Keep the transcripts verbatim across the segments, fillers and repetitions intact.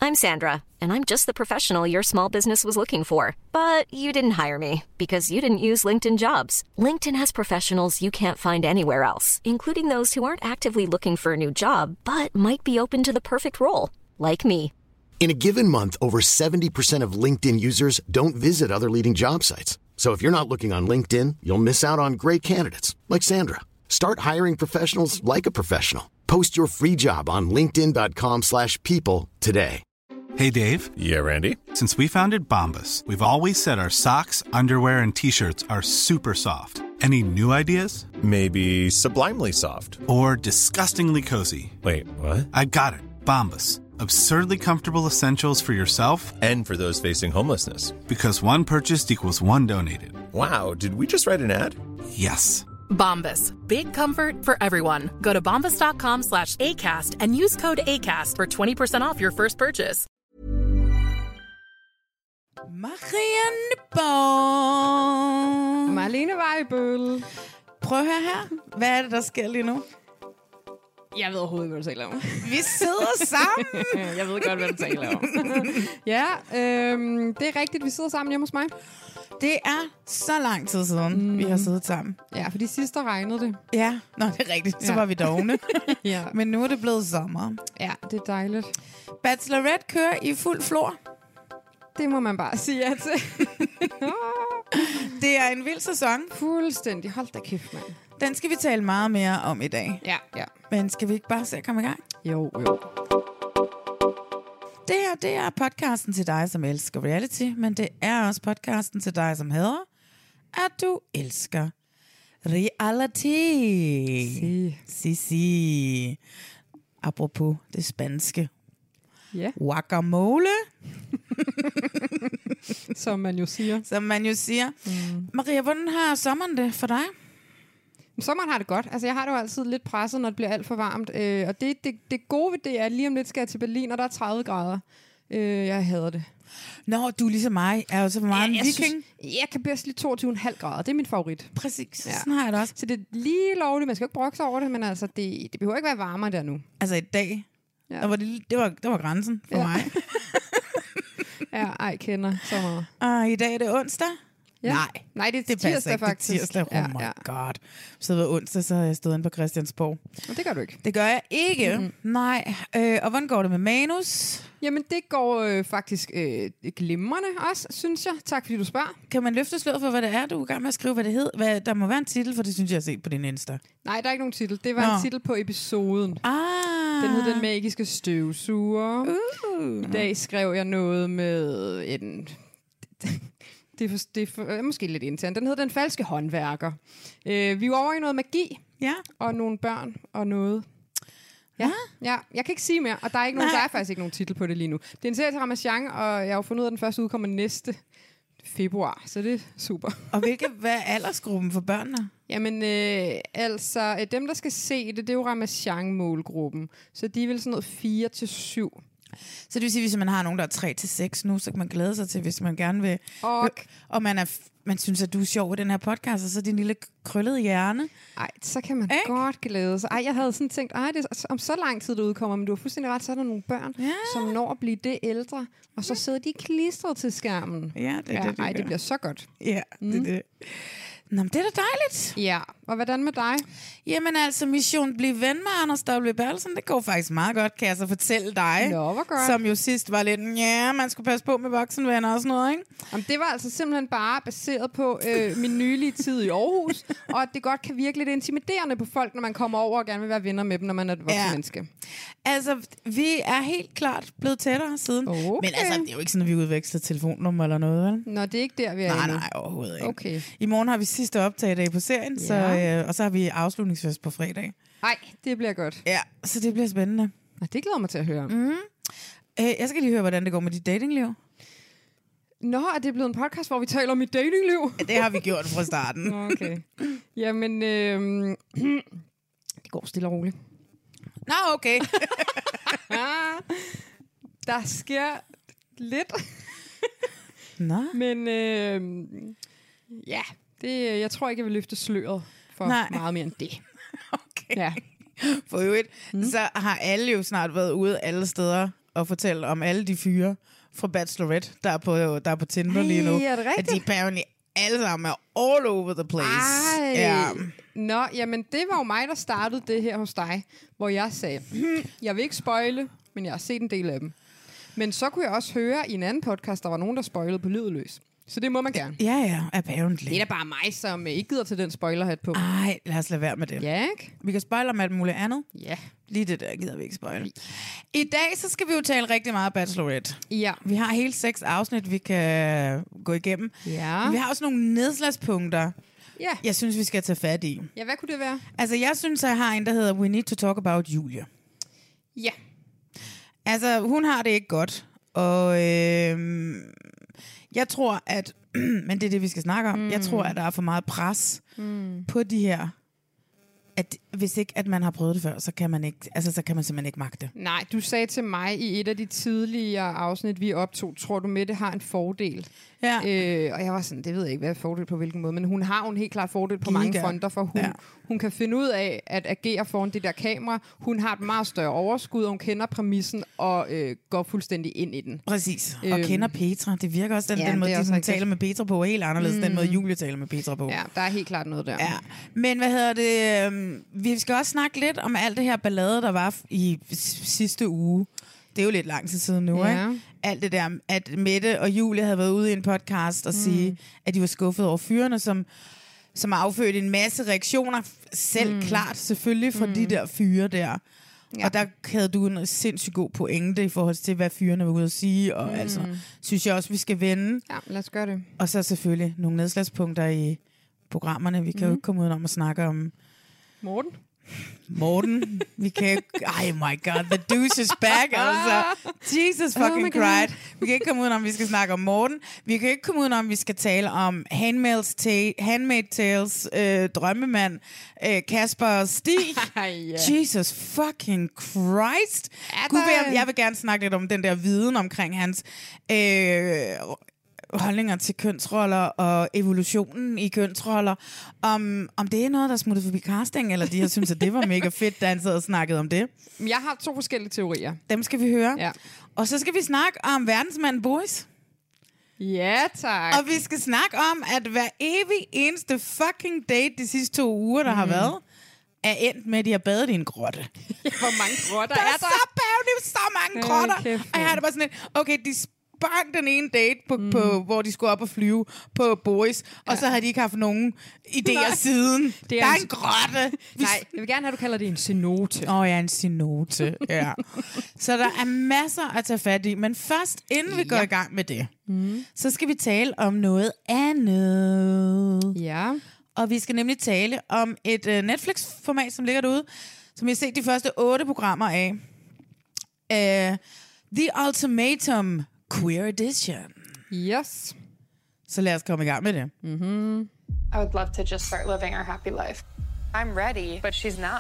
I'm Sandra, and I'm just the professional your small business was looking for. But you didn't hire me because you didn't use LinkedIn Jobs. LinkedIn has professionals you can't find anywhere else, including those who aren't actively looking for a new job, but might be open to the perfect role, like me. In a given month, over seventy percent of LinkedIn users don't visit other leading job sites. So if you're not looking on LinkedIn, you'll miss out on great candidates like Sandra. Start hiring professionals like a professional. Post your free job on linkedin dot com slash people today. Hey, Dave. Yeah, Randy. Since we founded Bombas, we've always said our socks, underwear, and T-shirts are super soft. Any new ideas? Maybe sublimely soft. Or disgustingly cozy. Wait, what? I got it. Bombas. Absurdly comfortable essentials for yourself and for those facing homelessness. Because one purchased equals one donated. Wow, did we just write an ad? Yes. Bombas. Big comfort for everyone. Go to bombas dot com slash ACAST and use code ACAST for twenty percent off your first purchase. Marianne Borg. Marlene Weibøl. Prøv at høre her. Hvad er det, der sker lige nu? Jeg ved overhovedet ikke, hvad du taler om. Vi sidder sammen. Jeg ved godt, hvad du taler om. Ja, øhm, det er rigtigt. Vi sidder sammen hjemme hos mig. Det er så lang tid siden, mm. vi har siddet sammen. Ja, fordi sidst der regnede det. Ja, nå, det er rigtigt. Så ja. var vi dogne. Ja. Men nu er det blevet sommer. Ja, det er dejligt. Bachelorette kører i fuld flor. Det må man bare sige ja til. Det er en vild sæson. Fuldstændig. Hold da kæft, mand. Den skal vi tale meget mere om i dag. Ja, ja. Men skal vi ikke bare se at komme i gang? Jo, jo. Det her, det er podcasten til dig, som elsker reality, men det er også podcasten til dig, som hader, at du elsker reality. Si. Si, si. Apropos det spanske. Ja. Guacamole. Som man jo siger. Som man jo siger. Mm. Maria, hvordan har sommeren det for dig? Sommeren har det godt. Altså, jeg har det jo altid lidt presset, når det bliver alt for varmt. Øh, og det, det, det gode ved det er, at lige om lidt skal jeg til Berlin, og der er tredive grader. Øh, jeg hader det. Nå, du er ligesom mig. Er jo så for meget ja, en jeg viking. Synes, jeg kan bedst lide toogtyve komma fem grader. Det er min favorit. Præcis. Ja. Sådan har jeg det også. Så det er lige lovligt. Man skal jo ikke brokke sig over det, men altså, det, det behøver ikke være varmere der nu. Altså i dag, ja. der var det, det, var, det var grænsen for ja. mig. Ja, ej, kender så meget. Og i dag er det onsdag. Ja. Nej, Nej, det er det tirsdag ikke. faktisk. Det er tirsdag. Oh ja, my ja. god. Så det var onsdag, så har jeg stået inde på Christiansborg. Og det gør du ikke. Det gør jeg ikke. Mm-hmm. Nej. Øh, og hvordan går det med manus? Jamen, det går øh, faktisk øh, glimrende også, synes jeg. Tak, fordi du spørger. Kan man løfte sløret for, hvad det er, du er i gang med at skrive, hvad det hed? Hvad, der må være en titel, for det synes jeg, jeg har set på din Insta. Nej, der er ikke nogen titel. Det var Nå. en titel på episoden. Ah. Den hed Den Magiske Støvsuger. Uh. I dag skrev jeg noget med en... Det er, for, det er for, måske lidt internt. Den hedder Den Falske Håndværker. Øh, vi er over i noget magi. Ja. Og nogle børn og noget. Ja. ja, jeg kan ikke sige mere. Og der er, ikke nogen, der er faktisk ikke nogen titel på det lige nu. Det er en serie til Ramachan, og jeg har jo fundet ud af, at den første udkommer næste februar. Så det er super. Og hvilke, hvad er aldersgruppen for børnene? Jamen, øh, altså, øh, dem, der skal se det, det er jo Ramachan-målgruppen. Så de er vel sådan noget fire til syv. Så det vil sige, hvis man har nogen, der er tre til seks nu, så kan man glæde sig til, hvis man gerne vil. Og, og man, er, man synes, at du er sjov i den her podcast, og så din lille krøllede hjerne. Ej, så kan man Ik? godt glæde sig. Ej, jeg havde sådan tænkt, ej, det er om så lang tid, det udkommer, men du har fuldstændig ret, så er der nogle børn, ja. som når at blive det ældre, og så sidder de klistret til skærmen. Ja, det er ja, det, det Ej, det bliver så godt. Ja, mm. det er det. Nå, men det er da dejligt. Ja, og hvordan med dig? Jamen altså, mission Bliv ven med Anders W. Bertelsen, det går faktisk meget godt, kan jeg så fortælle dig. Nå, hvor godt. Som jo sidst var lidt, ja, man skulle passe på med voksenvenner og sådan noget, ikke? Jamen, det var altså simpelthen bare baseret på øh, min nylige tid i Aarhus, og at det godt kan virke lidt intimiderende på folk, når man kommer over og gerne vil være venner med dem, når man er et voksen ja. menneske. Altså, vi er helt klart blevet tættere siden. Okay. Men altså, det er jo ikke sådan, at vi udveksler telefonnummer eller noget, vel? Nå, det er ikke der, vi er Nej, endnu. nej, overhovedet ikke. Okay. I morgen har vi sidste optagedag på serien, ja. så, øh, og så har vi afslutningsfest på fredag. Nej, det bliver godt. Ja, så det bliver spændende. Nå, det glæder mig til at høre. Mm. Øh, jeg skal lige høre, hvordan det går med dit datingliv. Nå, er det blevet en podcast, hvor vi taler om mit datingliv? Ja, det har vi gjort fra starten. Okay. Jamen, øh, det går stille og roligt. Nå, okay. Der sker lidt. Nå. Men øh, ja, det, jeg tror ikke, jeg vil løfte sløret for Nej. meget mere end det. Okay. Ja. For øvrigt, mm. så har alle jo snart været ude alle steder at fortælle om alle de fyre fra Bachelorette, der er på, der er på Tinder Ej, lige nu. er det at de apparently alle sammen er all over the place. Ej. Ja. Nå, jamen det var jo mig, der startede det her hos dig, hvor jeg sagde, hm, jeg vil ikke spoile, men jeg har set en del af dem. Men så kunne jeg også høre i en anden podcast, der var nogen, der spoilede på Livet Løs. Så det må man gerne. Ja, ja, apparently. Det er da bare mig, som ikke gider til den spoilerhat på. Ej, lad os lade være med det. Ja, ikke? Vi kan spoile om alt muligt andet. Ja. Lige det der gider vi ikke spoile. I dag så skal vi jo tale rigtig meget Bachelorette. Ja. Vi har hele seks afsnit, vi kan gå igennem. Ja. Men vi har også nogle nedslagspunkter, Ja. jeg synes, vi skal tage fat i. Ja, hvad kunne det være? Altså, jeg synes, at jeg har en, der hedder We Need to Talk About Julia. Ja. Altså, hun har det ikke godt. Og øh, jeg tror, at... men det er det, vi skal snakke om. Mm. Jeg tror, at der er for meget pres mm. på de her... At hvis ikke at man har prøvet det før, så kan man ikke, altså så kan man simpelthen ikke magte. Nej, du sagde til mig i et af de tidligere afsnit, vi optog, tror du Mette har en fordel? Ja. Øh, og jeg var sådan, det ved jeg ikke, hvad er fordel på hvilken måde, men hun har jo en helt klar fordel på Giga. mange fronter, for hun, Ja. hun kan finde ud af at agere foran det der kamera. Hun har et meget større overskud, og hun kender præmissen og øh, går fuldstændig ind i den. Præcis. Og Øhm. kender Petra. Det virker også, den, Ja, den måde, det er de også sådan, rigtigt. taler med Petra på, er helt anderledes, mm. den måde Julie taler med Petra på. Ja, der er helt klart noget der. Ja. Men hvad hedder det? øhm, Vi skal også snakke lidt om alt det her ballade, der var i s- sidste uge. Det er jo lidt lang tid siden nu, Ja. ikke? Alt det der, at Mette og Julie havde været ude i en podcast og mm. sige, at de var skuffet over fyrene, som, som har affødt en masse reaktioner. Selv mm. klart, selvfølgelig, fra mm. de der fyre der. Ja. Og der havde du en sindssygt god pointe i forhold til, hvad fyrene var ude at sige. Og mm. altså, synes jeg også, vi skal vende. Ja, lad os gøre det. Og så selvfølgelig nogle nedslagspunkter i programmerne. Vi kan mm. jo ikke komme ud om at snakke om Morten? Morten. Vi kan ikke... Ej, my God, the douche is back, altså. Jesus fucking Oh Christ. Vi kan ikke komme ud om, vi skal snakke om Morten. Vi kan ikke komme ud om, vi skal tale om Handmaid's Tale, Handmaid's Tales, øh, Drømmemand, øh, Kasper og Stig. Ja. Jesus fucking Christ. Gud, der- jeg, jeg vil gerne snakke lidt om den der viden omkring hans... Øh, holdninger til kønsroller og evolutionen i kønsroller. Om, om det er noget, der er smuttet forbi casting, eller de har syntes, at det var mega fedt, da han sad og snakkede om det. Jeg har to forskellige teorier. Dem skal vi høre. Ja. Og så skal vi snakke om verdensmanden Boris. Ja, tak. Og vi skal snakke om, at hver evig eneste fucking date de sidste to uger, der mm. har været, er endt med, at de har badet i en grotte. Hvor mange grotter Der er er der? så bævende, så mange Hold grotter. kæft, Og jeg har det bare sådan lidt, okay, de sprang den ene date, på, mm. på, hvor de skulle op og flyve på Boris, og ja. så har de ikke haft nogen idéer Nej. siden. Det er der er en- en grotte. Vi Nej, jeg vil gerne have, at du kalder det en cenote. Åh, oh, ja, en cenote. Ja. Så der er masser at tage fat i. Men først, inden vi går Ja. i gang med det, mm. så skal vi tale om noget andet. Ja. Og vi skal nemlig tale om et uh, Netflix-format, som ligger derude, som jeg har set de første otte programmer af. Uh, The Ultimatum Queer Edition. Yes. Så lad os komme i gang med det. Mm-hmm. I would love to just start living our happy life. I'm ready, but she's not.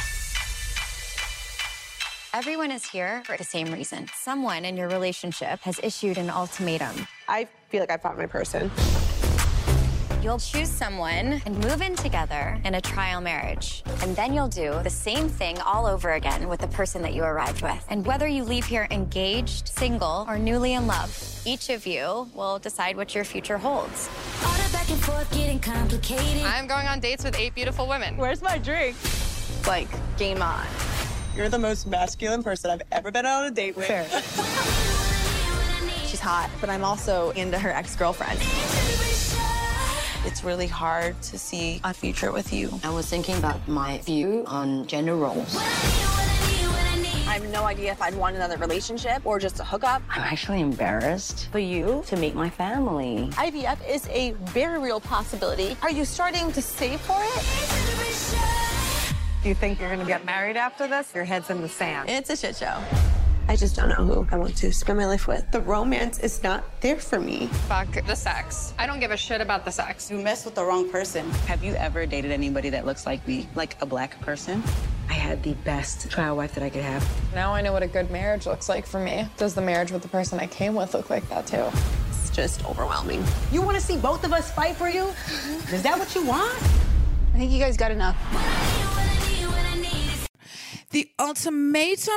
Everyone is here for the same reason. Someone in your relationship has issued an ultimatum. I feel like I found my person. You'll choose someone and move in together in a trial marriage. And then you'll do the same thing all over again with the person that you arrived with. And whether you leave here engaged, single, or newly in love, each of you will decide what your future holds. All the back and forth getting complicated. I'm going on dates with eight beautiful women. Where's my drink? Like, game on. You're the most masculine person I've ever been on a date with. Fair. She's hot, but I'm also into her ex-girlfriend. It's really hard to see a future with you. I was thinking about my view on gender roles. I have no idea if I'd want another relationship or just a hookup. I'm actually embarrassed for you to meet my family. I V F is a very real possibility. Are you starting to save for it? Do you think you're gonna get married after this? Your head's in the sand. It's a shit show. I just don't know who I want to spend my life with. The romance is not there for me. Fuck the sex. I don't give a shit about the sex. You mess with the wrong person. Have you ever dated anybody that looks like me, like a black person? I had the best trial wife that I could have. Now I know what a good marriage looks like for me. Does the marriage with the person I came with look like that too? It's just overwhelming. You want to see both of us fight for you? Is that what you want? I think you guys got enough. The Ultimatum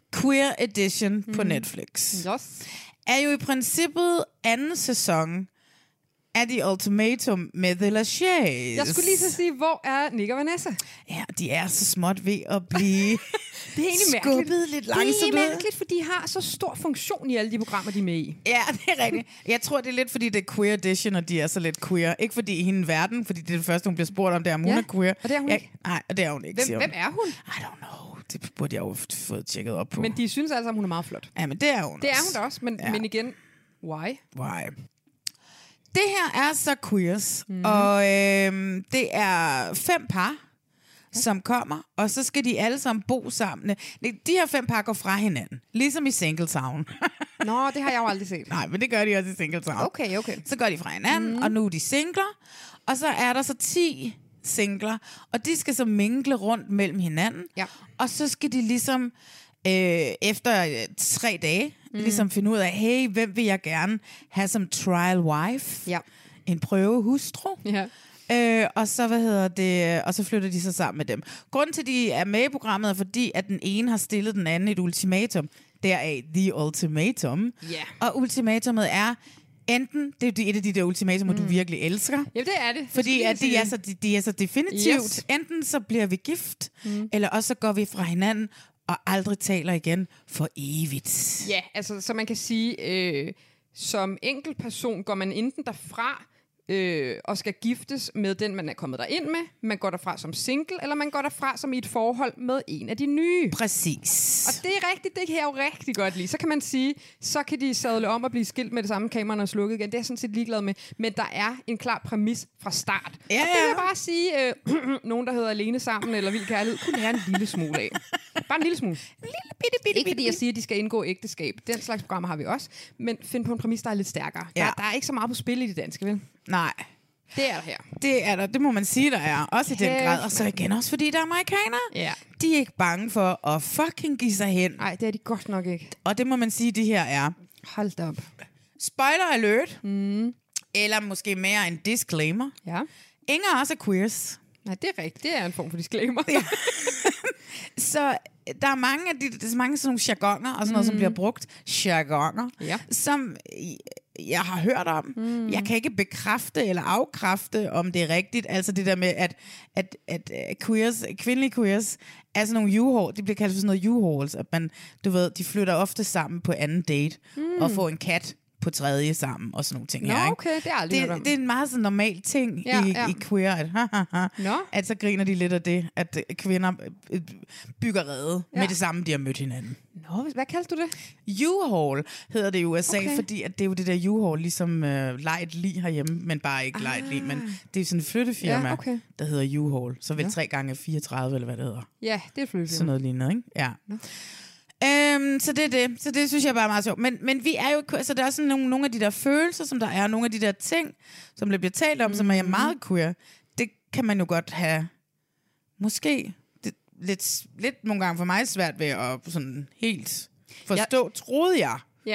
Queer Edition mm. på Netflix. Yes. Er jo i princippet anden sæson af The Ultimatum med The Lachey. Jeg skulle lige så sige, hvor er Nick og Vanessa? Ja, de er så småt ved at blive det er egentlig skubbet lidt langsomt. Det er mærkeligt, for de har så stor funktion i alle de programmer, de er med i. Ja, det er rigtigt. Jeg tror, det er lidt, fordi det er Queer Edition, og de er så lidt queer. Ikke fordi i hende verden, fordi det er det første, hun bliver spurgt om, det er, om hun ja, er queer. og det er hun ja, ikke. Nej, og det er hun ikke, Hvem, hvem er hun? I don't know. Det burde jeg jo have fået tjekket op på. Men de synes altså, at hun er meget flot. Ja, men det er hun Det også. er hun da også, men, ja. men igen, why? Why? Det her er så queers, mm. og øh, det er fem par, ja. som kommer, og så skal de alle sammen bo sammen. De her fem par går fra hinanden, ligesom i Singletown. Nå, det har jeg jo aldrig set. Nej, men det gør de også i Singletown. Okay, okay. Så går de fra hinanden, mm. og nu er de singler, og så er der så ti singler, og de skal så mingle rundt mellem hinanden, ja. og så skal de ligesom øh, efter øh, tre dage mm. ligesom finde ud af, hey, hvem vil jeg gerne have som trial wife? Ja. En prøvehustru? Ja. Øh, og så hvad hedder det, og så flytter de sig sammen med dem. Grunden til, at de er med i programmet, er fordi, at den ene har stillet den anden et ultimatum. Deraf The Ultimatum. Yeah. Og ultimatumet er enten, det er et af de der ultimatumer, mm. du virkelig elsker. Ja, det er det. Fordi at de, er så, de, de er så definitivt. Yes. Enten så bliver vi gift, mm. eller også så går vi fra hinanden og aldrig taler igen for evigt. Ja, altså så man kan sige, øh, som enkelt person går man enten derfra øh, og skal giftes med den, man er kommet derind med. Man går derfra som single, eller man går derfra som i et forhold med en af de nye. Præcis. Og det er rigtigt, det kan jeg jo rigtig godt lide. Så kan man sige, så kan de sadle om og blive skilt med det samme, kameraerne er slukket igen. Det er jeg sådan set ligeglad med. Men der er en klar præmis fra start. Ja, og det vil jeg bare sige, øh, nogen der hedder Alene Sammen eller Vild Kærlighed, kunne lære en lille smule af. Bare en lille smule. En lille bitte, bitte, Ikke fordi jeg siger, at de skal indgå ægteskab. Den slags programmer har vi også. Men find på en præmis, der er lidt stærkere. Ja. Der, der er ikke så meget på spil i det danske, vel? Nej. Det er der her. Det er der, det må man sige, der er. Også Kæft. i den grad. Og så igen også, fordi der er amerikanere. Ja. De er ikke bange for at fucking give sig hen. Nej, det er de godt nok ikke. Og det må man sige, de her er. Hold da op. Spoiler alert. Mm. Eller måske mere en disclaimer. Ja. Ingen af os er queers. Nej, det er rigtigt. Det er en form for disclaimer. Ja. Så der er mange af de, der er mange sådan nogle jargoner og sådan noget, mm. som bliver brugt. Jargoner. Ja. Som jeg har hørt om. Mm. Jeg kan ikke bekræfte eller afkræfte, om det er rigtigt. Altså det der med, at, at, at queers, kvindelige queers er sådan nogle U-haul. De bliver kaldt for sådan noget U-hauls. At man, du ved, de flytter ofte sammen på anden date mm. og får en kat på tredje sammen og sådan nogle ting. Nå, her, ikke? okay, det er aldrig det, det er en meget sådan normal ting ja, i, ja. i queer, at, Nå. at så griner de lidt af det, at kvinder bygger rede ja. med det samme, de har mødt hinanden. Nå, hvad kaldte du det? U-haul hedder det i U S A, okay. fordi at det er jo det der U-haul, ligesom uh, lejet lige herhjemme, men bare ikke ah. lejet lige, men det er sådan et flyttefirma, ja, okay. der hedder U-haul, så vel tre gange fireogtredive, eller hvad det hedder. Ja, det er et flyttefirma. Sådan noget lignende, ikke? Ja. Nå. Øhm, så det er det. Så det synes jeg bare er meget sjovt. Men, men vi er jo, så der er sådan nogle, nogle af de der følelser, som der er, nogle af de der ting, som der bliver talt om, mm. som er meget queer. Det kan man jo godt have, måske det, lidt, lidt nogle gange for mig svært ved at sådan helt forstå, ja. troede jeg. Ja.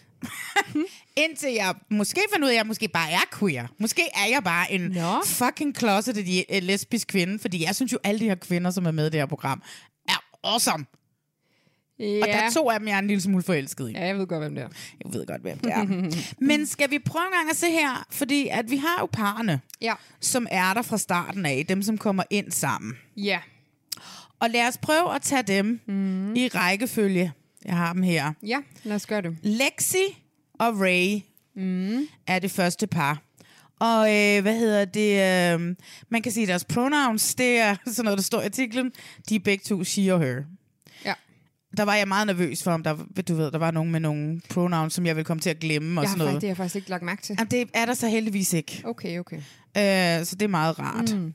Indtil jeg måske fandt ud af, at jeg måske bare er queer. Måske er jeg bare en no. fucking closeted lesbisk kvinde, fordi jeg synes jo, alle de her kvinder, som er med i det her program, er awesome. Yeah. Og der er to af dem, jeg er en lille smule forelsket i. Ja, jeg ved godt, hvem det er. Jeg ved godt, hvem det er. Men skal vi prøve en gang at se her? Fordi at vi har jo parerne, ja. som er der fra starten af. Dem, som kommer ind sammen. Ja. Og lad os prøve at tage dem mm. i rækkefølge. Jeg har dem her. Ja, lad os gøre det. Lexi og Ray mm. er det første par. Og øh, hvad hedder det? Øh, man kan sige, deres pronouns, det er sådan noget, der står i artiklen. De er begge to she og her. Ja. Der var jeg meget nervøs for, om der, du ved, der var nogen med nogle pronouns, som jeg ville komme til at glemme. Og jeg sådan noget. Faktisk, det har jeg faktisk ikke lagt mærke til. Jamen, det er der så heldigvis ikke. Okay, okay. Øh, så det er meget rart. Mm.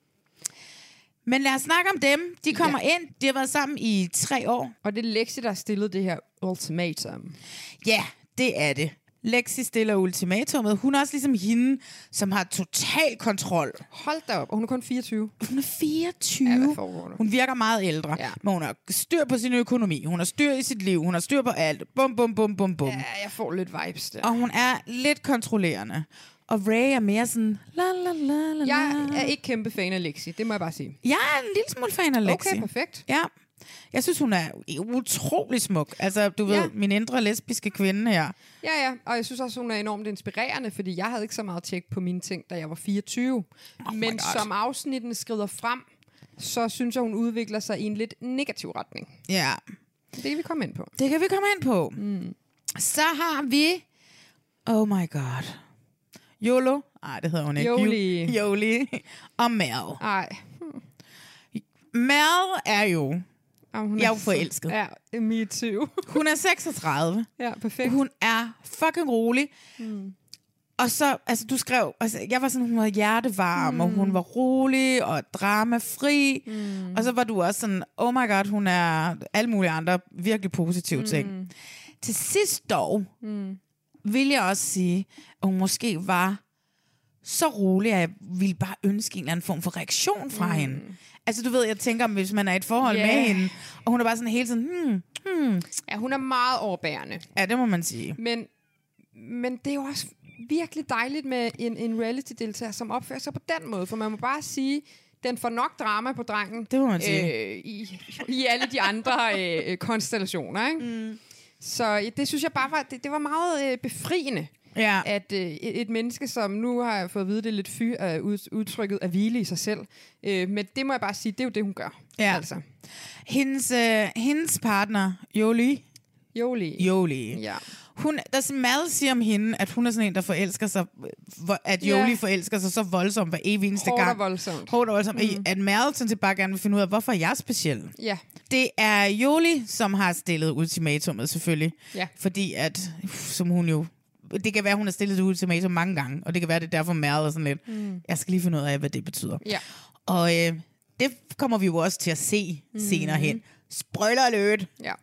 Men lad os snakke om dem. De kommer ja. ind. De har været sammen i tre år. Og det er Lexi, der har stillet det her ultimatum. Ja, det er det. Lexi stiller ultimatummet. Hun er også ligesom hende, som har total kontrol. Hold da op. Og hun er kun fireogtyve. Hun er fireogtyve. Ja, hvad foregår der? Hun virker meget ældre. Ja. Men hun har styr på sin økonomi. Hun har styr i sit liv. Hun har styr på alt. Bum, bum, bum, bum, bum. Ja, jeg får lidt vibes der. Og hun er lidt kontrollerende. Og Ray er mere sådan... La, la, la, la, jeg er ikke kæmpe fan af Lexi. Det må jeg bare sige. Jeg er en lille smule fan af Lexi. Okay, perfekt. Ja. Jeg synes, hun er utrolig smuk. Altså, du ved, Ja. min indre lesbiske kvinde her. Ja, ja, og jeg synes også, hun er enormt inspirerende, fordi jeg havde ikke så meget tjek på mine ting, da jeg var fireogtyve. Oh Men som afsnitten skrider frem, så synes jeg, hun udvikler sig i en lidt negativ retning. Ja. Det kan vi komme ind på. Det kan vi komme ind på. Mm. Så har vi... Oh my god. Yolo. Nej, det hedder hun ikke. Yoli. Yoli. Og Mel. Ej. Mel er jo... Oh, hun jeg er jo så- forelsket. Ja, me too. Hun er seksogtredive. Ja, perfekt. Hun er fucking rolig. Mm. Og så, altså du skrev, altså, jeg var sådan, hun var hjertevarm, mm. og hun var rolig og dramafri. Mm. Og så var du også sådan, oh my god, hun er alle mulige andre virkelig positive mm. ting. Til sidst dog, mm. vil jeg også sige, at hun måske var så rolig, at jeg ville bare ønske en eller anden form for reaktion fra mm. hende. Altså du ved, jeg tænker, hvis man er i et forhold Yeah. med hende, og hun er bare sådan hele tiden, hmm, hmm. Ja, hun er meget overbærende. Ja, det må man sige. Men, men det er jo også virkelig dejligt med en, en reality-deltager, som opfører sig på den måde. For man må bare sige, den får nok drama på drengen. Det må man sige. Øh, i, I alle de andre øh, konstellationer, ikke? Mm. Så øh, det synes jeg bare var, det, det var meget øh, befriende. Ja. At øh, et, et menneske, som nu har jeg fået at vide, det er lidt fy, er ud, udtrykket at hvile i sig selv. Øh, men det må jeg bare sige, det er jo det, hun gør. Ja. Altså. Hendes, øh, hendes partner, Yoli. Yoli. Yoli. Ja. Hun, der er meget siger om hende, at hun er sådan en, der forelsker sig, hvor- at Yoli Ja. forelsker sig så voldsomt hver evig eneste Hårdt og gang. voldsomt. Hårdt og voldsomt. Mm. At Mal sådan set bare gerne vil finde ud af, hvorfor jeg er speciel. Ja. Det er Yoli, som har stillet ultimatummet selvfølgelig. Ja. Fordi at, uff, som hun jo... Det kan være, hun har stillet det ultimatum mange gange, og det kan være, det er derfor Mal er sådan lidt... Mm. Jeg skal lige finde ud af, hvad det betyder. Ja. Og øh, det kommer vi jo også til at se mm. senere hen. Spoiler alert! Ja.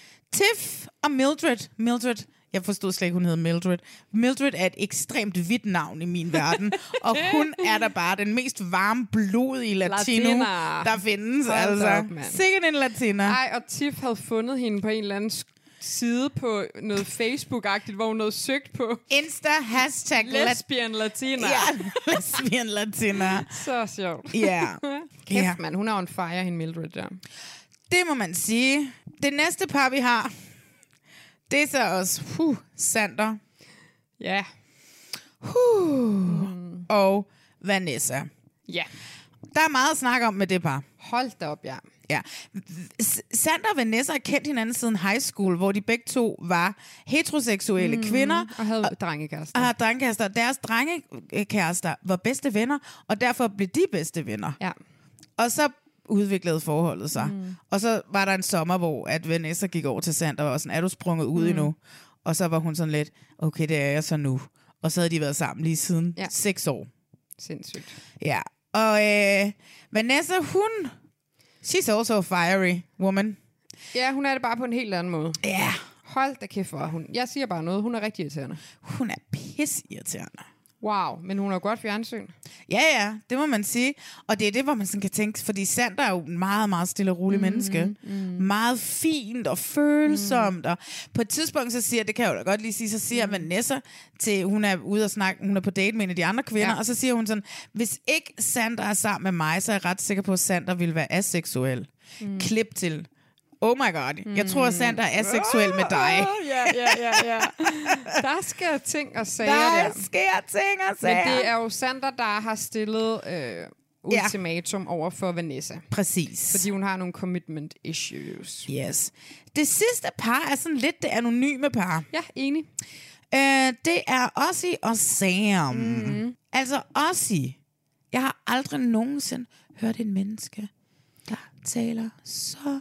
Tiff og Mildred. Mildred, jeg forstod slet ikke, hun hedder Mildred. Mildred er et ekstremt hvidt navn i min verden, og hun er da bare den mest varme blod i latino, Latina. der findes. Hold Altså, op, mand. sikkert en latina. Ej, og Tiff havde fundet hende på en eller anden sk- side på noget Facebook-agtigt, hvor hun havde søgt på Insta, hashtag lesbian latina. Ja, lesbian latina. Så sjovt. Ja. Kæft, Ja. mand. Hun er on fire, hende Mildred der. Det må man sige. Det næste par, vi har, det er så også huh, Sander. Ja. Huh. Mm. Og Vanessa. Ja. Der er meget at snakke om med det par. Hold da op, ja. Ja. S- Sander og Vanessa har kendt hinanden siden high school, hvor de begge to var heteroseksuelle mm. kvinder. Og havde drengekærester. Og havde drengekærester. Deres drengekærester var bedste venner, og derfor blev de bedste venner. Ja. Og så udviklede forholdet sig. Mm. Og så var der en sommer, hvor at Vanessa gik over til Sander og var sådan, er du sprunget ud mm. endnu? Og så var hun sådan lidt, okay, det er jeg så nu. Og så havde de været sammen lige siden Ja. seks år. Sindssygt. Ja. Og øh, Vanessa, hun... She's also a fiery woman. Ja, hun er det bare på en helt anden måde. Ja. Yeah. Hold da kæft for hun. Jeg siger bare noget. Hun er rigtig irriterende. Hun er pisseirriterende. Wow, men hun har godt fjernsyn. Ja, ja, det må man sige. Og det er det, hvor man sådan kan tænke, fordi Sander er jo en meget, meget stille og rolig mm, menneske. Mm. Meget fint og følsomt. Mm. Og på et tidspunkt, så siger, det kan jeg jo da godt lige sige, så siger mm. Vanessa til, hun er ude og snakke, hun er på date med en af de andre kvinder, ja. Og så siger hun sådan, hvis ikke Sander er sammen med mig, så er jeg ret sikker på, at Sander vil være aseksuel. Mm. Klip til. Oh my god. Mm. Jeg tror, at Sander er aseksuel med dig. Ja, ja, ja, ja. Der skal ting og sager der. Der sker ting og sager. Men det er jo Sander, der har stillet øh, ultimatum ja. over for Vanessa. Præcis. Fordi hun har nogle commitment issues. Yes. Det sidste par er sådan lidt det anonyme par. Ja, enig. Øh, det er Ozzy og Sam. Mm. Altså Ozzy. Jeg har aldrig nogensinde hørt en menneske, der taler så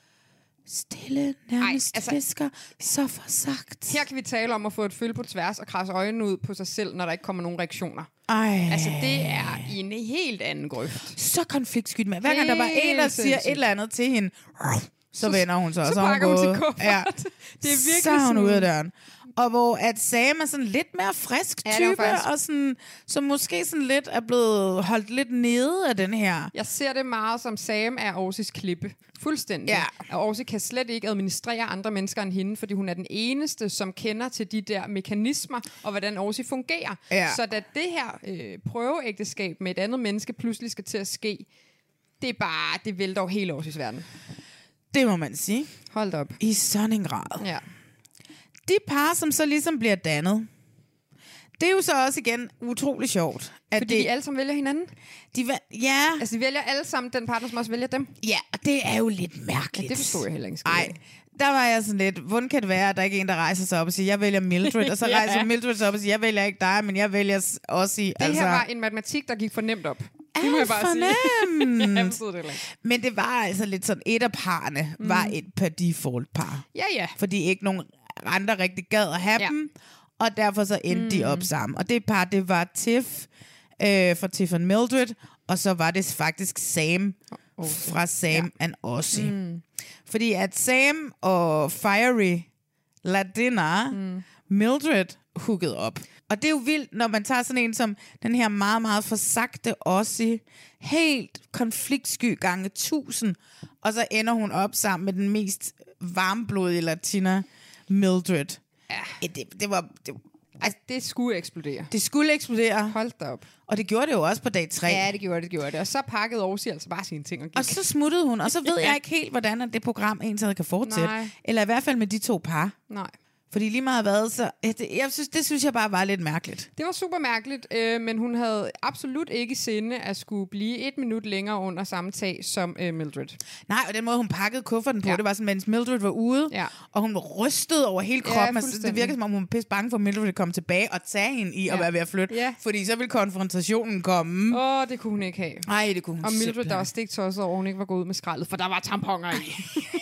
stille, nærmest Ej, altså, fisker, så forsagt. Her kan vi tale om at få et følge på tværs og krasse øjnene ud på sig selv, når der ikke kommer nogen reaktioner. Ej. Altså, det er i en helt anden grøft. Så konfliktskyld med. Hver gang der var en, der siger et eller andet til hende, så, så vender hun sig. Så, så pakker hun, hun sin kuffert. Ja. Det er virkelig så er hun sådan ude af døren. Og hvor at Sam er sådan lidt mere frisk ja, type, og sådan, som måske sådan lidt er blevet holdt lidt nede af den her. Jeg ser det meget som Sam er Orsis klippe. Fuldstændig. Ja. Og Orsi kan slet ikke administrere andre mennesker end hende, fordi hun er den eneste, som kender til de der mekanismer, og hvordan Orsi fungerer. Ja. Så da det her øh, prøveægteskab med et andet menneske pludselig skal til at ske, det er bare, det vælter over hele Orsis verden. Det må man sige. Hold op. I sådan en grad. Ja. De par, som så ligesom bliver dannet, det er jo så også igen utrolig sjovt. At Fordi det, de alle sammen vælger hinanden? De, ja. Altså, de vælger alle sammen den partner, som også vælger dem? Ja, og det er jo lidt mærkeligt. Ja, det forstår jeg heller ikke. Nej, der var jeg sådan lidt, hvordan kan det være, at der ikke er en, der rejser sig op og siger, jeg vælger Mildred, og så Ja. rejser Mildred sig op og siger, jeg vælger ikke dig, men jeg vælger også i... Det altså, her var en matematik, der gik for nemt op. Det må alt jeg bare for sige. nemt. Jeg forstod det heller ikke. Men det var altså lidt sådan, et af parerne mm. var et per default par. Ja, ja. Fordi ikke nogen andre rigtig gad at have Ja. dem, og derfor så endte mm. de op sammen. Og det par, det var Tiff øh, fra Tiff and Mildred, og så var det faktisk Sam okay. fra Sam ja. and Ozzy. Mm. Fordi at Sam og Fiery Latina, mm. Mildred hookede op. Og det er jo vildt, når man tager sådan en som den her meget, meget forsagte Ozzy, helt konfliktsky gange tusind, og så ender hun op sammen med den mest varmblodige Latina, Mildred. Ja. Det, det var... Det, altså, det skulle eksplodere. Det skulle eksplodere. Hold da op. Og det gjorde det jo også på dag tre. Ja, det gjorde det, det gjorde det. Og så pakkede Ozzy altså bare sine ting og gik. Og så smuttede hun, og så ved jeg ikke helt, hvordan det program egentlig kan fortsætte. Nej. Eller i hvert fald med de to par. Nej. Fordi lige meget hvad, så... Jeg synes, det synes jeg bare var lidt mærkeligt. Det var super mærkeligt, øh, men hun havde absolut ikke sinde at skulle blive et minut længere under samme tag som øh, Mildred. Nej, og den måde, hun pakkede kufferten på, Ja. det var sådan, mens Mildred var ude, Ja. og hun rystede over hele Ja, kroppen. Altså, det fuldstændig. virkede, som om hun var pisse bange for, at Mildred ville komme tilbage og tage hende i ja. at være ved at flytte. Ja. Fordi så ville konfrontationen komme. Åh, det kunne hun ikke have. Nej, det kunne hun Og Mildred, simpelthen. der var stigtosset over, hun ikke var gået ud med skraldet, for der var tamponer i.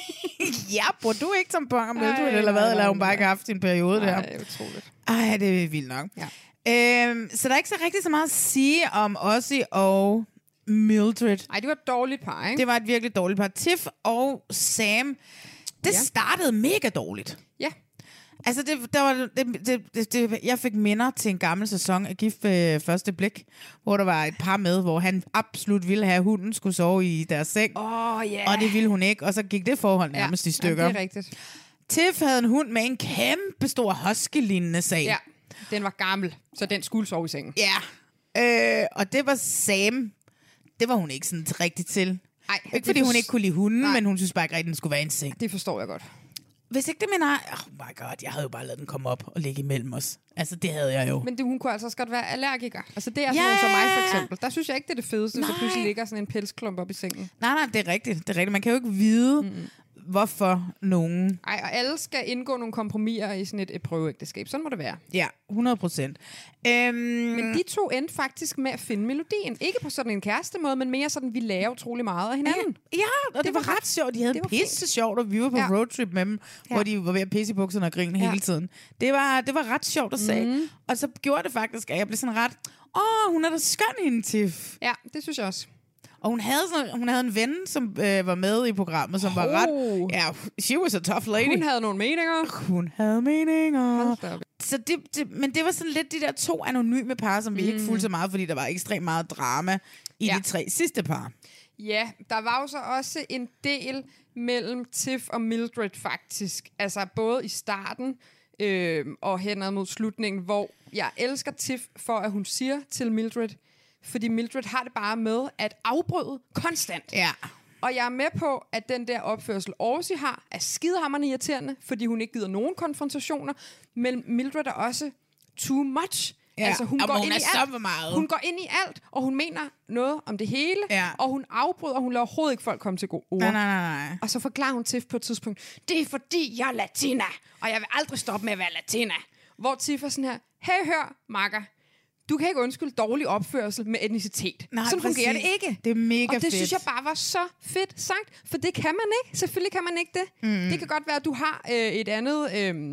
Ja, bruger du ikke tamponer, Mildred, Ej, eller hvad? nej, Eller har hun nej, bare ikke haft en periode der? Nej, det er utroligt. Ej, det er vildt nok. Ja. Øhm, så der er ikke så rigtig så meget at sige om Ozzy og Mildred. Ej, det var et dårligt par, ikke? Det var et virkelig dårligt par. Tiff og Sam, det Ja. startede mega dårligt. Ja. Altså, det, der var, det, det, det, det, jeg fik minder til en gammel sæson af Gift ved første blik, hvor der var et par med, hvor han absolut ville have, at hunden skulle sove i deres seng. Åh, ja. Og det ville hun ikke, og så gik det forhold nærmest ja. i stykker. Ja, det er rigtigt. Tiff havde en hund med en kæmpe stor husky-lignende sag. Ja, den var gammel, så den skulle sove i sengen. Ja, øh, og det var Sam. Det var hun ikke sådan rigtig til. Ej, ikke fordi det hun for- ikke kunne lide hunden, Nej. men hun synes bare ikke rigtig, den skulle være i en seng. Det forstår jeg godt. Hvis ikke det mener, oh my god, jeg havde jo bare lavet den komme op og ligge imellem os. Altså, det havde jeg jo. Men det, hun kunne altså også godt være allergiker. Altså, det er sådan Ja. nogen som mig, for eksempel. Der synes jeg ikke, det er det fedeste, hvis der Nej. pludselig ligger sådan en pelsklump op i sengen. Nej, nej, det er rigtigt. Det er rigtigt. Man kan jo ikke vide, mm-hmm. hvorfor nogen... Ej, og alle skal indgå nogle kompromiser i sådan et, et prøveægteskab. Sådan må det være. Ja, hundrede procent. Øhm... Men de to endte faktisk med at finde melodien. Ikke på sådan en kæreste måde, men mere sådan, vi lærer utrolig meget af hinanden. Ja, og det, det var, var ret sjovt. De havde det var pisse sjovt, og vi var på Ja. roadtrip med dem, Ja. hvor de var ved at pisse i bukserne og grine Ja. hele tiden. Det var, det var ret sjovt at se. Mm. Og så gjorde det faktisk, at jeg blev sådan ret... Åh, hun er da skøn, hende, Tiff. Ja, det synes jeg også. Og hun havde, sådan, hun havde en ven, som øh, var med i programmet, som oh. var ret... Ja, she was a tough lady. Hun havde nogle meninger. Hun havde meninger. Hold da op. Så det, det, men det var sådan lidt de der to anonyme par, som vi mm. ikke fulgte så meget, fordi der var ekstremt meget drama i Ja. de tre sidste par. Ja, der var jo så også en del mellem Tiff og Mildred faktisk. Altså både i starten øh, og henad mod slutningen, hvor jeg elsker Tiff for, at hun siger til Mildred, fordi Mildred har det bare med at afbryde konstant. Ja. Og jeg er med på, at den der opførsel Ozzy har, er skidehammerende irriterende, fordi hun ikke gider nogen konfrontationer, men Mildred er også too much. Ja, altså, hun, og går hun ind er i så alt. meget. Hun går ind i alt, og hun mener noget om det hele, Ja. og hun afbryder, og hun lader overhovedet ikke folk komme til gode ord. Nej, nej, nej, nej. Og så forklarer hun Tiff på et tidspunkt, det er fordi, jeg er latina, og jeg vil aldrig stoppe med at være latina. Hvor Tiff er sådan her, hey, hør, makker, du kan ikke undskylde dårlig opførsel med etnicitet. Nej, Sådan præcis. fungerer det ikke. Det er mega Og det fedt. synes jeg bare var så fedt sagt, for det kan man ikke. Selvfølgelig kan man ikke det. Mm. Det kan godt være, at du har øh, et andet øh,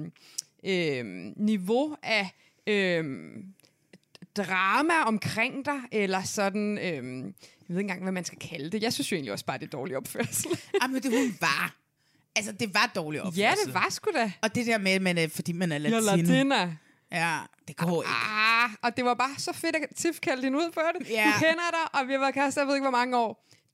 øh, niveau af øh, drama omkring dig, eller sådan... Øh, jeg ved ikke engang, hvad man skal kalde det. Jeg synes jo egentlig også bare, det er dårlig opførsel. Ah, men det hun var. Altså, det var dårlig opførsel. Ja, det var sgu da. Og det der med, man er, fordi man er latina. Jeg er latina. Ja, det går ikke. Ah, og det var bare så fedt, at Tiff kaldte hende ud på det. Ja. Du kender dig, og vi har været kærester, jeg ved ikke, hvor mange år.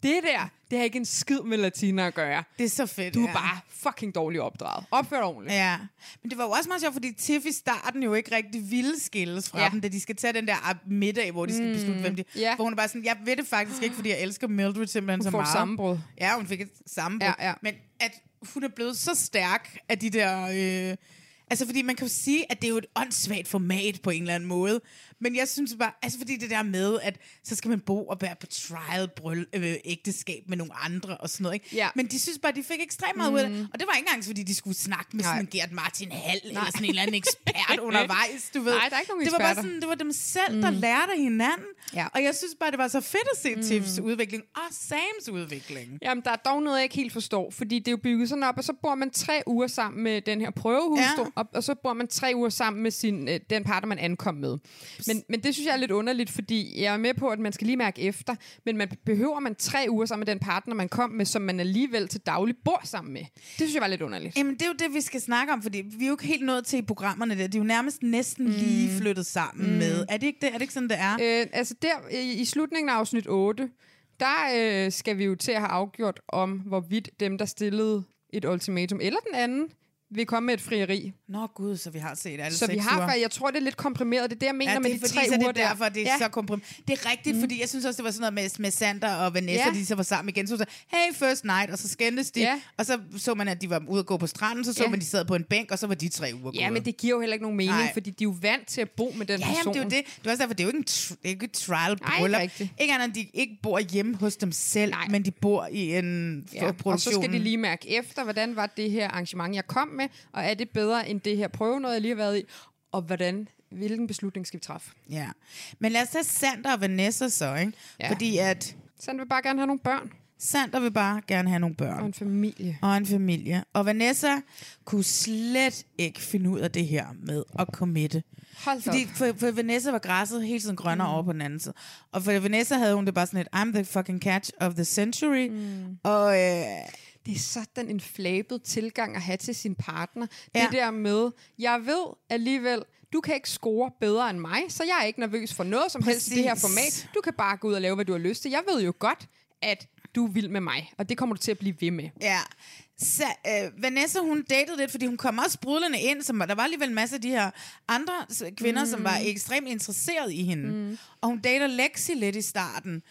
det der, det har ikke en skid med Latina at gøre. Det er så fedt, Du er ja. bare fucking dårligt opdraget. Opført ordentligt. Ja, men det var jo også meget sjovt, fordi Tiff i starten jo ikke rigtig ville skilles fra Ja. dem, da de skal tage den der middag, hvor de skal Mm. beslutte, hvem de... Ja. Hvor hun er bare sådan, jeg ved det faktisk ikke, fordi jeg elsker Mildred simpelthen Hun så får meget. sammenbrud. Ja, hun fik et sammenbrud. Ja, ja. Men at hun er blevet så stærk af de der... Øh, altså, fordi man kan jo sige, at det er jo et åndssvagt format på en eller anden måde. Men jeg synes bare... Altså, fordi det der med, at så skal man bo og være på trial, brøl, øh, ægteskab med nogle andre og sådan noget, ikke? Ja. Men de synes bare, de fik ekstremt meget mm. ud af det. Og det var ikke engang, fordi de skulle snakke med Nej. sådan en Gert Martin Hall eller sådan en eller anden ekspert undervejs, du ved. Nej, der er ikke nogen det var bare eksperter. sådan, det var dem selv, der mm. lærte af hinanden. Ja. Og jeg synes bare, det var så fedt at se mm. Tiffs udvikling og Sams udvikling. Jamen, der er dog noget, jeg ikke helt forstår, fordi det er jo bygget sådan op, og så bor man tre uger sammen med den her prøvehustru, Ja. og, og så bor man tre uger sammen med sin, øh, den partner, man ankom med. Men, men det synes jeg er lidt underligt, fordi jeg er med på, at man skal lige mærke efter, men man behøver man tre uger sammen med den partner, man kom med, som man alligevel til daglig bor sammen med. Det synes jeg var lidt underligt. Jamen, det er jo det, vi skal snakke om, fordi vi er jo ikke helt nået til i programmerne der. De er jo nærmest næsten mm. lige flyttet sammen mm. med. Er det ikke det? Er det ikke sådan, det er? Øh, altså der, i, i slutningen af afsnit otte, der øh, skal vi jo til at have afgjort om, hvorvidt dem, der stillede et ultimatum, eller den anden, vil komme med et frieri. Nå gud, så vi har set alle Så vi seks har, uger. for jeg tror, det er lidt komprimeret. Det er det, jeg mener Ja, med det er de fordi, tre så uger det er derfor, der. det er Ja. så komprimeret. Det er rigtigt, mm. fordi jeg synes også, det var sådan noget med, med Sander og Vanessa, Ja. de så var sammen igen. Så var det, hey, first night, og så skændtes de. Ja. Og så så man, at de var ude at gå på stranden, så så Ja. man, de sad på en bænk, og så var de tre uger Ja, gået. men det giver jo heller ikke nogen mening, Nej. fordi de er jo vant til at bo med den Ja, person. jamen, det er jo det. Det er også derfor, det er jo ikke, en tr- det er ikke et trial Nej, bryllup. ikke rigtigt. Ikke andet, end de ikke bor hjemme hos dem selv, Nej. men de bor i en Ja, produktion. og så skal de lige mærke efter, hvordan var det her arrangement, jeg kom med, og er det bedre end det her prøve noget, jeg lige har været i, og hvordan, hvilken beslutning skal vi træffe? Ja. Men lad os tage Sander og Vanessa så, ikke? Ja. Fordi at... Sander vil bare gerne have nogle børn. Sander vil bare gerne have nogle børn. Og en familie. Og en familie. Og Vanessa kunne slet ikke finde ud af det her med at committe. Hold Fordi op. for, for Vanessa var græsset hele tiden grønnere mm. over på den anden side. Og for Vanessa havde hun det bare sådan et, I'm the fucking catch of the century. Mm. Og... Øh, det er sådan en flabet tilgang at have til sin partner. Ja. Det der med, jeg ved alligevel, du kan ikke score bedre end mig, så jeg er ikke nervøs for noget som helst i det her Præcis. format. Du kan bare gå ud og lave, hvad du har lyst til. Jeg ved jo godt, at du er vild med mig, og det kommer du til at blive ved med. Ja. Så, øh, Vanessa, hun datede lidt, fordi hun kom også sprudlende ind, som, der var alligevel en masse af de her andre kvinder, mm. som var ekstremt interesseret i hende. Mm. Og hun dater Lexi lidt i starten.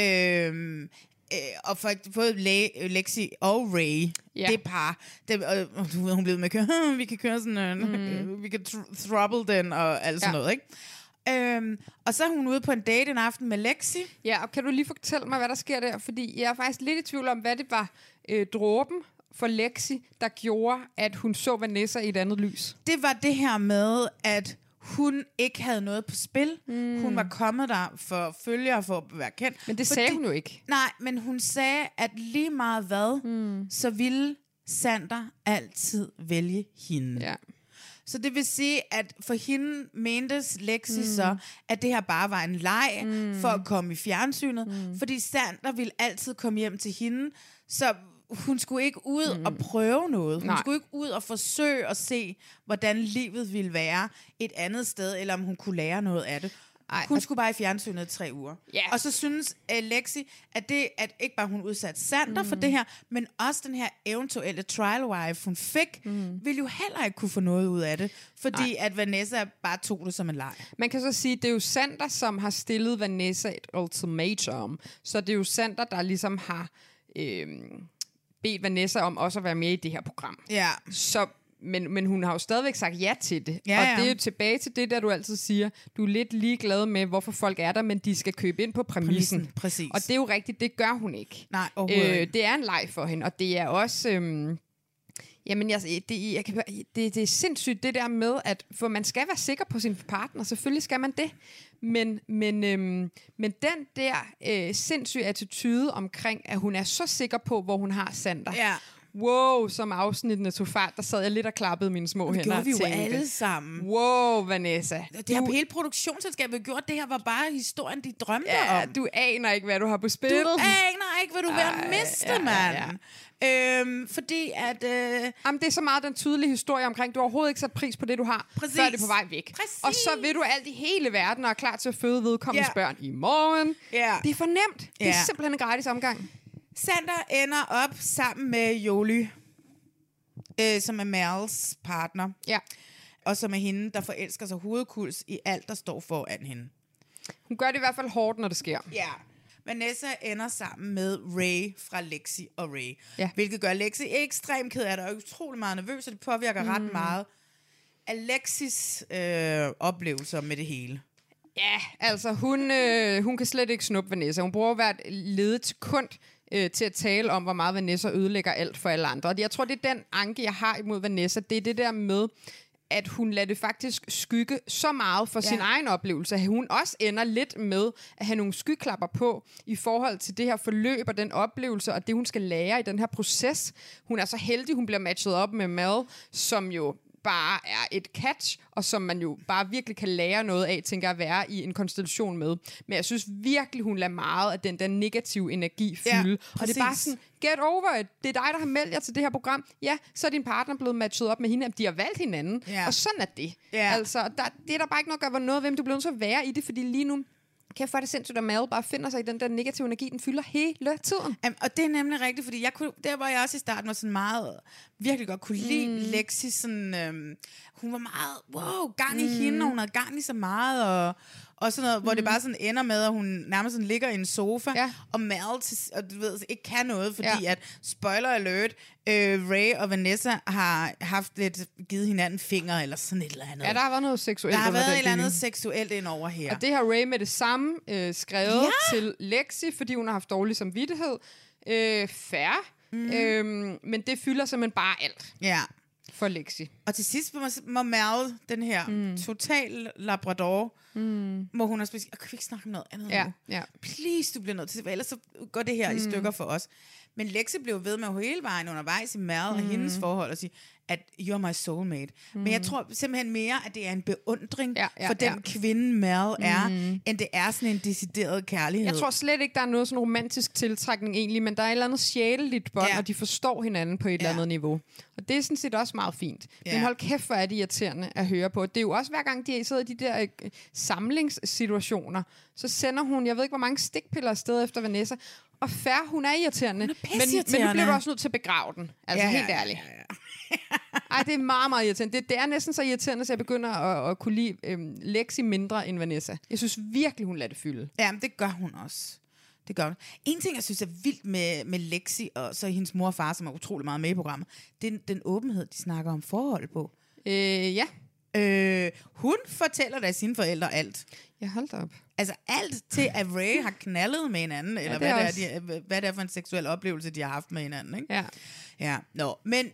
Øh, Øh, og for både Le- Lexi og Ray, Ja. det par, det, og du ved, hun blev med at køre, vi kan køre sådan en, mm. vi kan tr- throttle den og alt sådan Ja. noget, ikke? Øhm, og så er hun ude på en date en aften med Lexi. Ja, og kan du lige fortælle mig, hvad der sker der? Fordi jeg er faktisk lidt i tvivl om, hvad det var øh, dråben for Lexi, der gjorde, at hun så Vanessa i et andet lys. Det var det her med, at hun ikke havde noget på spil. Mm. Hun var kommet der for følgere, for at være kendt. Men det sagde hun jo ikke. Nej, men hun sagde, at lige meget hvad, mm. så ville Sander altid vælge hende. Ja. Så det vil sige, at for hende mentes Lexi mm. så, at det her bare var en leg mm. for at komme i fjernsynet. Mm. Fordi Sander ville altid komme hjem til hende, så hun skulle ikke ud mm. og prøve noget. Hun Nej. skulle ikke ud og forsøge at se, hvordan livet ville være et andet sted, eller om hun kunne lære noget af det. Ej, Hun at... skulle bare i fjernsynet i tre uger. Yeah. Og så synes uh, Lexi, at det at ikke bare hun udsat Sander mm. for det her, men også den her eventuelle trial wife, hun fik, mm. ville jo heller ikke kunne få noget ud af det, fordi Ej. at Vanessa bare tog det som en leg. Man kan så sige, at det er jo Sander, som har stillet Vanessa et ultimatum. Så det er jo Sander, der ligesom har øh, bedt Vanessa om også at være med i det her program. Ja. Så Men, men hun har jo stadigvæk sagt ja til det. Ja, og ja. det er jo tilbage til det, der du altid siger. Du er lidt ligeglad med, hvorfor folk er der, men de skal købe ind på præmissen. Præmissen, præcis. Og det er jo rigtigt, det gør hun ikke. Nej, overhovedet øh, ikke. Det er en leg for hende, og det er også... Øhm, jamen, jeg, det, jeg kan, det, det er sindssygt det der med, at for man skal være sikker på sin partner. Selvfølgelig skal man det. Men, men, øhm, men den der øh, sindssyge attitude omkring, at hun er så sikker på, hvor hun har Sander. Ja. wow, som afsnittene tog fart, der sad jeg lidt og klappede mine små hænder. Det gjorde vi jo tænkte, alle sammen. Wow, Vanessa. Det har hele produktionsselskabet gjort. Det her var bare historien, de drømte ja, om. Du aner ikke, hvad du har på spil. Du aner ikke, hvad du er ved at miste, ja, mand. ja, ja. Øhm, fordi at... Øh... Jamen, det er så meget den tydelige historie omkring, du har overhovedet ikke sat pris på det, du har, Præcis. før det er på vej væk. Præcis. Og så vil du alt i hele verden og er klar til at føde vedkommendes yeah. børn i morgen. Yeah. Det er for nemt. Det yeah. er simpelthen en gratis omgang. Sander ender op sammen med Joly, øh, som er Merles partner. Ja. Og som er hende, der forelsker sig hovedkuls i alt, der står foran hende. Hun gør det i hvert fald hårdt, når det sker. Ja. Vanessa ender sammen med Ray fra Lexi og Ray. Ja. Hvilket gør Lexi ekstremt ked af det, og utrolig meget nervøs, og det påvirker mm. ret meget Alexis øh, oplevelser med det hele. Ja, altså hun, øh, hun kan slet ikke snuppe Vanessa. Hun bruger hvert ledet sekund øh, til at tale om, hvor meget Vanessa ødelægger alt for alle andre. Og jeg tror, det er den anke, jeg har imod Vanessa. Det er det der med, at hun lader det faktisk skygge så meget for ja. sin egen oplevelse, at hun også ender lidt med at have nogle skyklapper på i forhold til det her forløb og den oplevelse, og det, hun skal lære i den her proces. Hun er så heldig, hun bliver matchet op med Mel, som jo bare er et catch, og som man jo bare virkelig kan lære noget af, tænker at være i en konstellation med. Men jeg synes virkelig, hun lader meget af den der negative energi fylde. Ja, og det er bare sådan, get over it. Det er dig, der har meldt jer til det her program. Ja, så er din partner blevet matchet op med hende. De har valgt hinanden. Ja. Og sådan er det. Ja. Altså, der, det er der bare ikke noget at gøre noget, hvem du bliver nødt til at være i det, fordi lige nu kæft, for det sindssygt, at Mal bare finder sig i den der negative energi, den fylder hele tiden. Um, og det er nemlig rigtigt, fordi jeg kunne, der var jeg også i starten var sådan meget, virkelig godt kunne lide mm. Lexi, sådan, øhm, hun var meget, wow, gang i mm. hende, og hun havde gang i så meget, og, og sådan noget, mm. hvor det bare sådan ender med, at hun nærmest sådan ligger i en sofa, ja. og Mal, og du ved, ikke kan noget, fordi ja. at, spoiler alert, øh, Ray og Vanessa har haft lidt, givet hinanden fingre, eller sådan et eller andet. Ja, der har været noget seksuelt. Der har været et eller andet seksuelt ind over her. Og det har Ray med det samme øh, skrevet ja. til Lexi, fordi hun har haft dårlig samvittighed. Øh, fair. Mm. Øhm, men det fylder simpelthen bare alt. Ja. For Lexi. Og til sidst må, må Mal, den her mm. total labrador, mm. må hun også sige, kan vi ikke snakke om noget andet ja, nu? Ja. Please, du bliver nødt til, ellers så går det her mm. i stykker for os. Men Lexi blev ved med hele vejen undervejs i Mal mm. og hendes forhold og sige, at you're my soulmate. Mm. Men jeg tror simpelthen mere, at det er en beundring ja, ja, for den ja. kvinde Mal er, mm. end det er sådan en decideret kærlighed. Jeg tror slet ikke, der er noget sådan romantisk tiltrækning egentlig, men der er et eller andet sjæleligt bånd, ja. og de forstår hinanden på et ja. eller andet niveau. Og det er sådan set også meget fint. Ja. Men hold kæft, hvor er det irriterende at høre på. Det er jo også hver gang, de sidder i de der øh, samlingssituationer, så sender hun, jeg ved ikke, hvor mange stikpiller afsted efter Vanessa. Og fair, hun er irriterende. Hun er men, men nu bliver du også nødt til at begrave den. Altså ja, helt ærligt. Ja, ja, ja. Ej, det er meget, meget irriterende. Det, det er næsten så irriterende, så jeg begynder at, at kunne lide øhm, Lexi mindre end Vanessa. Jeg synes virkelig, hun lader det fylde. Ja, men det gør hun også. Det gør hun. En ting, jeg synes er vildt med, med Lexi, og så hendes mor og far, som er utrolig meget med i programmet, det er den åbenhed, de snakker om forhold på. Øh, ja. Øh, hun fortæller da sine forældre alt. Jeg holdt op. Altså alt til, at Ray har knaldet med hinanden, eller ja, det hvad, det er, de, hvad det er for en seksuel oplevelse, de har haft med hinanden. Ikke? Ja. Ja, no. Men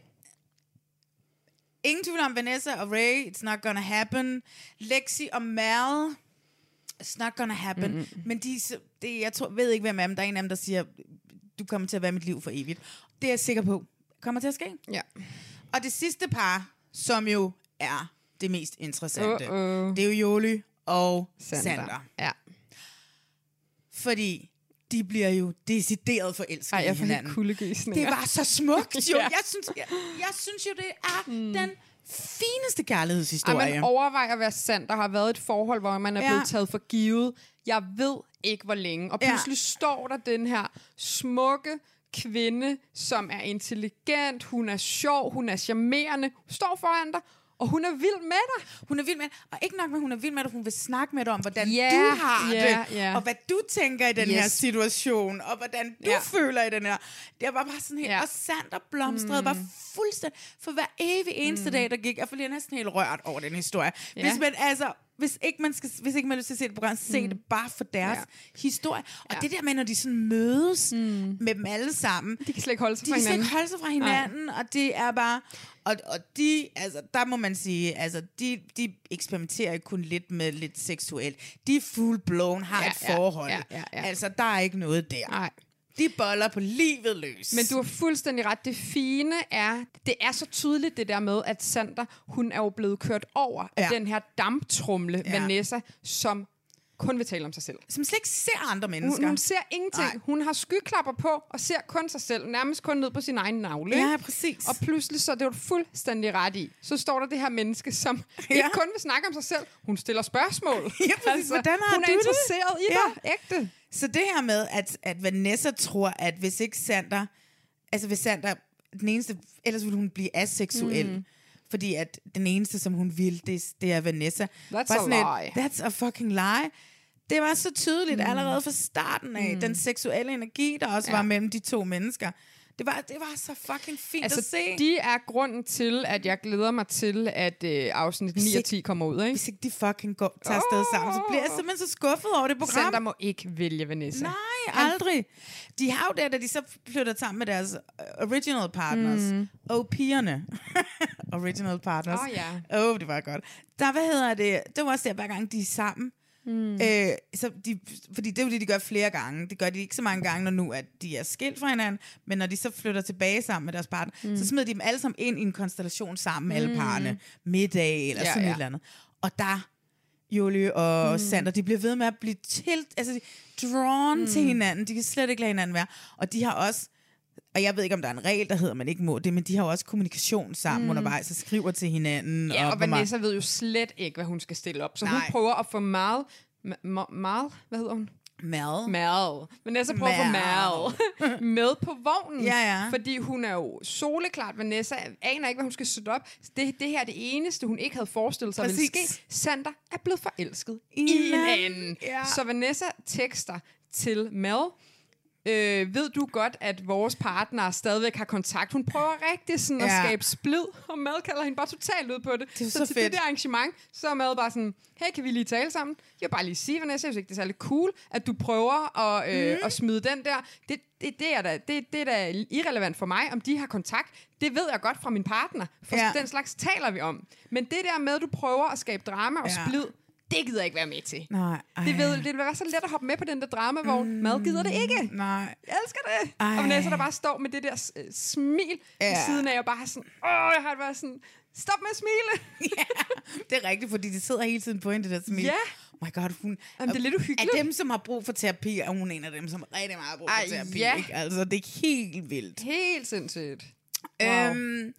ingen tvivl om Vanessa og Ray, it's not gonna happen. Lexi og Mal, it's not gonna happen. Mm-hmm. Men de, det, jeg tror, ved ikke, hvem af dem. Der er en af dem, der siger, du kommer til at være mit liv for evigt. Det er jeg sikker på. Kommer til at ske. Ja. Og det sidste par, som jo er det mest interessante, Uh-oh. det er jo Joly og Sander. Sander. Ja. Fordi de bliver jo decideret forelskede Ej, jeg i hinanden. Det var så smukt jo. ja. jeg, synes, jeg, jeg synes jo, det er mm. den fineste kærlighedshistorie. Ej, man overvejer at være Sander. Der har været et forhold, hvor man er ja. blevet taget for givet. Jeg ved ikke, hvor længe. Og pludselig ja. står der den her smukke kvinde, som er intelligent, hun er sjov, hun er charmerende, hun står foran dig, og hun er vild med dig. Hun er vild med dig. Og ikke nok med, hun er vild med dig, hun vil snakke med dig om, hvordan yeah, du har yeah, det, yeah. og hvad du tænker i den yes. her situation, og hvordan du yeah. føler i den her. Det var bare sådan helt, yeah. og Sander blomstrede mm. bare fuldstændig, for hver evig eneste mm. dag, der gik. Jeg bliver næsten helt rørt over den historie. Yeah. Hvis man altså... Hvis ikke man skal, hvis ikke man har lyst til at se det program, se mm. det bare for deres ja. historie. Og ja. det der med, når de sådan mødes mm. med dem alle sammen. De kan slet ikke holde sig de fra hinanden. De kan slet ikke holde sig fra hinanden, Ej. og det er bare... Og, og de, altså, der må man sige, altså, de, de eksperimenterer ikke kun lidt med lidt seksuelt. De full blown har ja, et forhold. Ja, ja, ja, ja. Altså, der er ikke noget der. Nej. De boller på livet løs. Men du har fuldstændig ret. Det fine er, det er så tydeligt det der med, at Sander, hun er jo blevet kørt over ja. af den her damptrumle, ja. Vanessa, som kun vil tale om sig selv. Som slet ikke ser andre mennesker. Hun, hun ser ingenting. Nej. Hun har skyklapper på og ser kun sig selv. Nærmest kun ned på sin egen navle. Ja, præcis. Og pludselig, så det er du fuldstændig ret i, så står der det her menneske, som ja. ikke kun vil snakke om sig selv. Hun stiller spørgsmål. Ja, præcis. Altså, hvordan har hun du er interesseret det? i dig. Ja. Ægte. Så det her med, at, at Vanessa tror, at hvis ikke Sander... Altså hvis Sander... Den eneste... Ellers ville hun blive aseksuel. Mm. Fordi at den eneste, som hun vil, det, det er Vanessa. That's a lie. Et, That's a fucking lie. Det var så tydeligt mm. allerede fra starten af. Mm. Den seksuelle energi, der også ja. var mellem de to mennesker. Det var, det var så fucking fint altså, at se. De er grunden til, at jeg glæder mig til, at øh, afsnit ni og ti kommer ud. Ikke? Hvis ikke de fucking går, tager afsted oh. sammen, så bliver jeg simpelthen så skuffet over det program. Sander må ikke vælge Vanessa. Nej, aldrig. De har jo der, da de så flytter sammen med deres original partners. Mm. Og pigerne. Original partners. Åh, oh, ja. Åh, oh, det var godt. Der, hvad hedder det? Det var også der, hver gang de er sammen. Mm. Øh, så de, fordi det er jo det, de gør flere gange. Det gør de ikke så mange gange, når nu at de er skilt fra hinanden, men når de så flytter tilbage sammen med deres partner, mm. så smider de dem alle sammen ind i en konstellation sammen med mm. alle parerne. Middag eller ja, sådan ja. et eller andet. Og der, Julie og mm. Sander, de bliver ved med at blive til, altså drawn mm. til hinanden. De kan slet ikke lade hinanden være. Og de har også, og jeg ved ikke, om der er en regel, der hedder, man ikke må det, men de har jo også kommunikation sammen mm. undervejs og skriver til hinanden. Ja, og, og Vanessa ved jo slet ikke, hvad hun skal stille op. Så Nej. hun prøver at få Mal, Mal, Mal, hvad hedder hun? Mal. Mal. Vanessa prøver at få Mal med på vognen. Ja, ja. Fordi hun er jo soleklart. Vanessa aner ikke, hvad hun skal sætte op. Det, det her er det eneste, hun ikke havde forestillet sig ville ske. Sander er blevet forelsket i, i en anden. Ja. Så Vanessa tekster til Mal. Øh, ved du godt, at vores partner stadigvæk har kontakt? Hun prøver rigtig sådan at ja. skabe splid, og Mad kalder hende bare totalt ud på det. Det er så, så til fedt. det der arrangement, så er Mad bare sådan, hey, kan vi lige tale sammen? Jeg vil bare lige sige, Vanessa, jeg synes ikke, det er særlig cool, at du prøver at, øh, mm. at smide den der. Det, det, det, er da, det, det er da irrelevant for mig, om de har kontakt. Det ved jeg godt fra min partner, for ja. den slags taler vi om. Men det der med, at du prøver at skabe drama og ja. splid, det gider jeg ikke være med til. Nej, det, ved, det vil være så let at hoppe med på den der dramavogn. Mm, Mad gider det ikke. Nej. Jeg elsker det. Ej. Og Vanessa, der bare står med det der uh, smil ja. ved siden af, og bare sådan, åh, jeg har bare sådan, stop med at smile. Ja, det er rigtigt, fordi de sidder hele tiden på hende, det der smil. Ja. Oh my god, hun Jamen, det er lidt uhyggeligt. Er dem, som har brug for terapi, og hun er en af dem, som rigtig meget har brug for Ej, terapi. Ja. Ikke? Altså, det er helt vildt. Helt sindssygt. Wow. Øhm,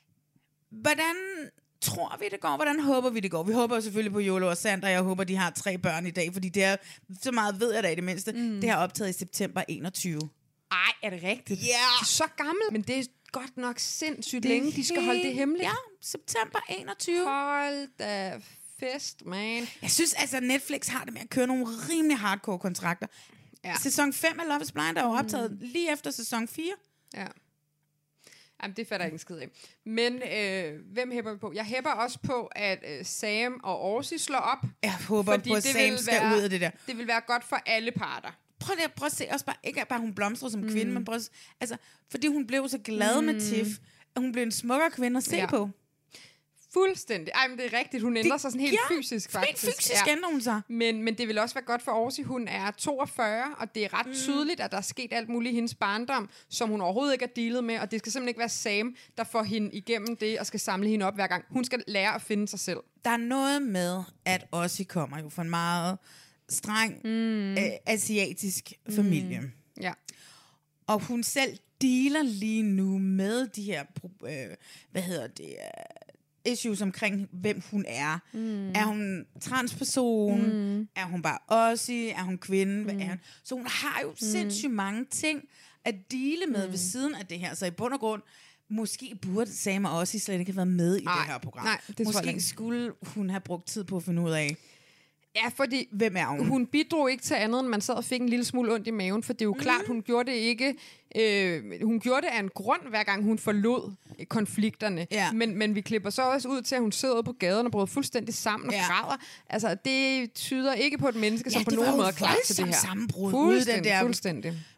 hvordan tror vi, det går? Hvordan håber vi, det går? Vi håber selvfølgelig på Jolo og Sander. Jeg håber, de har tre børn i dag, fordi det er, så meget ved jeg da i det mindste, mm. det har optaget i september enogtyve. Ej, er det rigtigt? Ja. Yeah. Det er så gammelt, men det er godt nok sindssygt det længe. De skal helt, holde det hemmeligt. Ja, september enogtyve. Hold da fest, man. Jeg synes altså, Netflix har det med at køre nogle rimelig hardcore kontrakter. Ja. Sæson fem af Love is Blind er jo optaget mm. lige efter sæson fire. Ja. Jamen, det fatter jeg ikke en skid af. Men øh, hvem hæpper vi på? Jeg hæpper også på, at øh, Sam og Orsi slår op. Jeg håber på, at Sam skal være, ud af det der. Det vil være godt for alle parter. Prøv lige at, prøv at se, også bare, ikke bare hun blomstrer som mm. kvinde, men prøv at, altså, fordi hun blev så glad mm. med Tiff, at hun blev en smukkere kvinde at se ja. på. Fuldstændig. Ej, men det er rigtigt. Hun ændrer det, sig sådan helt ja, fysisk, faktisk. Helt fysisk ja. ændrer hun sig. Men, men det vil også være godt for Orsi. Hun er toogfyrre, og det er ret mm. tydeligt, at der er sket alt muligt i hendes barndom, som hun overhovedet ikke har dealet med, og det skal simpelthen ikke være Sam, der får hende igennem det, og skal samle hende op hver gang. Hun skal lære at finde sig selv. Der er noget med, at Orsi kommer jo fra en meget streng mm. øh, asiatisk familie. Mm. Ja. Og hun selv dealer lige nu med de her, øh, hvad hedder det, issues omkring, hvem hun er. Mm. Er hun transperson? Mm. Er hun bare Orsi? Er hun kvinde? Hvad mm. er hun? Så hun har jo mm. sindssygt mange ting at deale med mm. ved siden af det her. Så i bund og grund, måske burde Sam og Orsi slet ikke have været med i Ej, det her program. Nej, det måske tror jeg skulle hun have brugt tid på at finde ud af, ja, fordi hvem er hun? Hun bidrog ikke til andet, end man sad og fik en lille smule ondt i maven, for det er jo mm. klart, hun gjorde det ikke. Øh, hun gjorde det af en grund, hver gang hun forlod konflikterne. Ja. Men, men vi klipper så også ud til, at hun sidder på gaden og bryder fuldstændig sammen ja. og græder. Altså, det tyder ikke på et menneske, som ja, på nogen måde er klar til det her. Sammenbrud ude den der fuldstændig.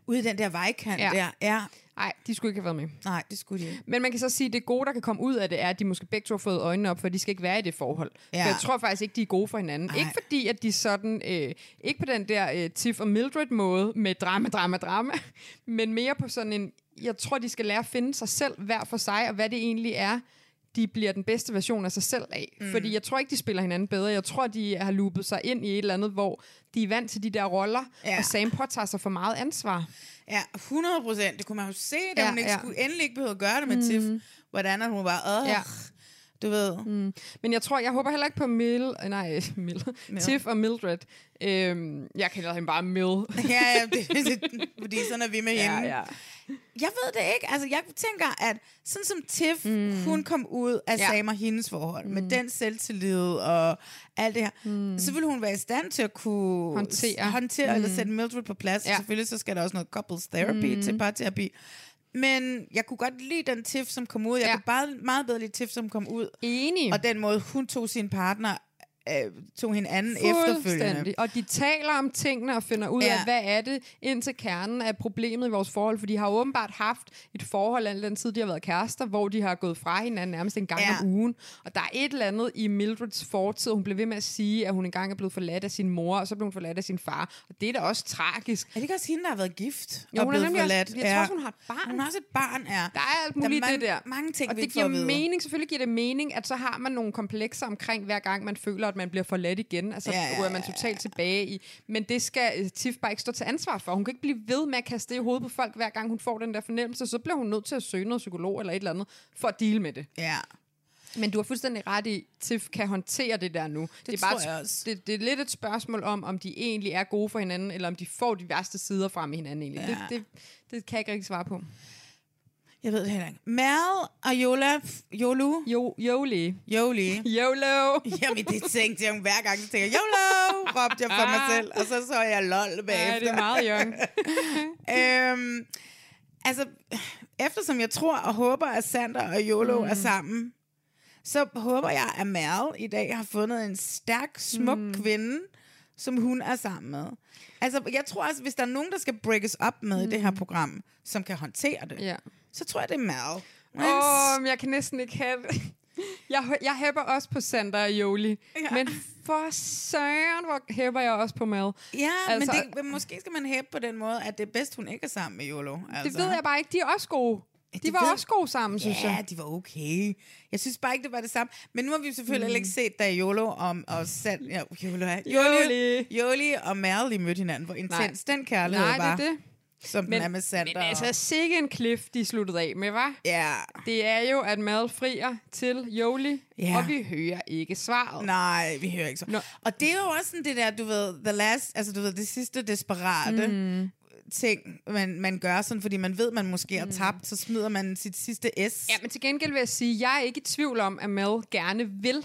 ude i den der vejkant ja. der. Ja. Nej, de skulle ikke have været med. Nej, det skulle de ikke. Men man kan så sige, at det gode, der kan komme ud af det, er, at de måske begge to har fået øjnene op, for de skal ikke være i det forhold. Ja. For jeg tror faktisk ikke, de er gode for hinanden. Ej. Ikke fordi, at de sådan... Øh, ikke på den der øh, Tiff og Mildred-måde med drama, drama, drama, men mere på sådan en... Jeg tror, de skal lære at finde sig selv hver for sig, og hvad det egentlig er, de bliver den bedste version af sig selv af. Mm. Fordi jeg tror ikke, de spiller hinanden bedre. Jeg tror, de har loopet sig ind i et eller andet, hvor de er vant til de der roller, ja. og Sam påtager sig for meget ansvar. Ja, hundrede procent. Det kunne man jo se, da ja, hun ikke ja. skulle endelig ikke behøve at gøre det med mm. Tiff. Hvordan hun var, åh, ja. du ved. Mm. Men jeg tror, jeg håber heller ikke på Mil, nej, Mil. Mil. Tiff og Mildred. Øhm, jeg kalder hende bare Mil. ja, ja, det, det, fordi sådan er vi med ja, hende. Ja. Jeg ved det ikke. Altså, jeg tænker, at sådan som Tiff, mm. hun kom ud af ja. Sam og hendes forhold, mm. med den selvtillid og alt det her, mm. så vil hun være i stand til at kunne håndtere, håndtere mm. eller sætte Mildred på plads. Ja. Selvfølgelig så skal der også noget couples therapy mm. til parterapi. Men jeg kunne godt lide den Tiff, som kom ud. Jeg ja. kunne bare meget bedre lide Tiff, som kom ud. Enig. Og den måde, hun tog sin partner, øh, tog hinanden efterfølgende. Og de taler om tingene og finder ud ja. af, hvad er det ind til kernen af problemet i vores forhold. For de har åbenbart haft et forhold al den tid, de har været kærester, hvor de har gået fra hinanden nærmest en gang ja. om ugen. Og der er et eller andet i Mildreds fortid. Hun blev ved med at sige, at hun engang er blevet forladt af sin mor, og så blev hun forladt af sin far. Og det er da også tragisk. Er det ikke også hende, der har været gift jo, og blevet forladt? Jeg, jeg ja. tror, hun har et barn. Hun har også et barn, ja. Der er alt muligt der er mange, det der. Mange ting, og vi det giver mening. Selvfølgelig giver det mening, at så har man nogle komplekser omkring, hver gang man føler, at man bliver forladt igen. Altså, ja, ja, ja, er man totalt tilbage i. Men det skal uh, Tiff bare ikke stå til ansvar for. Hun kan ikke blive ved med at kaste det i hovedet på folk, hver gang hun får den der fornemmelse. Så bliver hun nødt til at søge noget psykolog eller et eller andet, for at deale med det. Ja. Men du har fuldstændig ret i, Tiff kan håndtere det der nu. Det, det er tror bare jeg også. Det, det er lidt et spørgsmål om, om de egentlig er gode for hinanden, eller om de får de værste sider frem i hinanden egentlig. Ja. Det, det, det kan jeg ikke rigtig svare på. Jeg ved det heller ikke. Mal og Yola, Yolu? Jo, Yoli. Yoli. YOLO. Jamen, det tænkte jeg hver gang, så tænkte jeg, YOLO, råbte jeg for mig selv, og så så jeg lol bagefter. Ja, det er meget young. øhm, altså, eftersom jeg tror og håber, at Sander og Yolo mm. er sammen, så håber jeg, at Mal i dag har fundet en stærk, smuk mm. kvinde, som hun er sammen med. Altså, jeg tror også, hvis der er nogen, der skal breakes op med mm. i det her program, som kan håndtere det, ja. så tror jeg, det er Mal. Åh, oh, jeg kan næsten ikke have det. Jeg, jeg hæpper også på Sander og Yoli. Ja. Men for søren, hvor hæpper jeg også på Mal. Ja, altså, men det, måske skal man hæppe på den måde, at det er bedst, hun ikke er sammen med Yolo. Altså. Det ved jeg bare ikke. De er også gode. De, de var ved... også gode sammen, synes ja, jeg. Ja, de var okay. Jeg synes bare ikke, det var det samme. Men nu har vi selvfølgelig mm. ikke set, da Yolo og, og Sand, ja, Yolo, Yoli. Yoli og Mal lige mødte hinanden. Hvor intens den kærlighed Nej, var. Det er det. Som men, den er med Sander. Men altså, sikke en cliff, de sluttede af med, hva'? Ja. Det er jo, at Mal frier til Yoli, ja. og vi hører ikke svaret. Nej, vi hører ikke svaret. No. Og det er jo også sådan det der, du ved, the last, altså du ved, det sidste desperate mm. ting, man, man gør sådan, fordi man ved, man måske har tabt, så smider man sit sidste S. Ja, men til gengæld vil jeg sige, jeg er ikke i tvivl om, at Mal gerne vil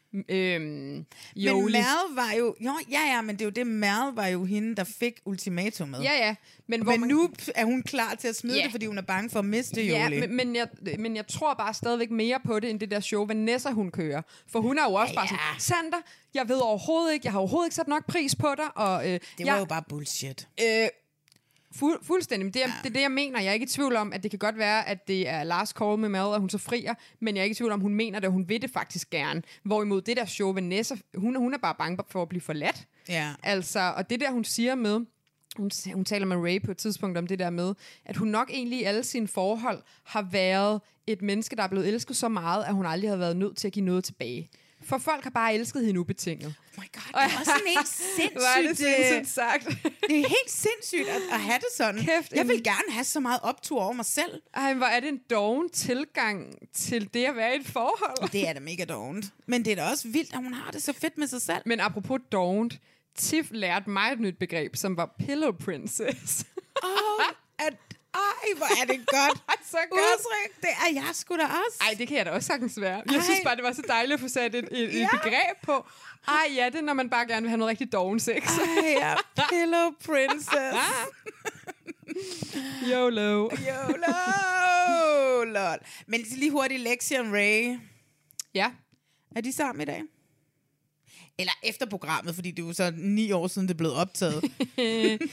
Øhm, men Mal var jo jo, ja ja, men det er jo det, Mal var jo hende, der fik ultimatumet. Ja ja, men, hvor men man, nu er hun klar til at smide ja. det, fordi hun er bange for at miste ja, Yoli. Men, men, jeg, men jeg tror bare stadigvæk mere på det, end det der show, Vanessa hun kører. For hun er jo også ja, bare sådan, Sander, jeg ved overhovedet ikke, jeg har overhovedet ikke sat nok pris på dig. Og, øh, det var jeg, jo bare bullshit. Øh, Fu- fuldstændig, men det er, ja. det er det, jeg mener. Jeg er ikke i tvivl om, at det kan godt være, at det er last call med Mal, at hun så frier, men jeg er ikke i tvivl om, hun mener det, og hun vil det faktisk gerne. Hvorimod det der show, Vanessa, hun, hun er bare bange for at blive forladt. Ja. Altså, og det der, hun siger med, hun, hun taler med Ray på et tidspunkt om det der med, at hun nok egentlig i alle sine forhold har været et menneske, der er blevet elsket så meget, at hun aldrig har været nødt til at give noget tilbage. For folk har bare elsket hende ubetinget. Oh my god, det er også sådan helt sindssygt. Hvor er det sindssygt sagt. Det er helt sindssygt at, at have det sådan. Kæft, jeg vil en... gerne have så meget optur over mig selv. Ej, hvor er det en doven tilgang til det at være i et forhold. Det er da mega dovent. Men det er da også vildt, at hun har det så fedt med sig selv. Men apropos dovent, Tiff lærte mig et nyt begreb, som var pillow princess. Åh, oh, at... Ej, hvor er det godt. Så godt. Udtryk. Det er jeg sgu da også. Ej, det kan jeg da også sagtens være. Jeg Ej. synes bare, det var så dejligt at få sat et, et, ja. et begreb på. Ej, ja, det er, når man bare gerne vil have noget rigtig doven sex. Ej, ja. Pillow princess. YOLO. YOLO. Lol. Men lige hurtigt, Lexi og Ray. Ja. Er de sammen i dag? Eller efter programmet, fordi det er jo så ni år siden, det er blevet optaget.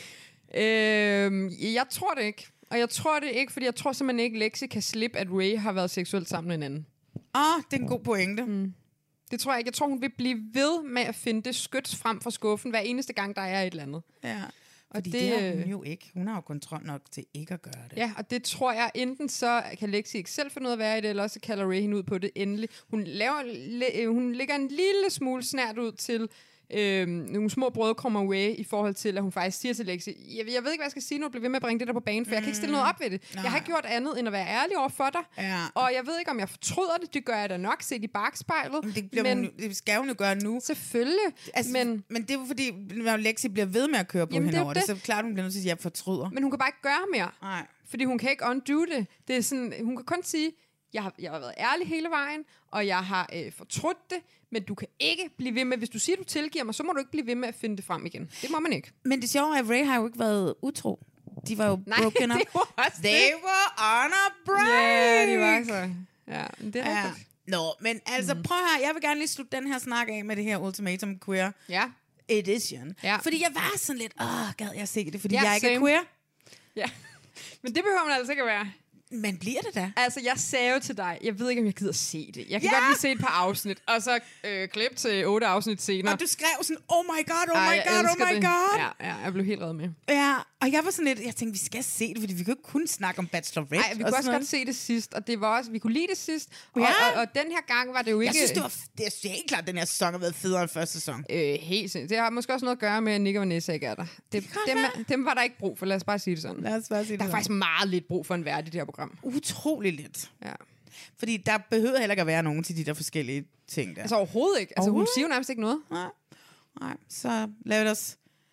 Øhm, jeg tror det ikke. Og jeg tror det ikke, fordi jeg tror simpelthen ikke, Lexi kan slippe, at Ray har været seksuelt sammen med en anden. Åh, oh, det er en god pointe. Mm. Det tror jeg ikke. Jeg tror, hun vil blive ved med at finde det skyts frem fra skuffen, hver eneste gang, der er et eller andet. Ja. Og Fordi det, det har hun jo ikke. Hun har jo kontrol nok til ikke at gøre det. Ja, og det tror jeg, enten så kan Lexi ikke selv finde ud af at være i det, eller så kalder Ray hende ud på det endelig. Hun, laver, hun lægger en lille smule snært ud til øhm, nogle små brødkrummer Ray, i forhold til, at hun faktisk siger til Lexi, jeg, jeg ved ikke, hvad jeg skal sige nu, jeg bliver ved med at bringe det der på banen, for mm. jeg kan ikke stille noget op ved det. Nej. Jeg har ikke gjort andet, end at være ærlig over for dig. Ja. Og jeg ved ikke, om jeg fortryder det. Det gør jeg da nok, set i bagspejlet. Men det, men, hun, det skal hun jo gøre nu. Selvfølgelig. Altså, men, men det er jo fordi, når Lexi bliver ved med at køre på hende det over det, det, så klart, hun bliver nødt til at sige, at jeg fortryder. Men hun kan bare ikke gøre mere. Nej. Fordi hun kan ikke undo det. Det er sådan, hun kan kun sige, jeg har, jeg har været ærlig hele vejen, og jeg har øh, fortrudt det, men du kan ikke blive ved med, hvis du siger, du tilgiver mig, så må du ikke blive ved med at finde det frem igen. Det må man ikke. Men det sjove er, at Ray har jo ikke været utro. De var jo Nej, broken up. They det. were on a break. Ja, de var så. Ja, det er ja. rigtigt. Nå, men altså, mm. prøv her. Jeg vil gerne lige slutte den her snak af med det her Ultimatum Queer ja. Edition. Ja. Fordi jeg var sådan lidt, åh, gad jeg se det, fordi ja, jeg ikke same. er queer. Ja, men det behøver man altså ikke at være. Men bliver det da? Altså, jeg sagde jo til dig, jeg ved ikke, om jeg gider se det. Jeg kan ja! godt lige se et par afsnit, og så øh, klip til otte afsnit senere. Og du skrev sådan, oh my god, oh my Ej, god, oh my det. god. Ja, ja, jeg blev helt reddet med. Ja, og jeg var sådan lidt, jeg tænkte, vi skal se det, fordi vi kunne ikke kun snakke om Bachelorette. Nej, vi kunne også noget. godt se det sidst, og det var også, vi kunne lide det sidst. Og, ja. og, og, og den her gang var det jo ikke... Jeg synes, det var det er helt klart, at den her sæson har været federe end første sæson. Øh, helt sindssygt. Det har måske også noget at gøre med, at Nick og Vanessa ikke er der. Det, dem, dem var der ikke brug for, lad os bare sige det sådan. Lad os bare sige det der er sådan. faktisk meget lidt brug for en værd i det her program. Utrolig lidt. Ja. Fordi der behøver heller ikke at være nogen til de der forskellige ting der. Altså overhovedet ikke. Altså hun siger jo nærmest ikke noget. Nej. Nej, så lad os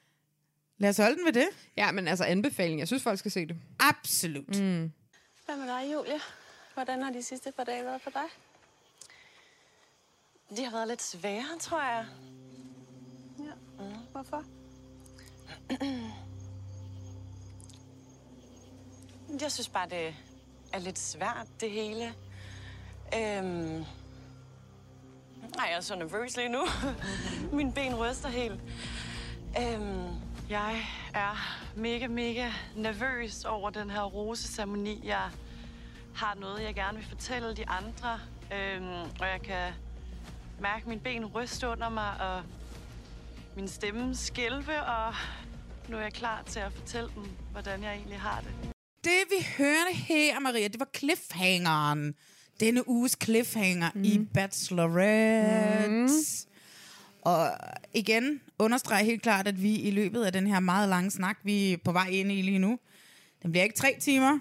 lad os holde den ved det. Ja, men altså anbefaling. Jeg synes folk skal se det. Absolut. Mm. Hvad med dig, Julie? Hvordan har de sidste par dage været for dig? De har været lidt svære, tror jeg. Ja. Mm. Hvorfor? Jeg synes bare, det er lidt svært, det hele. Øhm... Ej, jeg er så nervøs lige nu. Mine ben ryster helt. Øhm... Jeg er mega, mega nervøs over den her roseceremoni. Jeg har noget, jeg gerne vil fortælle de andre. Øhm... Og jeg kan mærke mine ben ryste under mig, og min stemme skælve, og nu er jeg klar til at fortælle dem, hvordan jeg egentlig har det. Det vi hørte her, Maria, det var cliffhangeren. Denne uges cliffhanger mm. i Bachelorette. Mm. Og igen understreger helt klart, at vi i løbet af den her meget lange snak, vi er på vej ind i lige nu, den bliver ikke tre timer.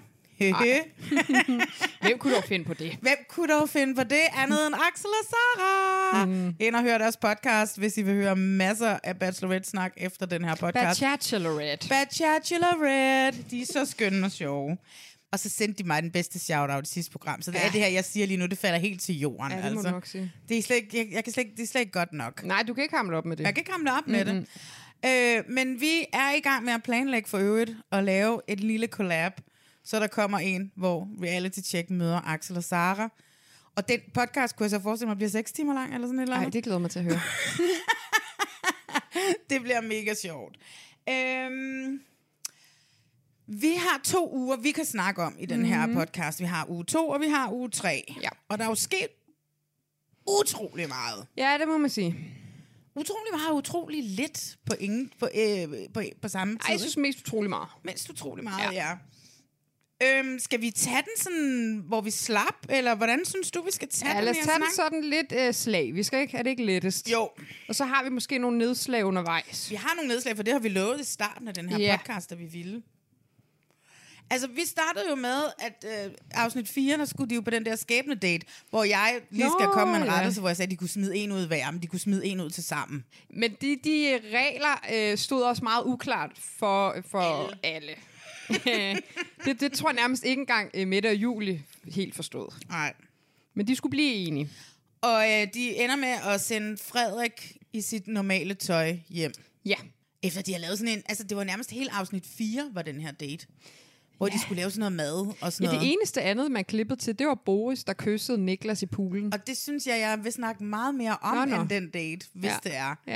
Hvem kunne dog finde på det? Hvem kunne dog finde på det andet end Axel og Sarah? Mm. Ind og hør deres podcast, hvis I vil høre masser af Bachelorette-snak efter den her podcast. Bachelorette. Bachelorette. De er så skønne og sjove. Og så sendte de mig den bedste shout-out i sidste program. Så det ja. er det her, jeg siger lige nu, det falder helt til jorden. Ja, det altså. må du nok sige. Det er slet ikke, jeg, jeg kan slet ikke, det er slet ikke godt nok. Nej, du kan ikke hamle op med det. Jeg kan ikke hamle op med mm-hmm. det. Øh, men vi er i gang med at planlægge for øvrigt at lave et lille collab. Så der kommer en, hvor Reality Check møder Axel og Sarah. Og den podcast kunne jeg så forestille mig bliver seks timer lang, eller sådan et eller andet. Nej, det glæder mig til at høre. Det bliver mega sjovt. Øhm, vi har to uger, vi kan snakke om i den mm-hmm. her podcast. Vi har uge to, og vi har uge tre. Ja. Og der er jo sket utrolig meget. Ja, det må man sige. Utrolig meget, utrolig lidt på, ingen, på, øh, på, på samme tid. Ej, jeg synes mest utrolig meget. Mest utrolig meget, ja. ja. Øhm, skal vi tage den sådan, hvor vi slap? Eller hvordan synes du, vi skal tage ja, den? lad os tage den sådan lidt øh, slag. Vi skal ikke, er det ikke lettest? Jo. Og så har vi måske nogle nedslag undervejs. Vi har nogle nedslag, for det har vi lovet i starten af den her ja. podcast, der vi ville. Altså, vi startede jo med, at øh, afsnit fire, der skulle de jo på den der skæbne-date, hvor jeg lige Nå, skal komme med en rettelse, ja. hvor jeg sagde, at de kunne smide en ud hver, men de kunne smide en ud til sammen. Men de, de regler øh, stod også meget uklart for, for alle. alle. det, det tror jeg nærmest ikke engang øh, Mette og Julie helt forstod. Nej. Men de skulle blive enige. Og øh, de ender med at sende Frederik i sit normale tøj hjem. Ja. Efter de har lavet sådan en, altså det var nærmest helt afsnit fire, var den her date. Hvor ja. de skulle lave sådan noget mad og sådan ja, noget. Det eneste andet, man klippede til, det var Boris, der kyssede Niklas i poolen. Og det synes jeg, jeg vil snakke meget mere om, nå, nå. end den date, hvis ja. det er. Ja.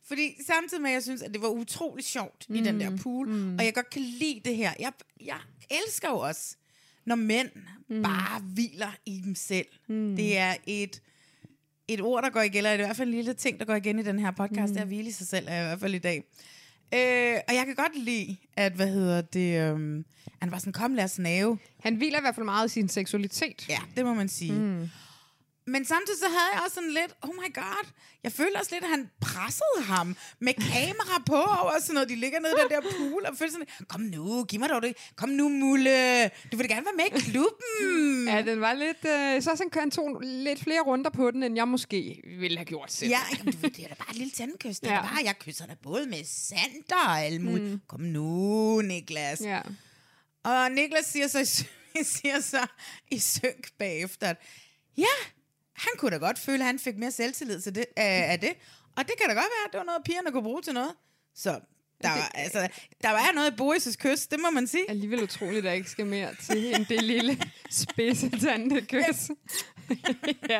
Fordi samtidig med, at jeg synes, at det var utrolig sjovt mm. i den der pool, mm. og jeg godt kan lide det her. Jeg, jeg elsker jo også, når mænd mm. bare hviler i dem selv. Mm. Det er et, et ord, der går igen, eller i hvert fald en lille ting, der går igen i den her podcast, mm. det er at hvile i sig selv, er i hvert fald i dag. Øh, og jeg kan godt lide, at, hvad hedder det, øhm, han var sådan, kom lad os snave. Han hviler i hvert fald meget i sin seksualitet. Ja, det må man sige. Mm. Men samtidig så havde jeg også sådan lidt, oh my god, jeg følte også lidt, at han pressede ham med kamera på og sådan noget. De ligger nede i den der pool og følte sådan, kom nu, giv mig dog det. Kom nu, Mulle. Du vil da gerne være med i klubben. Ja, den var lidt, øh, så sådan han tog lidt flere runder på den, end jeg måske ville have gjort selv. Ja, jamen, du ved, det er da bare et lille tandkys. Det er ja. bare, jeg kysser dig både med Sander og alt muligt. Mm. Kom nu, Niklas. Ja. Og Niklas siger så, siger så i synk bagefter, at ja, han kunne da godt føle, at han fik mere selvtillid til det, øh, af det. Og det kan da godt være, at det var noget, pigerne kunne bruge til noget. Så der, ja, det, var, altså, der var noget i Boris' kys, det må man sige. Alligevel utroligt, at der ikke skal mere til end det lille spidsetandede kys. Ja.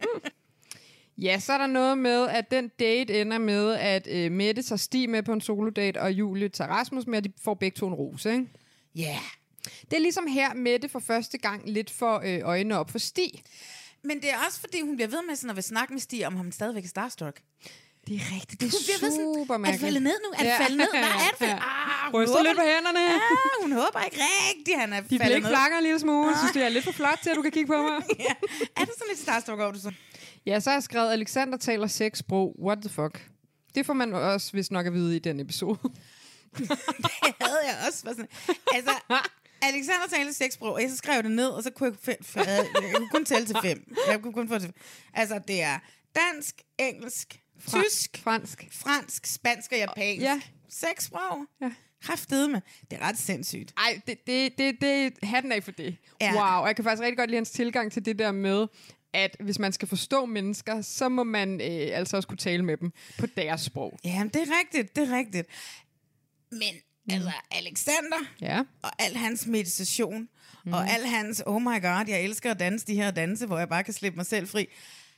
Ja, så er der noget med, at den date ender med, at øh, Mette tager Stig med på en solodate, og Julie tager Rasmus med, og de får begge to en rose, ikke? Ja. Yeah. Det er ligesom her, Mette for første gang lidt for øh, øjnene op for Stig. Men det er også, fordi hun bliver ved med sådan at vil snakke med Stig, om ham stadigvæk er starstruck. Det er rigtigt, det er mærkeligt. super mærkeligt. Er det faldet ned nu? Er det ja. faldet ned? Hvad er det faldet? Ah, ryster lidt på hænderne. Ja, hun håber ikke rigtigt, han er De faldet ned. De blik flakker en lille smule. Jeg synes, det er lidt for flot til, at du kan kigge på mig. Ja. Er du sådan lidt starstruck over det så? Ja, så har jeg skrevet, Alexander taler seks sprog. What the fuck? Det får man også vist nok at vide i den episode. Det havde jeg også. Sådan. Altså, Alexander talte seks sprog, og jeg så skrev det ned, og så kunne jeg, f- f- jeg kunne kun tælle til fem. Jeg kunne kun få til fem. Altså, det er dansk, engelsk, Fra- tysk, fransk, fransk, spansk og japansk. Ja. Seks sprog. Ja. Kraftedeme. Det er ret sindssygt. Ej, det, det, det, det hatten af for det. Ja. Wow, og jeg kan faktisk rigtig godt lide hans tilgang til det der med, at hvis man skal forstå mennesker, så må man øh, altså også kunne tale med dem på deres sprog. Ja, det er rigtigt, det er rigtigt. Men mm. altså, Alexander ja. og al hans meditation, mm. og al hans, oh my god, jeg elsker at danse de her danse, hvor jeg bare kan slippe mig selv fri,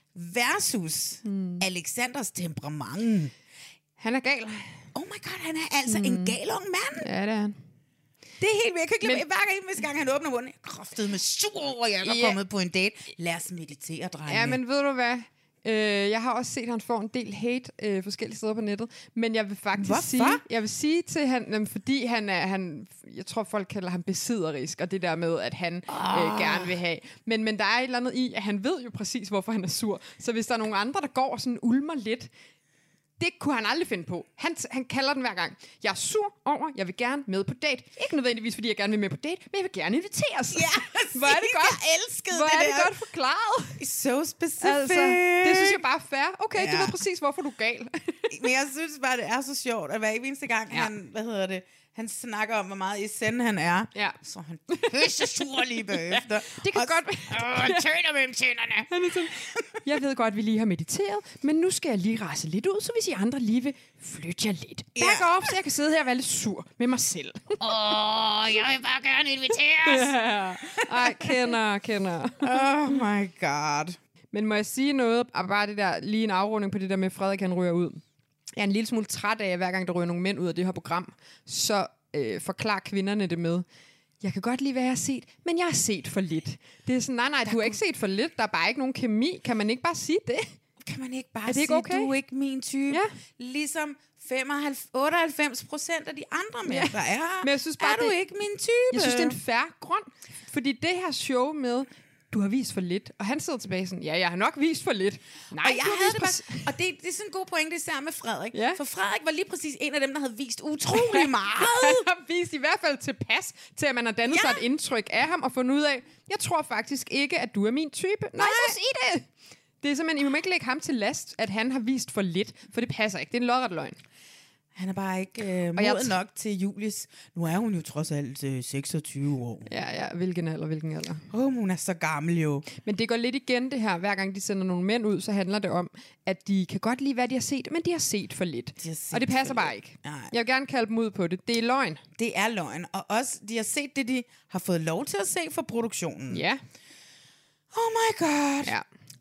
versus mm. Alexanders temperament. Han er gal. Oh my god, han er altså mm. en gal ung mand. Ja, det er han. Det er helt vildt. Jeg kan ikke lide, hver gang, hver gang han åbner munden, jeg er kraftet med sur over, jeg er ja. kommet på en date. Lad os meditere, drenge. Ja, men ved du hvad? Øh, jeg har også set, at han får en del hate øh, forskellige steder på nettet. Men jeg vil faktisk Hvorfor? sige, jeg vil sige til han, jamen, fordi han er, han, jeg tror folk kalder ham besidderisk, og det der med, at han oh. øh, gerne vil have. Men, men der er et eller andet i, at han ved jo præcis, hvorfor han er sur. Så hvis der er nogle andre, der går og sådan ulmer lidt, det kunne han aldrig finde på. Han, han kalder den hver gang. Jeg er sur over, jeg vil gerne med på date. Ikke nødvendigvis, fordi jeg gerne vil med på date, men jeg vil gerne inviteres. Ja, hvor er det godt. Jeg elskede hvor det er det der. godt forklaret. So specific. Altså, det synes jeg bare er fair. Okay, ja. Du ved præcis, hvorfor du er gal. Men jeg synes bare, det er så sjovt, at hver eneste gang, ja. han, hvad hedder det, han snakker om, hvor meget i send han er, ja. så han pøsser sur lige bagefter. Det kan og godt være. Han tøner mellem tænderne. Han er sådan, jeg ved godt, at vi lige har mediteret, men nu skal jeg lige rase lidt ud, så hvis I andre lige vil flytte jer lidt. Back ja. off, så jeg kan sidde her og være lidt sur med mig selv. Åh, oh, jeg vil bare gerne inviteres. Ja. Ej, kender, kender. Oh my god. Men må jeg sige noget, og bare det der, lige en afrunding på det der med, Frederik han ryger ud. Jeg er en lille smule træt af, at hver gang der ryger nogle mænd ud af det her program, så øh, forklarer kvinderne det med, jeg kan godt lide, hvad jeg har set, men jeg har set for lidt. Det er sådan, nej, nej, du har ikke set for lidt, der er bare ikke nogen kemi. Kan man ikke bare sige det? Kan man ikke bare er det ikke sige, okay? du er ikke min type? Ja. Ligesom otteoghalvfems procent af de andre mænd, ja. der er. Men jeg synes bare, er du det, ikke min type? Jeg synes, det er en fair grund. Fordi det her show med, du har vist for lidt. Og han sidder tilbage sådan, ja, jeg har nok vist for lidt. Nej, og jeg havde det bare, og det, det er sådan en god pointe, især med Frederik. Ja. For Frederik var lige præcis en af dem, der havde vist utrolig meget. Han har vist i hvert fald tilpas til, at man har dannet ja. sig et indtryk af ham og fundet ud af, jeg tror faktisk ikke, at du er min type. Nej, Nej. så sig det. Det er simpelthen, I må ikke lægge ham til last, at han har vist for lidt, for det passer ikke. Det er en lodret løgn. Han er bare ikke øh, moden t- nok til Julies. Nu er hun jo trods alt øh, seksogtyve år. Ja, ja, hvilken alder, hvilken alder. Åh, oh, hun er så gammel jo. Men det går lidt igen det her, hver gang de sender nogle mænd ud, så handler det om, at de kan godt lide, hvad de har set, men de har set for lidt. De set og det passer bare ikke. Nej. Jeg vil gerne kalde dem ud på det. Det er løgn. Det er løgn. Og også, de har set det, de har fået lov til at se for produktionen. Ja. Oh my god. Ja.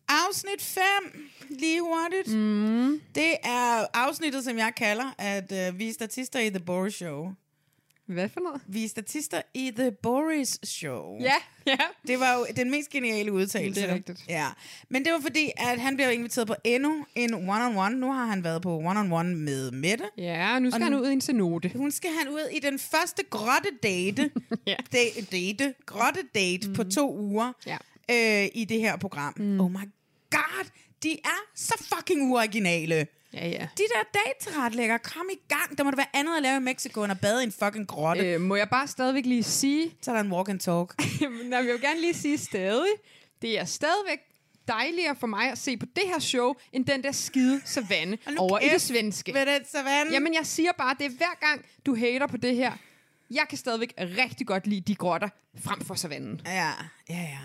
Afsnit fem, lige hurtigt. Mm. Det er afsnittet, som jeg kalder, at uh, vi er statister i The Boris Show. Hvad for noget? Vi er statister i The Boris Show. Ja, ja. Det var jo den mest geniale udtalelse. Det er rigtigt. Ja. Men det var fordi, at han blev inviteret på endnu en one-on-one. Nu har han været på one-on-one med Mette. Ja, nu skal han ud i en cenote. Hun skal han ud i den første grotte date. ja. date, date grotte date mm. på to uger ja. øh, i det her program. Mm. Oh my god, de er så fucking uoriginale. Ja, ja. De der date-tilretlæggere, kom i gang. Der må der være andet at lave i Mexico, end at bade i en fucking grotte. Øh, må jeg bare stadigvæk lige sige... Så er der en walk and talk. Jamen, jeg vil gerne lige sige stadig. Det er stadigvæk dejligere for mig at se på det her show, end den der skide savanne over i det svenske. Ved den savanne? Jamen, jeg siger bare, det er hver gang, du hater på det her. Jeg kan stadigvæk rigtig godt lide de grotter frem for savannen. Ja, ja, ja.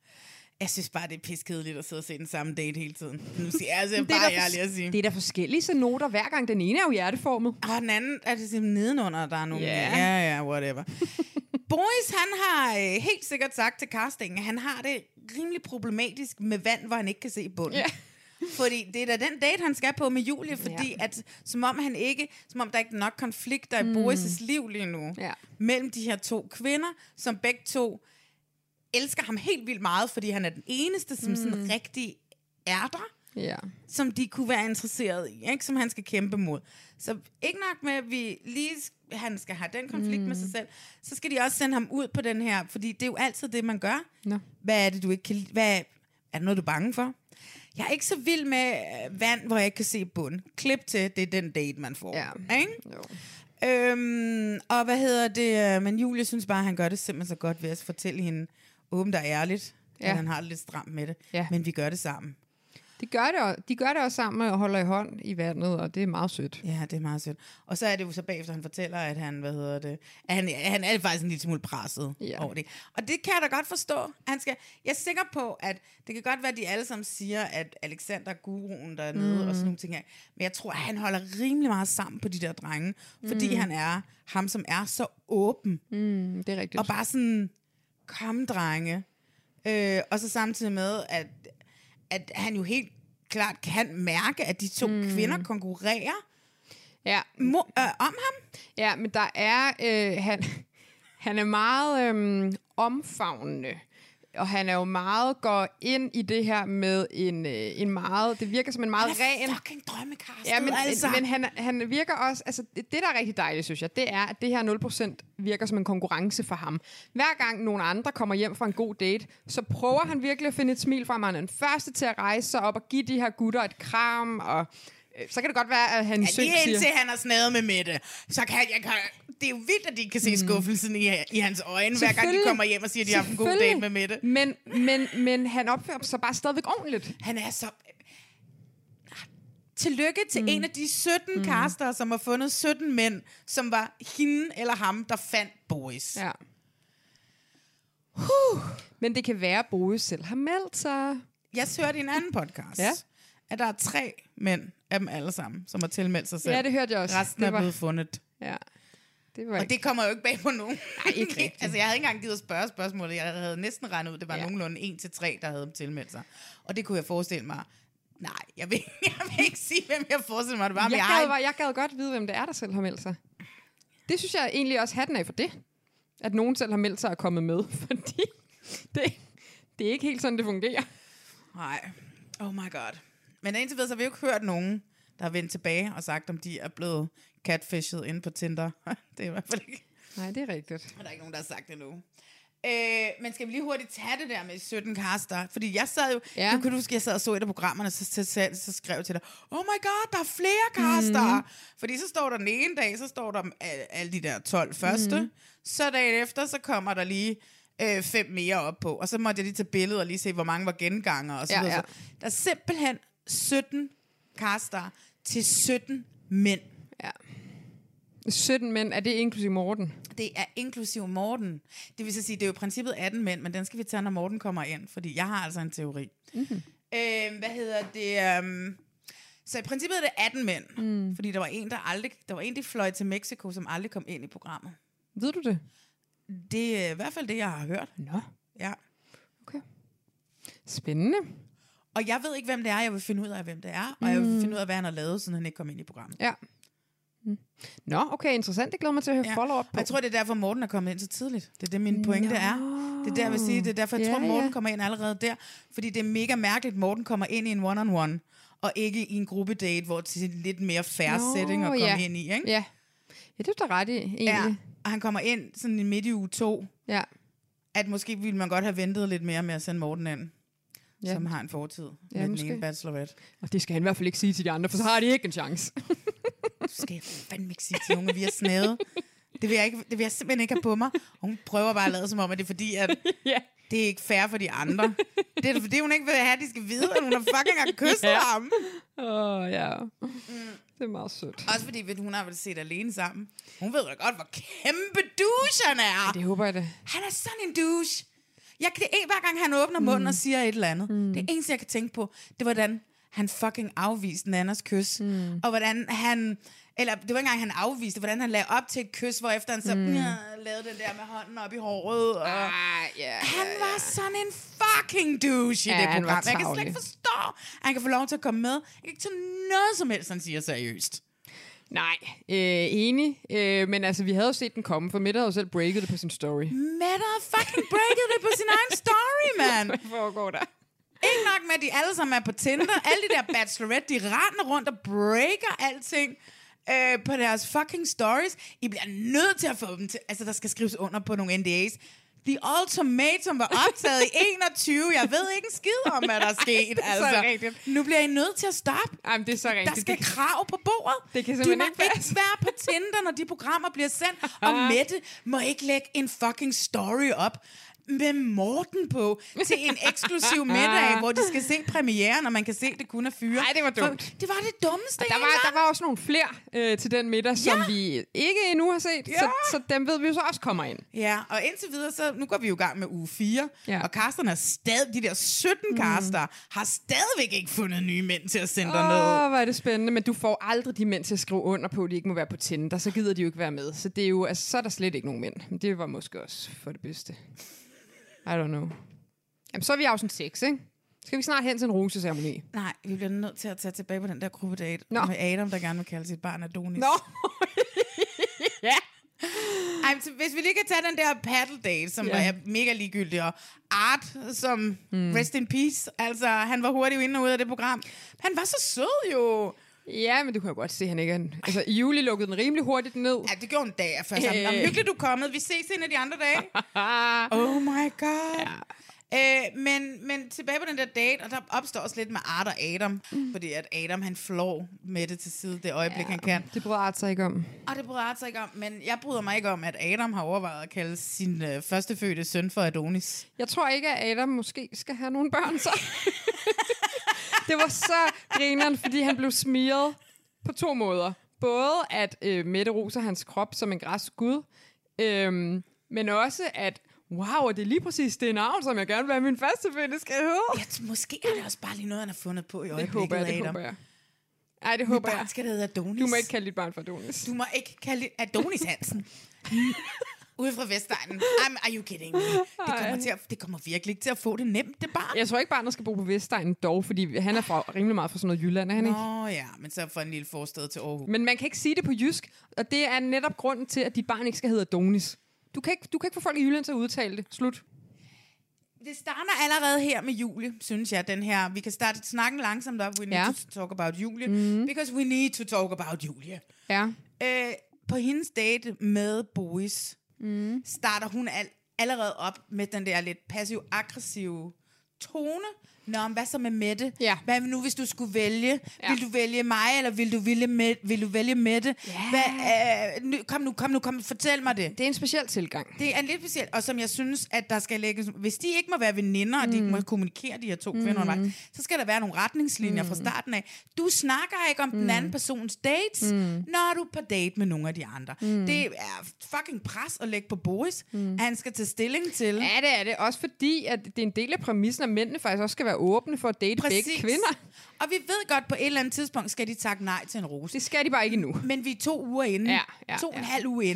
Jeg synes bare, det er piskedeligt at sidde og se den samme date hele tiden. Nu siger jeg altså bare ærligt at sige. Det er da forskellige cenoter hver gang. Den ene er jo hjerteformet. Og den anden er det simpelthen nedenunder, der er nogle... Yeah. Ja, ja, whatever. Boris, han har øh, helt sikkert sagt til castingen, at han har det rimelig problematisk med vand, hvor han ikke kan se bunden. Yeah. Fordi det er da den date, han skal på med Julie, fordi ja. at, som om han ikke, som om der ikke er nok konflikter i mm. Boris' liv lige nu, ja. mellem de her to kvinder, som begge to elsker ham helt vildt meget, fordi han er den eneste, som mm. sådan rigtig er der, ja. som de kunne være interesseret i, ikke? Som han skal kæmpe mod. Så ikke nok med, at vi lige, han skal have den konflikt mm. med sig selv, så skal de også sende ham ud på den her, fordi det er jo altid det, man gør. No. Hvad er det, du ikke kan hvad, er det noget, du er bange for? Jeg er ikke så vild med vand, hvor jeg ikke kan se bund. Klip til, det er den date, man får. Ja. Ikke? Jo. Øhm, og hvad hedder det? Men Julie synes bare, at han gør det simpelthen så godt ved at fortælle hende åbent og ærligt, ja. At han har det lidt stramt med det. Ja. Men vi gør det sammen. De gør det, også, de gør det også sammen og holder i hånd i vandet, og det er meget sødt. Ja, det er meget sødt. Og så er det jo så bagefter, han fortæller, at han, hvad hedder det, at han, han er faktisk en lille smule presset ja. over det. Og det kan jeg da godt forstå. Han skal, jeg er sikker på, at det kan godt være, at de alle sammen siger, at Alexander er guruen dernede mm. og sådan nogle ting. Men jeg tror, at han holder rimelig meget sammen på de der drenge, fordi mm. han er ham, som er så åben. Mm, det er rigtigt. Og bare sådan, kom drenge. Øh, og så samtidig med, at, at han jo helt klart kan mærke, at de to mm. kvinder konkurrerer ja. mo- øh, om ham. Ja, men der er... Øh, han, han er meget øh, omfavnende. Og han er jo meget går ind i det her med en, øh, en meget... Det virker som en meget ren... Han er fucking drømmekastet, ja, men, altså. men han, han virker også... Altså, det, det, der er rigtig dejligt, synes jeg, det er, at det her nul procent virker som en konkurrence for ham. Hver gang nogle andre kommer hjem fra en god date, så prøver han virkelig at finde et smil fra, han er den første til at rejse sig op og give de her gutter et kram, og... Så kan det godt være, at han ja, syng lige indtil siger... han har snadet med Mette. Så kan jeg... Kan, det er jo vildt, at de kan se skuffelsen i, i hans øjne, hver gang de kommer hjem og siger, at de har haft en god date med Mette. Men, men, men han opfører sig bare stadigvæk ordentligt. Han er så... Tillykke til mm. en af de sytten mm. kaster, som har fundet sytten mænd, som var hende eller ham, der fandt Boris. Ja. Huh. Men det kan være, at Boris selv har meldt sig. Jeg hørte i en anden podcast, ja. at der er tre mænd af dem alle sammen, som har tilmeldt sig selv. Ja, det hørte jeg også. Resten det er var... blevet fundet. Ja. Det var og ikke... det kommer jo ikke bag på nogen. Nej, ikke rigtigt. Altså, jeg havde ikke engang givet at spørge spørgsmålet. Jeg havde næsten regnet ud, det var ja. nogenlunde en til tre, der havde tilmeldt sig. Og det kunne jeg forestille mig. Nej, jeg vil, jeg vil ikke sige, hvem jeg forestiller mig. Det var, jeg, jeg, gad, jeg gad godt vide, hvem det er, der selv har meldt sig. Det synes jeg egentlig også hatten af for det. At nogen selv har meldt sig og kommet med. Fordi det, det er ikke helt sådan, det fungerer. Nej. Oh my god. Men indtil videre, så har vi jo ikke hørt nogen, der har vendt tilbage og sagt, om de er blevet catfished inde på Tinder. Det er i hvert fald ikke. Nej, det er rigtigt. Og der er ikke nogen, der har sagt det endnu. Øh, men skal vi lige hurtigt tage det der med sytten kaster? Fordi jeg sad jo... Ja. Nu kan du huske, jeg sad og så et af programmerne, så, så, så, så skrev jeg til dig, oh my god, der er flere kaster! Mm. Fordi så står der den ene dag, så står der alle de der tolv første. Mm. Så dagen efter, så kommer der lige øh, fem mere op på. Og så måtte jeg lige tage billeder og lige se, hvor mange var genganger. Og så ja, ja. Så. Der er simpelthen sytten kaster til sytten mænd. Ja. sytten mænd, er det inklusiv Morten? Det er inklusiv Morten. Det vil så sige, det er jo i princippet atten mænd, men den skal vi tage, når Morten kommer ind, fordi jeg har altså en teori. Mm-hmm. Øh, hvad hedder det? Um, så i princippet er det atten mænd, mm. fordi der var en, der aldrig, der var en, der fløj til Mexico, som aldrig kom ind i programmet. Ved du det? Det er i hvert fald det, jeg har hørt. Nå. Ja. Okay. Spændende. Og jeg ved ikke, hvem det er. Jeg vil finde ud af, hvem det er. Og jeg vil finde ud af, hvad han har lavet, siden han ikke kom ind i programmet. Ja. Mm. Nå, okay, interessant. Det glæder mig til at høre ja. follow-up på. Jeg tror, det er derfor, Morten er kommet ind så tidligt. Det er det, min pointe Nå. er. Det er der, jeg vil sige. Det er derfor, jeg ja, tror, Morten ja. kommer ind allerede der. Fordi det er mega mærkeligt, Morten kommer ind i en one-on-one, og ikke i en gruppedate, hvor det er lidt mere fair Nå, setting at komme ja. ind i. Ikke? Ja. ja, det er da ret i, egentlig. Ja. Og han kommer ind sådan i midt i uge to. Ja. At måske ville man godt have ventet lidt mere med at sende Morten ind. Ja. Som har en fortid ja, med måske. den ene bachelorette. Og det skal han i hvert fald ikke sige til de andre, for så har de ikke en chance. Du skal jeg fandme ikke sige til nogen, vi er snæde. Det vil, jeg ikke, det vil jeg simpelthen ikke have på mig. Og hun prøver bare at lade som om, at det er fordi, at yeah. det er ikke fair for de andre. Det er fordi, hun ikke vil have, at de skal vide, at hun har fucking har kysset yeah. ham. Åh, oh, ja. Mm. Det er meget sødt. Også fordi, ved, hun har vel set alene sammen. Hun ved da godt, hvor kæmpe douche han er. Ja, det håber jeg det. Han er sådan en douche. Jeg kan, det er, hver gang han åbner munden mm. og siger et eller andet. Mm. Det eneste, jeg kan tænke på, det var, hvordan han fucking afviste Nannas kys. Mm. Og hvordan han... Eller det var ikke engang, han afviste, hvordan han lagde op til et kys, hvor efter han så mm. ja, lavede den der med hånden op i håret. Og ah, yeah, han yeah, var yeah. sådan en fucking douche ja, i det program. Jeg kan slet ikke forstå, at han kan få lov til at komme med. Jeg kan ikke tage noget som helst, han siger seriøst. Nej, øh, enig. Øh, men altså, vi havde jo set den komme, for Mette havde jo selv breaket det på sin story. Mette havde fucking breaket det på sin egen story, mand. Hvad foregår der? Ikke nok med, at de alle sammen er på Tinder. Alle de der bachelorette, de render rundt og breaker alting øh, på deres fucking stories. I bliver nødt til at få dem til... Altså, der skal skrives under på nogle N D A's. The Ultimatum var optaget i enogtyve. Jeg ved ikke en skid om, hvad der er sket. Altså. Så rigtigt. Nu bliver I nødt til at stoppe. Jamen, det er så rigtigt. Der skal krav på bordet. Det kan du må ikke, ikke være på Tinder, når de programmer bliver sendt. Og Mette må ikke lægge en fucking story op med Morten på til en eksklusiv middag, hvor de skal se premieren, og man kan se, at det kun er fyre. Nej, det var dumt. For det var det dummeste. Der var, der var også nogle flere øh, til den middag, som ja. vi ikke endnu har set, ja. så, så dem ved vi jo så også kommer ind. Ja, og indtil videre, så nu går vi jo i gang med uge fire, ja. og casterne er stadig, de der sytten mm. caster, har stadigvæk ikke fundet nye mænd til at sende oh, derned. Åh, hvor er det spændende, men du får aldrig de mænd til at skrive under på, at de ikke må være på Tinder, så gider de jo ikke være med. Så det er jo, altså, så er der slet ikke nogen mænd. Men det var måske også for det bedste. I don't know. Jamen, så er vi i afsnit seks, ikke? Skal vi snart hen til en roseceremoni? Nej, vi bliver nødt til at tage tilbage på den der gruppedate Nå. med Adam, der gerne vil kalde sit barn Adonis. Nå! Ja! Ej, så hvis vi lige kan tage den der paddle date, som ja. er mega ligegyldig, og Art, som mm. rest in peace, altså han var hurtigt inde og ud af det program. Han var så sød jo! Ja, men du kan jo godt se, at han ikke er en... Altså, Juli lukkede den rimelig hurtigt ned. Ja, det gjorde en dag først. Øh. Jamen, hyggeligt, du er kommet. Vi ses en af de andre dage. Oh my god. Ja. Øh, men, men tilbage på den der date, og der opstår også lidt med Art og Adam. Mm. Fordi at Adam, han flår med det til side det øjeblik, ja, han kan. Det bryder Art sig ikke om. Og det bryder Art sig ikke om. Men jeg bryder mig ikke om, at Adam har overvejet at kalde sin øh, førstefødte søn for Adonis. Jeg tror ikke, at Adam måske skal have nogle børn, så... Det var så grineren, fordi han blev smiret på to måder. Både at øh, Mette roser hans krop som en græsk gud, øh, men også at, wow, det er lige præcis det navn, som jeg gerne vil have min førstefødte skal hedde. Ja, måske er det også bare lige noget, han har fundet på i øjeblikket, det håber jeg, det Adam. håber jeg. Ej, det håber barn jeg. skal det hedde Adonis. Du må ikke kalde dit barn for Adonis. Du må ikke kalde dit Adonis Hansen. Ude fra Vestegnen. I'm, are you kidding me? Det kommer, til at, det kommer virkelig ikke til at få det nemt, det barn. Jeg tror ikke, barnet skal bo på Vestegnen dog, fordi han er fra, rimelig meget fra sådan noget Jylland, er han ikke? Nå ja, men så fra en lille forstad til Aarhus. Men man kan ikke sige det på jysk, og det er netop grunden til, at dit barn ikke skal hedde Adonis. Du kan ikke, du kan ikke få folk i Jylland til at udtale det. Slut. Det starter allerede her med Julie, synes jeg, den her. Vi kan starte snakken langsomt op. We need ja. to talk about Julie. Mm. Because we need to talk about Julie. Ja. Øh, på hendes date med Boris, mm. starter hun al- allerede op med den der lidt passiv-aggressive tone. Nå, hvad så med Mette? Ja. Hvad nu, hvis du skulle vælge? Ja. Vil du vælge mig, eller vil du vælge, med, vil du vælge Mette? Ja. Hvad, øh, nu, kom nu, kom nu, kom, fortæl mig det. Det er en speciel tilgang. Det er en lidt speciel, og som jeg synes, at der skal lægges... Hvis de ikke må være veninder, og de ikke må kommunikere, de her to mm. kvinder, så skal der være nogle retningslinjer mm. fra starten af. Du snakker ikke om mm. den anden persons dates, mm. når du er på date med nogle af de andre. Mm. Det er fucking pres at lægge på Boris. Mm. Han skal tage stilling til... Ja, det er det. Også fordi, at det er en del af præmissen, at mændene faktisk også skal være åbne for at date Præcis. begge kvinder. Og vi ved godt, på et eller andet tidspunkt skal de takke nej til en rose. Det skal de bare ikke endnu. Men vi er to uger inden. Ja, ja, to og ja. en halv uge inden.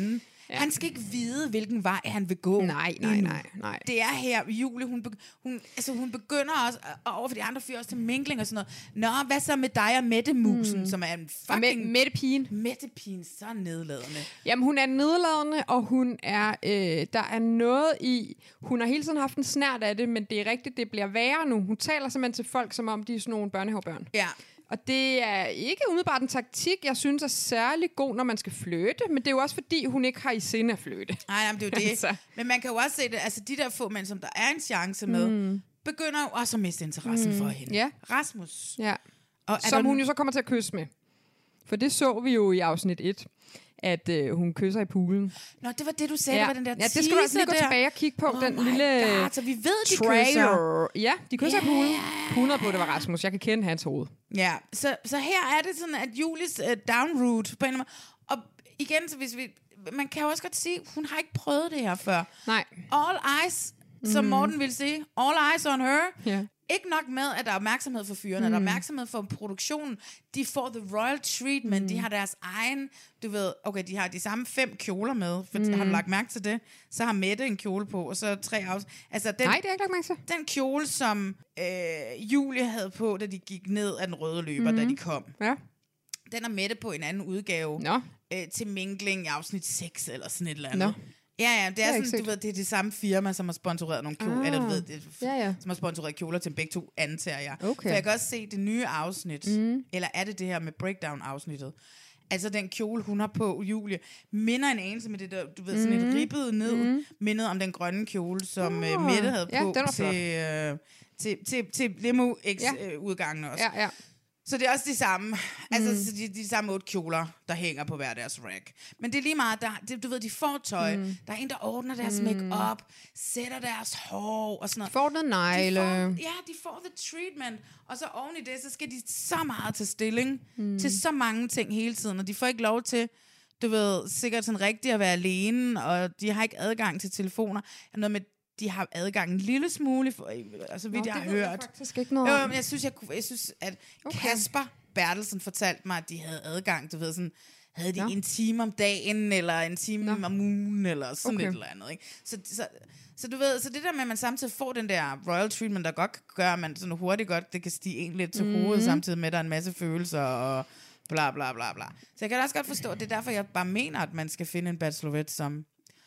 Ja. Han skal ikke vide, hvilken vej han vil gå. Nej, nej, nej, nej. Det er her, Julie, hun, be, hun, altså, hun begynder også, og over for de andre fyre også til mingling og sådan noget. Nå, hvad så med dig og Mette Musen, mm. som er en fucking... Med, Mette Pigen. Mette Pigen, så nedladende. Jamen, hun er nedladende, og hun er, øh, der er noget i... Hun har hele tiden haft en snært af det, men det er rigtigt, det bliver værre nu. Hun taler simpelthen til folk, som om de er sådan nogle børnehavebørn. Ja. Og det er ikke umiddelbart en taktik, jeg synes er særlig god, når man skal flytte, men det er jo også fordi, hun ikke har i sinde at flytte. Nej, jamen, det er jo det. Altså. Men man kan jo også se det, altså de der få mænd, som der er en chance med, mm. begynder jo også at miste interessen mm. for hende. Ja. Rasmus. Ja. Og som hun jo så kommer til at kysse med. For det så vi jo i afsnit et, at øh, hun kysser i poolen. Nå, det var det, du sagde, ja. det var den der Ja, det skal du altså lige gå der. tilbage og kigge på, oh den lille God, så vi ved, de trailer. kysser. Ja, de kysser yeah. i poolen. hundrede på, det var Rasmus. Jeg kan kende hans hoved. Ja, så, så her er det sådan, at Julies uh, down route på en eller anden måde. Og igen, så hvis vi... Man kan jo også godt sige, hun har ikke prøvet det her før. Nej. All eyes, mm. som Morten ville sige. All eyes on her. Ja. Ikke nok med, at der er opmærksomhed for fyrene, mm. der er opmærksomhed for produktionen. De får the royal treatment. Mm. De har deres egen, du ved, okay, de har de samme fem kjoler med, for mm. har du lagt mærke til det? Så har Mette en kjole på, og så tre af... Altså, den, Nej, det er ikke lagt mærke til. Den kjole, som øh, Julie havde på, da de gik ned af den røde løber, mm. da de kom. Ja. Den er Mette på en anden udgave Nå. Øh, til mingling i afsnit seks eller sådan et eller andet. Nå. Ja, ja, det er, er sådan, du ved, det er det samme firma, som har sponsoreret nogle kjoler, ah, eller du ved, det, ja, ja. som har sponsoreret kjoler til begge to, antager jeg. Okay. For jeg kan også se det nye afsnit, mm. eller er det det her med breakdown-afsnittet? Altså den kjole, hun har på, Julie, minder en anelse med det der, du ved, mm. sådan et ribbet ned, mm. mindet om den grønne kjole, som oh. uh, Mette havde ja, på til, uh, til, til, til Limo X-udgangen ja. uh, også. Ja, ja. Så det er også de samme, altså mm. de, de samme otte kjoler, der hænger på hver deres rack. Men det er lige meget, der, det, du ved, de får tøj. Mm. Der er en, der ordner deres mm. make-up, sætter deres hår og sådan noget. Får noget negle. De får, ja, de får the treatment. Og så oven i det, så skal de så meget til stilling mm. til så mange ting hele tiden. Og de får ikke lov til, du ved, sikkert sådan rigtigt at være alene, og de har ikke adgang til telefoner. Noget med de har adgang en lille smule, for, altså vidt jeg har hørt. Jeg faktisk ikke noget. Jo, men jeg synes, jeg, jeg synes, at okay. Kasper Bertelsen fortalte mig, at de havde adgang, du ved, sådan, havde de ja. en time om dagen, eller en time Nå. om ugen, eller sådan okay. et eller andet, ikke? Så, så, så du ved, så det der med, at man samtidig får den der royal treatment, der godt gør, at man sådan hurtigt godt, det kan stige en lidt til mm. hovedet, samtidig med, at der er en masse følelser, og bla bla bla bla. Så jeg kan også godt forstå, at det er derfor, jeg bare mener, at man skal finde en bachelorette, som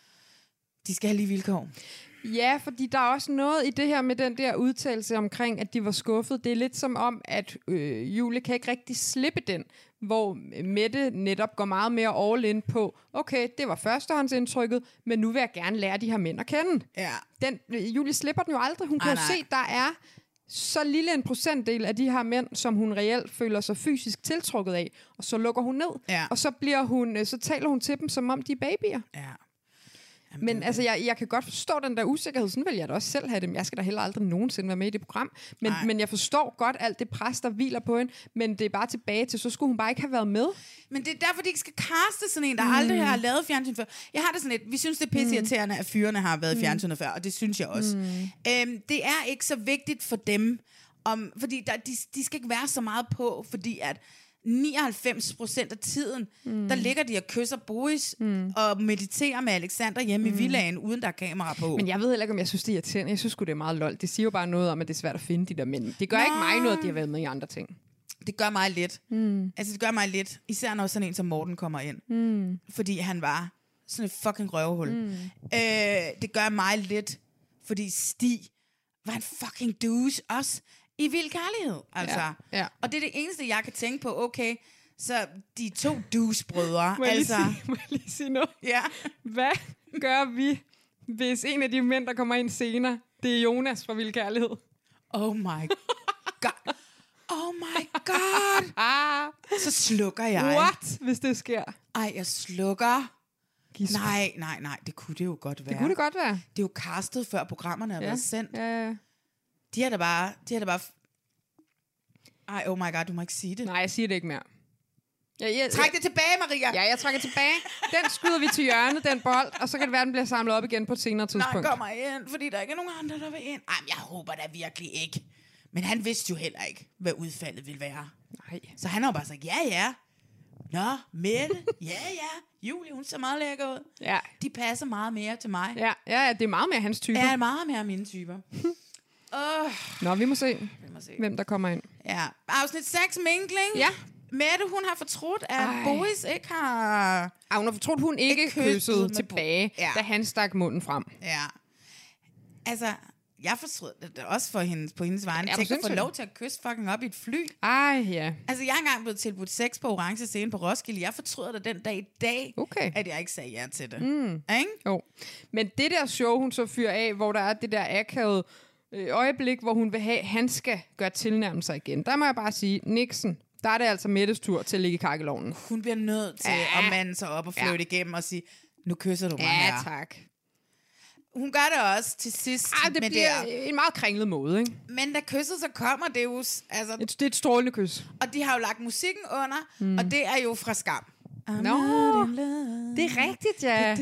de skal have lige vilkår. Ja, fordi der er også noget i det her med den der udtalelse omkring, at de var skuffet. Det er lidt som om, at øh, Julie kan ikke rigtig slippe den, hvor Mette netop går meget mere all in på, okay, det var førstehåndsindtrykket, men nu vil jeg gerne lære de her mænd at kende. Ja. Den, øh, Julie slipper den jo aldrig. Hun kan jo se, der er så lille en procentdel af de her mænd, som hun reelt føler sig fysisk tiltrukket af, og så lukker hun ned. Ja. Og så bliver hun, øh, så taler hun til dem, som om de er babyer. Ja. Jamen, men altså, jeg, jeg kan godt forstå den der usikkerhed. Sådan vil jeg da også selv have det. Jeg skal da heller aldrig nogensinde være med i det program. Men, men jeg forstår godt alt det pres, der hviler på hende. Men det er bare tilbage til, så skulle hun bare ikke have været med. Men det er derfor, de ikke skal kaste sådan en, der mm. aldrig har lavet fjernsyn før. Jeg har det sådan lidt, vi synes, det er pisseirriterende, at fyrene har været i fjernsynet før, og det synes jeg også. Mm. Øhm, det er ikke så vigtigt for dem, om, fordi der, de, de skal ikke være så meget på, fordi at nioghalvfems procent af tiden, mm. der ligger de og kysser Boris mm. og mediterer med Alexander hjemme mm. i villaen, uden der er kamera på. Men jeg ved heller ikke, om jeg synes, det er irriterende. Jeg synes sgu, det er meget lol. Det siger jo bare noget om, at det er svært at finde de der mænd. Det gør Nå. ikke mig noget, at de har været med i andre ting. Det gør mig lidt. Mm. Altså, det gør mig lidt. Især når sådan en som Morten kommer ind. Mm. Fordi han var sådan et fucking røvhul. Mm. Øh, det gør mig lidt, fordi Stig var en fucking douche også. I vild kærlighed, altså. Ja, ja. Og det er det eneste, jeg kan tænke på. Okay, så de to douche-brødre, må jeg altså. Lige sige, må jeg lige sige noget? Ja. Hvad gør vi, hvis en af de mænd, der kommer ind senere, det er Jonas fra Vild Kærlighed? Oh my god. Oh my god. Så slukker jeg. What, hvis det sker? Ej, jeg slukker. Gisp. Nej, nej, nej, det kunne det jo godt være. Det kunne det godt være. Det er jo castet, før programmerne har ja. været sendt. Ja, ja. De har da bare... De har da bare... Ej, oh my god, du må ikke sige det. Nej, jeg siger det ikke mere. Jeg, jeg, Træk det tilbage, Maria! Ja, jeg trækker tilbage. Den skyder vi til hjørnet, den bold, og så kan det være, den bliver samlet op igen på et senere tidspunkt. Nej, kom mig ind, fordi der ikke er nogen andre, der vil ind. Ej, men jeg håber da virkelig ikke. Men han vidste jo heller ikke, hvad udfaldet ville være. Nej. Så han har jo bare sagt, ja, ja. Nå, Mette, ja, ja. Julie, hun ser meget lækker ud. Ja. passer meget mere til mig. Ja, ja, det er meget mere hans typer. Ja, meget mere mine typer. uh. Nå, vi må, se, vi må se, hvem der kommer ind. Ja, afsnit seks, minkling. Ja. Mette, hun har fortrudt, at Ej. Boris ikke har... Ej, hun har fortrudt, hun ikke, ikke kyssede tilbage, ja. da han stak munden frem. Ja. Altså, jeg fortrød det også for hendes, på hendes vegne. Tænk at få lov til at kysse fucking op i et fly. Ej, ja. Altså, jeg er engang blevet tilbudt sex på Orange Scene på Roskilde. Jeg fortryder det den dag i dag, okay. at jeg ikke sagde ja til det. Mm. Ikke? Jo. Men det der show, hun så fyrer af, hvor der er det der akavede øh, øjeblik, hvor hun vil have, at han skal gøre tilnærmelser igen. Der må jeg bare sige, Nixon, der er det altså Mettes tur til at ligge i kakkelovnen. Hun bliver nødt til ja. at mande sig op og flytte ja. igennem og sige, nu kysser du mig ja, her. Ja, tak. Hun gør det også til sidst. Ej, det bliver det en meget kringlet måde, ikke? Men da kysset så kommer, det er jo... Altså, et, det er et strålende kys. Og de har jo lagt musikken under, mm. og det er jo fra Skam. Nå, no, det er rigtigt, ja.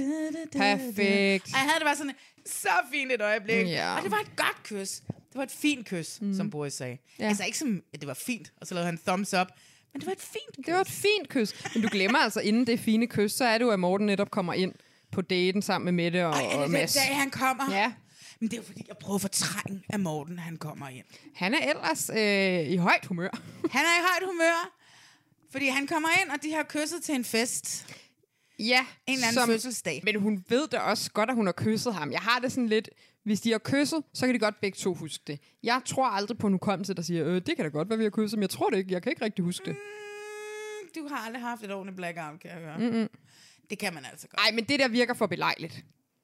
Perfekt. Og jeg havde det bare sådan så fint et øjeblik. Ja. Og det var et godt kys. Det var et fint kys, mm. som Boris sagde. Ja. Altså ikke som, at det var fint, og så lavede han thumbs up. Men det var et fint kys. Det var et fint kys. Men du glemmer altså, inden det fine kys, så er det jo, at Morten netop kommer ind på daten sammen med Mette og, og, og Mads. Den dag, han kommer. Ja. Men det er jo fordi, jeg prøver at fortrænge af Morten, han kommer ind. Han er ellers øh, i højt humør. Han er i højt humør, fordi han kommer ind, og de har kysset til en fest. Ja. En eller anden som, fødselsdag. Men hun ved da også godt, at hun har kysset ham. Jeg har det sådan lidt, hvis de har kysset, så kan de godt begge to huske det. Jeg tror aldrig på en hukommelse, der siger, øh, det kan da godt være, vi har kysset, men jeg tror det ikke. Jeg kan ikke rigtig huske det. Mm, du har aldrig haft et ordentligt blackout, kan jeg høre. Mm-mm. Det kan man altså godt. Nej, men det der virker for belejligt.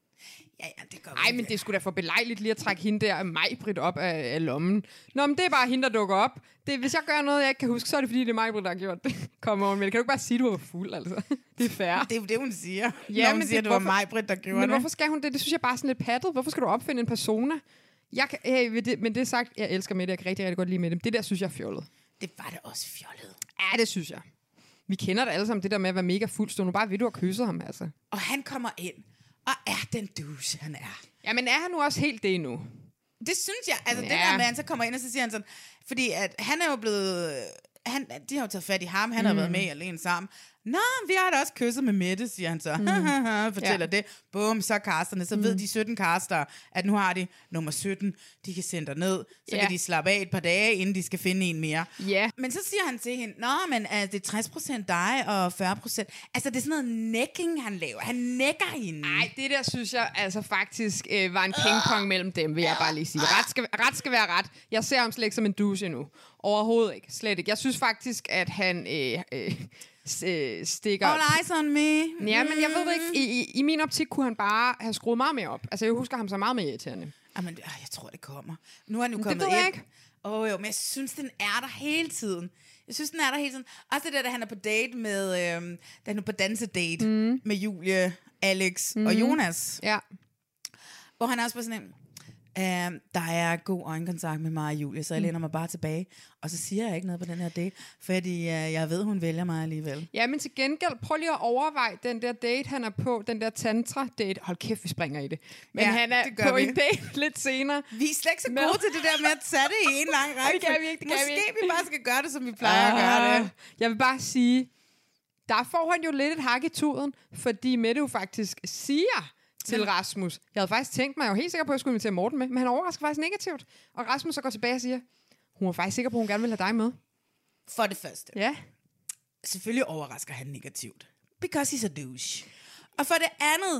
Ja, ja, det gør Nej, men det skulle da for belejligt lige at trække hende der Maj-Britt op af, af lommen. Nå, men det er bare hende, der dukker op. Det, hvis jeg gør noget, jeg ikke kan huske, så er det fordi, det er Maj-Britt, der har gjort det. Kom on, men kan du ikke bare sige, at du var fuld, altså? Det er fair. Det er jo det, hun siger. Ja, når hun men siger, det, at det var Maj-Britt, der gjorde men det. Men hvorfor skal hun det? Det synes jeg bare er sådan lidt pattet. Hvorfor skal du opfinde en persona? Jeg kan, hey, det, men det er sagt, jeg elsker med det. Jeg kan rigtig, rigtig godt lide med det. Det der synes jeg er fjollet. Det var det også fjollet. Ja, det synes jeg. Vi kender det alle sammen, det der med at være mega fuld. Stå nu bare ved, du har kysset ham, altså. Og han kommer ind, og er den douche, han er. Ja, men er han nu også helt det nu? Det synes jeg. Altså, ja. Det der med, at han så kommer ind, og så siger han sådan... Fordi at han er jo blevet... Han, de har jo taget fat i ham, han mm. har været med alene sammen. Nå, vi har da også kysset med Mette, siger han så. Mm. Fortæller ja. det. Bum, så casterne. Så mm. ved de sytten caster, at nu har de nummer sytten. De kan sende ned. Så ja. kan de slappe af et par dage, inden de skal finde en mere. Ja. Men så siger han til hende, nå, men er det tres procent dig og fyrre procent... Altså, det er sådan noget necking, han laver. Han nekker hende. Nej, det der synes jeg altså faktisk øh, var en pingpong uh. mellem dem, vil jeg bare lige sige. Ret skal, ret skal være ret. Jeg ser ham slet ikke som en douche endnu. Overhovedet ikke. Slet ikke. Jeg synes faktisk, at han... Øh, øh, stikker... All eyes on me. Ja, men jeg ved det ikke. I, i, I min optik kunne han bare have skruet meget mere op. Altså, jeg husker ham så meget mere irriterende. Jamen, øh, jeg tror, det kommer. Nu er han jo kommet det ved jeg ind. Åh oh, jo, men jeg synes, den er der hele tiden. Jeg synes, den er der hele tiden. Også det der, da han er på date med... Øh, da han er på dansedate mm. med Julie, Alex mm. og Jonas. Ja. Hvor han også bare sådan en... Uh, der er god øjenkontakt med mig og Julie, så jeg læner mig bare tilbage. Og så siger jeg ikke noget på den her date, fordi uh, jeg ved, hun vælger mig alligevel. Ja, men til gengæld, prøv lige at overveje den der date, han er på, den der tantra-date. Hold kæft, vi springer i det. Men ja, han er på vi. en date lidt senere. Vi er slet ikke så gode til det der med at tage det i en lang række. Det kan vi ikke, det kan Måske vi ikke. vi bare skal gøre det, som vi plejer uh, at gøre det. Jeg vil bare sige, der får han jo lidt et hak i tuden, fordi Mette jo faktisk siger... til Rasmus. Jeg havde faktisk tænkt mig, jeg var helt sikker på, at jeg skulle invitere Morten med, men han overrasker faktisk negativt. Og Rasmus så går tilbage og siger, hun var faktisk sikker på, at hun gerne vil have dig med. For det første. Ja. Selvfølgelig overrasker han negativt. Because he's a douche. Og for det andet,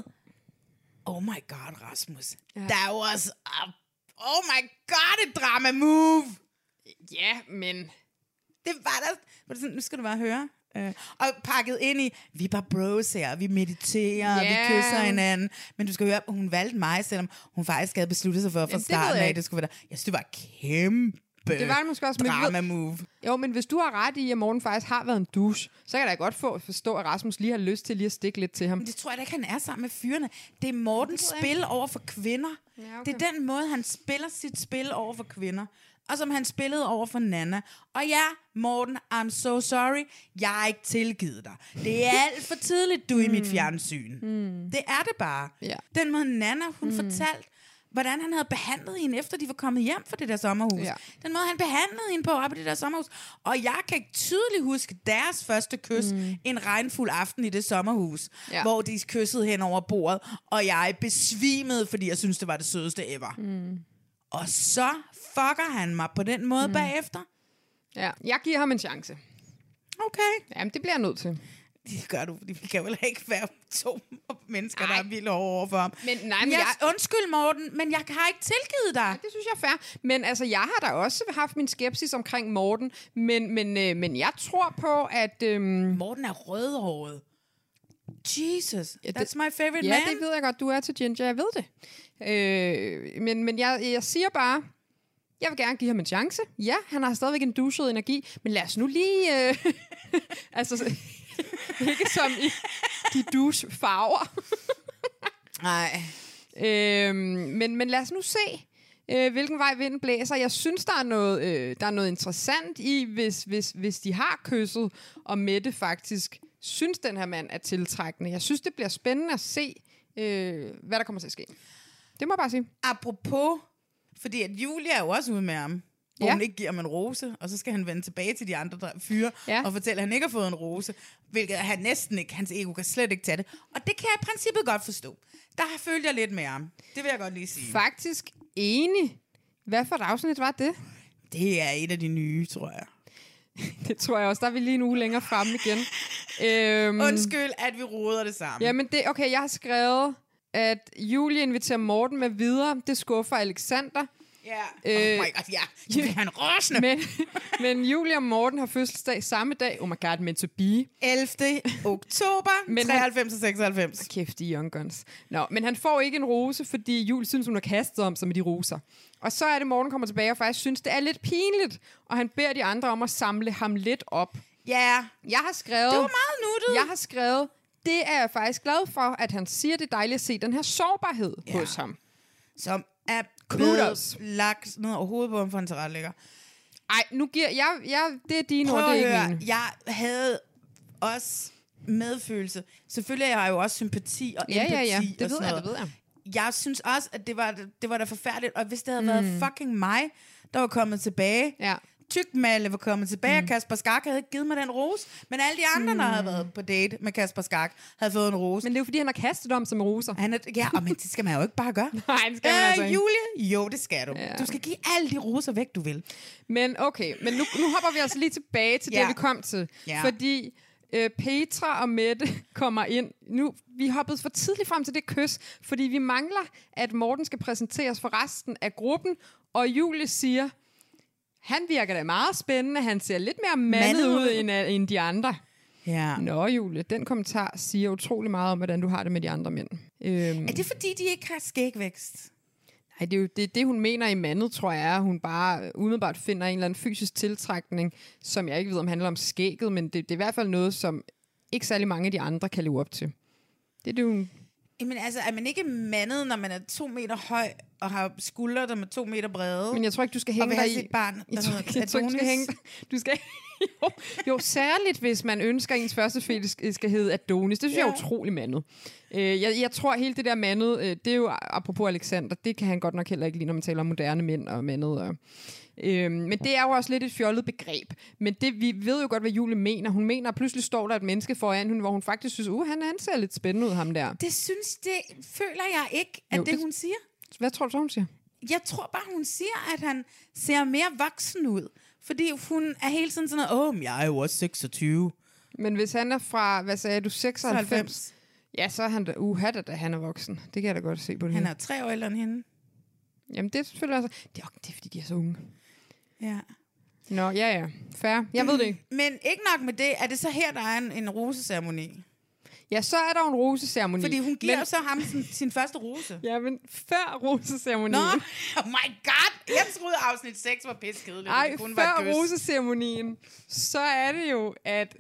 oh my god, Rasmus. Ja. Der er jo også, uh, oh my god, et drama move. Ja, men... Det var der, var det sådan, nu skal du bare høre. Uh, og pakket ind i, vi er bare bros her, vi mediterer, yeah. vi kysser hinanden. Men du skal høre, hun valgte mig, selvom hun faktisk havde besluttet sig for fra starten af, det skulle være der. Jeg synes, det var kæmpe det var det måske også, drama move. Jo, men hvis du har ret i, at Morten faktisk har været en douche, så kan jeg da godt få forstå, at Rasmus lige har lyst til lige at stikke lidt til ham. Men det tror jeg da ikke, han er sammen med fyrene. Det er Mortens spil over for kvinder. Ja, okay. Det er den måde, han spiller sit spil over for kvinder. Og som han spillede over for Nana. Og ja, Morten, I'm so sorry. Jeg har ikke tilgivet dig. Det er alt for tidligt, du er mm. i mit fjernsyn. Mm. Det er det bare. Ja. Den måde Nana, hun mm. fortalte, hvordan han havde behandlet hende, efter de var kommet hjem fra det der sommerhus. Ja. Den måde, han behandlede hende på op i det der sommerhus. Og jeg kan tydeligt huske deres første kys, mm. en regnfuld aften i det sommerhus, ja. hvor de kyssede hen over bordet, og jeg besvimede, fordi jeg synes det var det sødeste ever. Mm. Og så fucker han mig på den måde mm. bagefter. Ja, jeg giver ham en chance. Okay. Jamen, det bliver jeg nødt til. Det gør du, det kan vel ikke være to mennesker, Ej. der er vildt over for ham. Men, nej, men jeg, jeg... Undskyld, Morten, men jeg har ikke tilgivet dig. Ja, det synes jeg er fair. Men altså, jeg har da også haft min skepsis omkring Morten, men, men, øh, men jeg tror på, at... Øh... Morten er rødhåret. Jesus, ja, det, that's my favorite ja, man. Ja, det ved jeg godt, du er til Ginger, jeg ved det. Øh, men men jeg, jeg siger bare... Jeg vil gerne give ham en chance. Ja, han har stadigvæk en duset energi, men lad os nu lige... Øh... altså... Ikke som i de douche farver. Nej. øhm, men, men lad os nu se, øh, hvilken vej vinden blæser. Jeg synes, der er noget, øh, der er noget interessant i, hvis, hvis, hvis de har kysset, og Mette faktisk synes, den her mand er tiltrækkende. Jeg synes, det bliver spændende at se, øh, hvad der kommer til at ske. Det må jeg bare sige. Apropos, fordi at Julia er jo også ude med ham. Hvor ja. hun ikke giver ham en rose, og så skal han vende tilbage til de andre fyre, ja. og fortælle, at han ikke har fået en rose, hvilket han næsten ikke, hans ego kan slet ikke tage det. Og det kan jeg i princippet godt forstå. Der har følt jeg lidt med ham. Det vil jeg godt lige sige. Faktisk enig. Hvad for et afsnit var det? Det er et af de nye, tror jeg. Det tror jeg også. Der er vi lige en uge længere fremme igen. øhm, Undskyld, at vi roder det sammen. Jamen, det, okay, jeg har skrevet, at Julie inviterer Morten med videre. Det skuffer Alexander. Ja, yeah. oh my god, ja. Så bliver han rasende. Men, men Julie og Morten har fødselsdag samme dag. Oh my god, meant to be. ellevte oktober, treoghalvfems og seksoghalvfems. Kæft, de Young Guns. Nå, men han får ikke en rose, fordi Julie synes, hun har kastet om sig med de roser. Og så er det, Morten kommer tilbage og faktisk synes, det er lidt pinligt. Og han beder de andre om at samle ham lidt op. Ja, yeah. Jeg har skrevet... Det var meget nuttet. Jeg har skrevet, det er jeg faktisk glad for, at han siger, det er dejligt at se den her sårbarhed yeah. hos ham. Som er blevet lagt ned over hovedet på ham for en tilrettelægger. Ej, nu giver jeg... jeg det er dine ord, det er ikke mine. Jeg havde også medfølelse. Selvfølgelig har jeg jo også sympati og ja, empati. Ja, ja, det og ved jeg, noget. det ved jeg. Jeg synes også, at det var, det var da forfærdeligt. Og hvis det havde mm. været fucking mig, der var kommet tilbage... Ja. Tykmalle var kommet tilbage, mm. og Kasper Skak havde ikke givet mig den rose. Men alle de andre, mm. der havde været på date med Kasper Skak, havde fået en rose. Men det er jo fordi, han har kastet om som roser. Han er, ja, men det skal man jo ikke bare gøre. Nej, det skal man øh, altså ikke. Julie? Jo, det skal du. Ja. Du skal give alle de roser væk, du vil. Men okay, men nu, nu hopper vi altså lige tilbage til ja. det, vi kom til. Ja. Fordi øh, Petra og Mette kommer ind. Nu, vi hoppede for tidligt frem til det kys, fordi vi mangler, at Morten skal præsenteres for resten af gruppen, og Julie siger... Han virker da meget spændende. Han ser lidt mere mandet ud end, end de andre. Ja. Nå, Julie, den kommentar siger utrolig meget om, hvordan du har det med de andre mænd. Øhm. Er det fordi, de ikke har skægvækst? Nej, det er jo det, det, hun mener i mandet, tror jeg, er, at hun bare umiddelbart finder en eller anden fysisk tiltrækning, som jeg ikke ved, om handler om skægget, men det, det er i hvert fald noget, som ikke særlig mange af de andre kan leve op til. Det er det, hun... Jamen altså, er man ikke mandet, når man er to meter høj og har skuldre, der er to meter brede? Men jeg tror ikke, du skal hænge dig i... sit barn, jeg tror, jeg, jeg tror ikke, du skal hænge dig... Du skal... jo, jo, særligt hvis man ønsker, at ens første fetis skal hedde Adonis. Det synes ja. jeg er utrolig mandet. Øh, jeg, jeg tror, hele det der mandet, øh, det er jo apropos Alexander, det kan han godt nok heller ikke lide, når man taler om moderne mænd og mandet. Og, øh, men det er jo også lidt et fjollet begreb. Men det, vi ved jo godt, hvad Julie mener. Hun mener, at pludselig står der et menneske foran hende, hvor hun faktisk synes, uh, han, han ser lidt spændende ud, ham der. Det synes, det føler jeg ikke, at jo, det, det hun siger. Hvad tror du så, hun siger? Jeg tror bare, hun siger, at han ser mere voksen ud. Fordi hun er hele tiden sådan noget, åh, jeg er jo også seksogtyve. Men hvis han er fra, hvad sagde du, seksoghalvfems? Ja, så er han da, uha da, da han er voksen. Det kan jeg da godt se på det. Han er tre år ældre end hende. Jamen, det er selvfølgelig også, det er, det er fordi, de er så unge. Ja. Nå, ja, ja. Fair. Jeg mm, ved det ikke. Men ikke nok med det, er det så her, der er en, en roseceremoni? Ja, så er der en roseceremoni. Fordi hun giver men... så ham sin, sin første rose. Ja, men før roseceremonien. Nå, oh my god! Jeg troede, afsnit seks var piskedeligt. Ej, før roseceremonien, så er det jo, at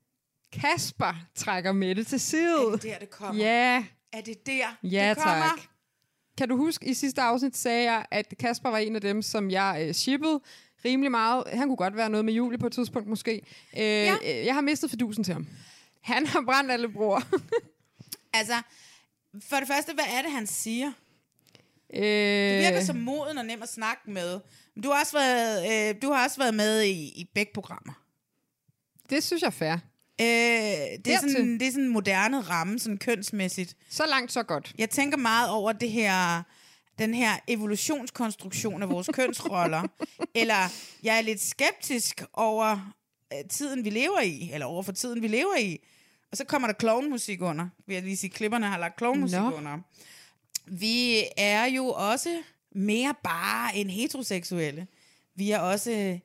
Kasper trækker Mette til side. Er det der, det kommer? Ja. Er det der, ja, det kommer? Tak. Kan du huske, i sidste afsnit sagde jeg, at Kasper var en af dem, som jeg øh, shippede rimelig meget. Han kunne godt være noget med Julie på et tidspunkt måske. Øh, ja. Jeg har mistet fidusen til ham. Han har brændt alle broer. Altså, for det første, hvad er det, han siger? Øh... Du virker så moden og nem at snakke med. Men du har også været, øh, du har også været med i, i begge programmer. Det synes jeg er fair. Øh, det, er sådan, det er sådan en moderne ramme, sådan kønsmæssigt. Så langt, så godt. Jeg tænker meget over det her, den her evolutionskonstruktion af vores kønsroller. Eller jeg er lidt skeptisk over øh, tiden, vi lever i. Eller over for tiden, vi lever i. Og så kommer der klovnmusik under. Vil jeg lige sige, klipperne har lagt klovnmusik no. under. Vi er jo også mere bare end heteroseksuelle. Vi er også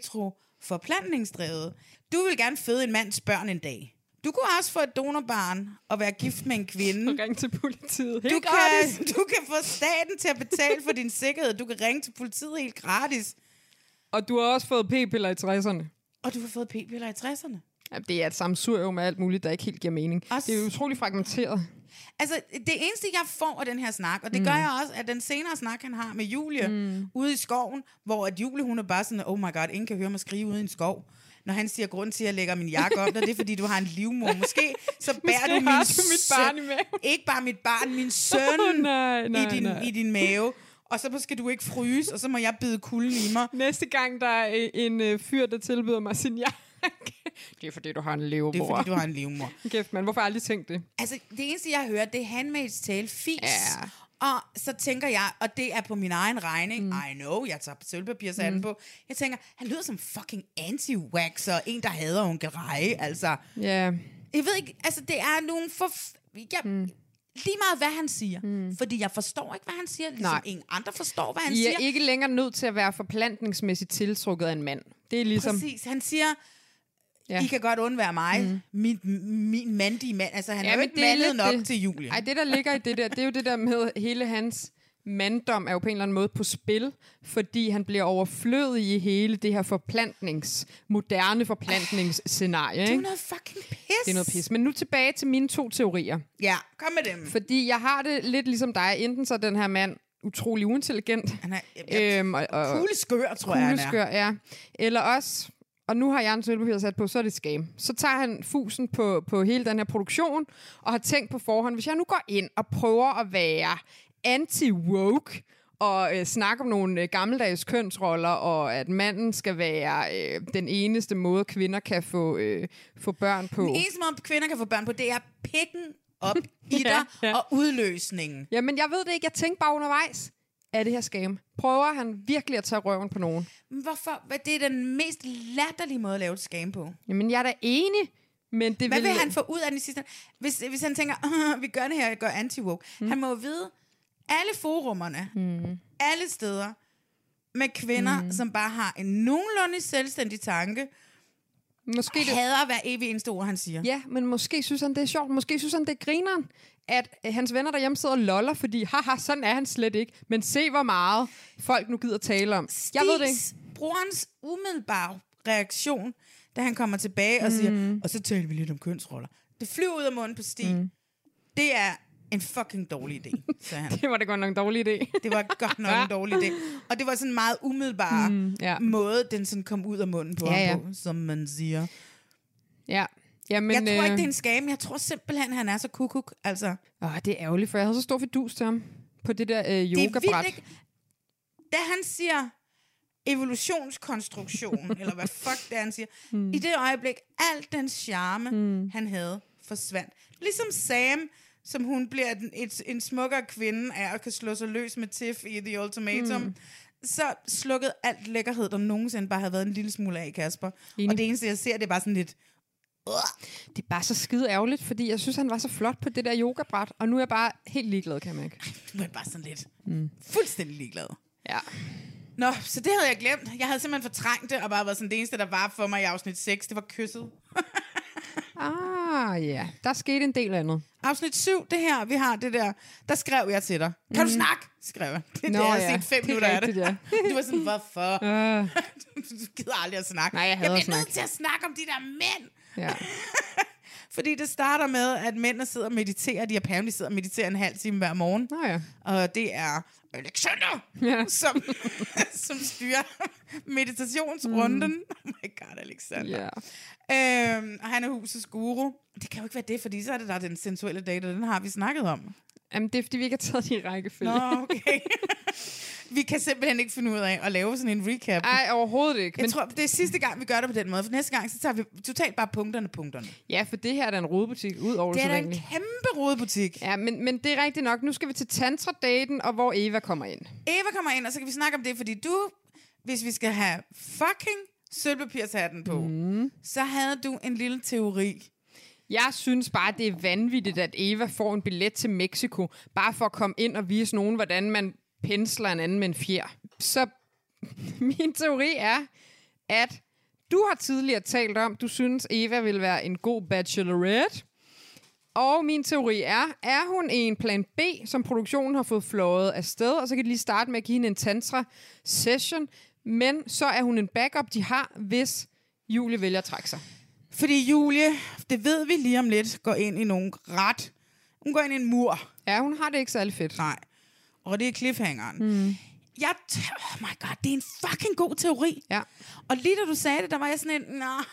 heteroforplantningsdrevet. Du vil gerne føde en mands børn en dag. Du kunne også få et donorbarn og være gift med en kvinde. Og ringe til politiet. Helt du gratis. Kan, du kan få staten til at betale for din sikkerhed. Du kan ringe til politiet helt gratis. Og du har også fået p-piller i tresserne. Og du har fået p-piller i tresserne. Ja, det er et sammensurium af alt muligt, der ikke helt giver mening. Også... Det er jo utroligt fragmenteret. Altså, det eneste, jeg får af den her snak, og det mm. gør jeg også, at den senere snak, han har med Julie mm. ude i skoven, hvor at Julie, hun er bare sådan, oh my god, ingen kan høre mig skrige ude i en skov. Når han siger, grund til, at jeg lægger min jakke op, det er fordi, du har en livmor. Måske så bærer du, min du mit barn i maven. Ikke bare mit barn, min søn oh, nej, nej, i, din, nej. i din mave. Og så skal du ikke fryse, og så må jeg bide kulden i mig. Næste gang, der er en øh, fyr, der tilbyder mig sin jakke. Det er fordi, du har en livmor. Det er fordi, du har en livmor. Kæft, man. Hvorfor har jeg aldrig tænkt det? Altså, det eneste, jeg hører, det er Handmaid's Tale fis. Ja. Og så tænker jeg, og det er på min egen regning, mm. I know, jeg tager sølvpapirsanden mm. på. Jeg tænker, han lyder som fucking anti-waxer, en, der hader onkel Rej, altså. Ja. Yeah. Jeg ved ikke, altså, det er nogle for... Jeg, mm. Lige meget, hvad han siger. Mm. Fordi jeg forstår ikke, hvad han siger, ligesom Nej. ingen andre forstår, hvad han I siger. I er ikke længere nødt til at være forplantningsmæssigt tiltrukket af en mand. Det er ligesom... Præcis, han siger... Ja. I kan godt undvære mig. Mm. Min, min mandige mand. Altså, han ja, er jo ikke mandet nok det. Til Julie. Ej, det der ligger i det der, det er jo det der med hele hans manddom er jo på en eller anden måde på spil, fordi han bliver overflødig i hele det her forplantnings, moderne forplantningsscenarie. Det er noget fucking pis. Det er noget pis. Men nu tilbage til mine to teorier. Ja, kom med dem. Fordi jeg har det lidt ligesom dig. Enten så er den her mand utrolig uintelligent. Han er ja, øhm, og, og, kugleskør, tror jeg, han er. Kugleskør, ja. Eller også... Og nu har jeg en sølvpapir sat på, så er det scam. Så tager han fusen på, på hele den her produktion, og har tænkt på forhånd, hvis jeg nu går ind og prøver at være anti-woke, og øh, snakke om nogle øh, gammeldags kønsroller, og at manden skal være øh, den eneste måde, kvinder kan få, øh, få børn på. Den eneste måde, kvinder kan få børn på, det er pikken op i dig ja, ja. Og udløsningen. Jamen, jeg ved det ikke. Jeg tænkte bare undervejs. Er det her scam? Prøver han virkelig at tage røven på nogen? Hvorfor? Det er den mest latterlige måde at lave et scam på. Jamen, jeg er da enig, men det Hvad vil... vil han få ud af den sidste? Hvis, hvis han tænker, vi gør det her, jeg gør anti-woke. Mm. Han må jo vide, alle forummerne, mm. alle steder, med kvinder, mm. som bare har en nogenlunde selvstændig tanke, måske det... hader hver evig eneste ord, han siger. Ja, men måske synes han, det er sjovt. Måske synes han, det er grineren, at hans venner derhjemme sidder og loller, fordi haha, sådan er han slet ikke. Men se, hvor meget folk nu gider tale om. Stigs, jeg ved det ikke. Brorens umiddelbare reaktion, da han kommer tilbage og mm. siger, og så taler vi lidt om kønsroller. Det flyver ud af munden på Stig. Mm. Det er en fucking dårlig idé, sagde han. Det var da godt nok en dårlig idé. Det var godt nok en dårlig idé. Og det var sådan en meget umiddelbar mm, ja. måde, den sådan kom ud af munden på ja, ham på, ja. som man siger. Ja. Jamen, jeg tror øh... ikke, det er en scam. Jeg tror simpelthen, han er så kukuk. Altså. Åh, det er ærgerligt, for jeg havde så stor fidus til ham på det der øh, yogabræt. Da han siger evolutionskonstruktion, eller hvad fuck det er, han siger, mm. i det øjeblik, al den charme, mm. han havde, forsvandt. Ligesom Sam, som hun bliver en, et, en smukkere kvinde af, og kan slå sig løs med Tiff i The Ultimatum, mm. så slukkede alt lækkerhed, der nogensinde bare havde været en lille smule af, Kasper. Enig. Og det eneste, jeg ser, det er bare sådan lidt... Det er bare så skide ærgerligt, fordi jeg synes, han var så flot på det der yogabræt, og nu er jeg bare helt ligeglad, kan man ikke. Nu er jeg bare sådan lidt mm. fuldstændig ligeglad. Ja. Nå, så det havde jeg glemt. Jeg havde simpelthen fortrængt det, og bare været sådan, det eneste, der var for mig i afsnit seks, det var kysset. Ah, ja. Der skete en del andet. Afsnit syv, det her, vi har det der, der skrev jeg til dig. Kan mm. du snakke? Skrev jeg. Det, Nå, det har jeg ja. set fem det minutter af rigtigt, det. Ja. Du var sådan, hvorfor? Uh. Du gider aldrig at snakke. Nej, jeg jeg bliver snakke. nødt til at snakke om de der mænd. Ja. Fordi det starter med, at mændene sidder og mediterer. De apparently sidder og mediterer en halv time hver morgen. Oh, ja. Og det er Alexander, ja. som, som styrer meditationsrunden. Mm. Oh my god, Alexander. Yeah. Øhm, og han er husets guru. Det kan jo ikke være det, fordi så er det der den sensuelle date, og den har vi snakket om. Jamen, det er, fordi vi ikke har taget de rækkefølge. Nå, okay. Vi kan simpelthen ikke finde ud af at lave sådan en recap. Nej, overhovedet ikke. Jeg Men... tror, det er sidste gang, vi gør det på den måde. For næste gang, så tager vi totalt bare punkterne, punkterne. Ja, for det her er da en rodebutik, ud over det Det er da en sædvanlige. kæmpe rodebutik. Ja, men, men det er rigtigt nok. Nu skal vi til tantra-daten, og hvor Eva kommer ind. Eva kommer ind, og så kan vi snakke om det, fordi du, hvis vi skal have fucking sølvpapirshatten på, mm. så havde du en lille teori. Jeg synes bare, det er vanvittigt, at Eva får en billet til Mexico, bare for at komme ind og vise nogen, hvordan man pensler en anden med en fjer. Så min teori er, at du har tidligere talt om, du synes, Eva vil være en god bachelorette. Og min teori er, er hun en plan B, som produktionen har fået flået afsted, og så kan de lige starte med at give hende en tantra-session, men så er hun en backup, de har, hvis Julie vælger at trække sig. Fordi Julie, det ved vi lige om lidt, går ind i nogle ret... Hun går ind i en mur. Ja, hun har det ikke særlig fedt. Nej. Og det er cliffhangeren. Mm. Jeg t- oh my god, det er en fucking god teori. Ja. Og lige da du sagde det, der var jeg sådan en, nej,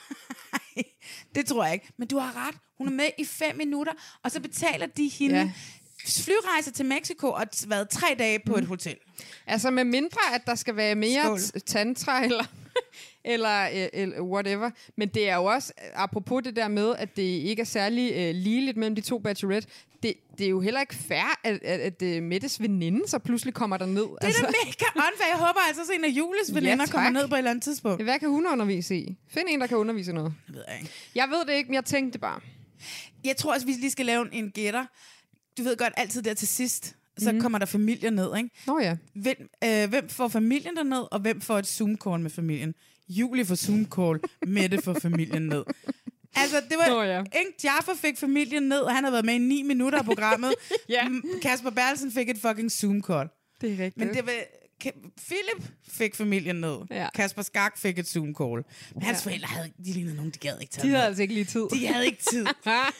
det tror jeg ikke. Men du har ret. Hun er med i fem minutter, og så betaler de hende ja. flyrejser til Mexico og t- været tre dage på mm. et hotel. Altså med mindre, at der skal være mere t- tantra eller... eller, eller whatever. Men det er jo også, apropos det der med, at det ikke er særlig øh, ligeligt mellem de to bachelorette, det, det er jo heller ikke fair, at, at, at, at Mettes veninde så pludselig kommer der ned. Det er altså. Da mega åndfærdigt. Jeg håber altså, at en af Jules veninder ja, kommer ned på et eller andet tidspunkt. Hvad kan hun undervise i? Find en, der kan undervise noget. Jeg ved ikke. Jeg ved det ikke, men jeg tænkte bare. Jeg tror også, vi lige skal lave en gætter. Du ved godt, altid der til sidst, så mm. kommer der familier ned, ikke? Nå ja. Hvem, øh, hvem får familien derned, og hvem får et Zoom-call med familien? Julie får Zoom-call, Mette får familien ned. Altså, det var... Nå, ja. Ikke? Jaffa fik familien ned, og han havde været med i ni minutter af programmet. ja. Kasper Bertelsen fik et fucking Zoom-call. Det er rigtigt. Men det var... Philip fik familien ned. Ja. Kasper Skak fik et Zoom-call. Men hans ja. forældre havde... De lignede nogen, de gad ikke tage De havde med. altså ikke lige tid. De havde ikke tid. Det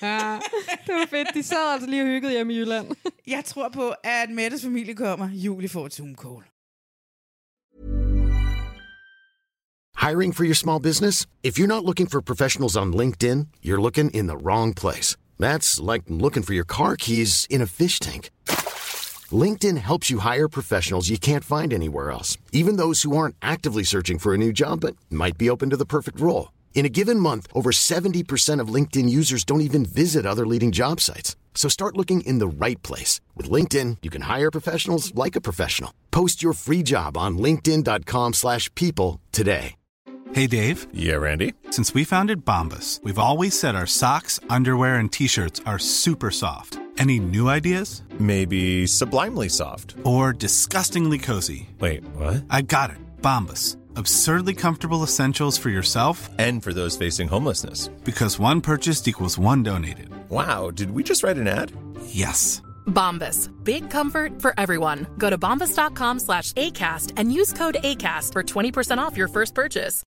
var fedt. De sad altså lige og hyggede hjemme i Jylland. Jeg tror på, at Mettes familie kommer. Julie får et Zoom-call. Hiring for your small business? If you're not looking for professionals on LinkedIn, you're looking in the wrong place. That's like looking for your car keys in a fish tank. LinkedIn helps you hire professionals you can't find anywhere else, even those who aren't actively searching for a new job but might be open to the perfect role. In a given month, over seventy percent of LinkedIn users don't even visit other leading job sites. So start looking in the right place. With LinkedIn, you can hire professionals like a professional. Post your free job on linkedin dot com slash people today. Hey, Dave. Yeah, Randy. Since we founded Bombas, we've always said our socks, underwear, and T-shirts are super soft. Any new ideas? Maybe sublimely soft. Or disgustingly cozy. Wait, what? I got it. Bombas. Absurdly comfortable essentials for yourself and for those facing homelessness. Because one purchased equals one donated. Wow, did we just write an ad? Yes. Bombas. Big comfort for everyone. Go to bombas dot com slash ACAST and use code ACAST for twenty percent off your first purchase.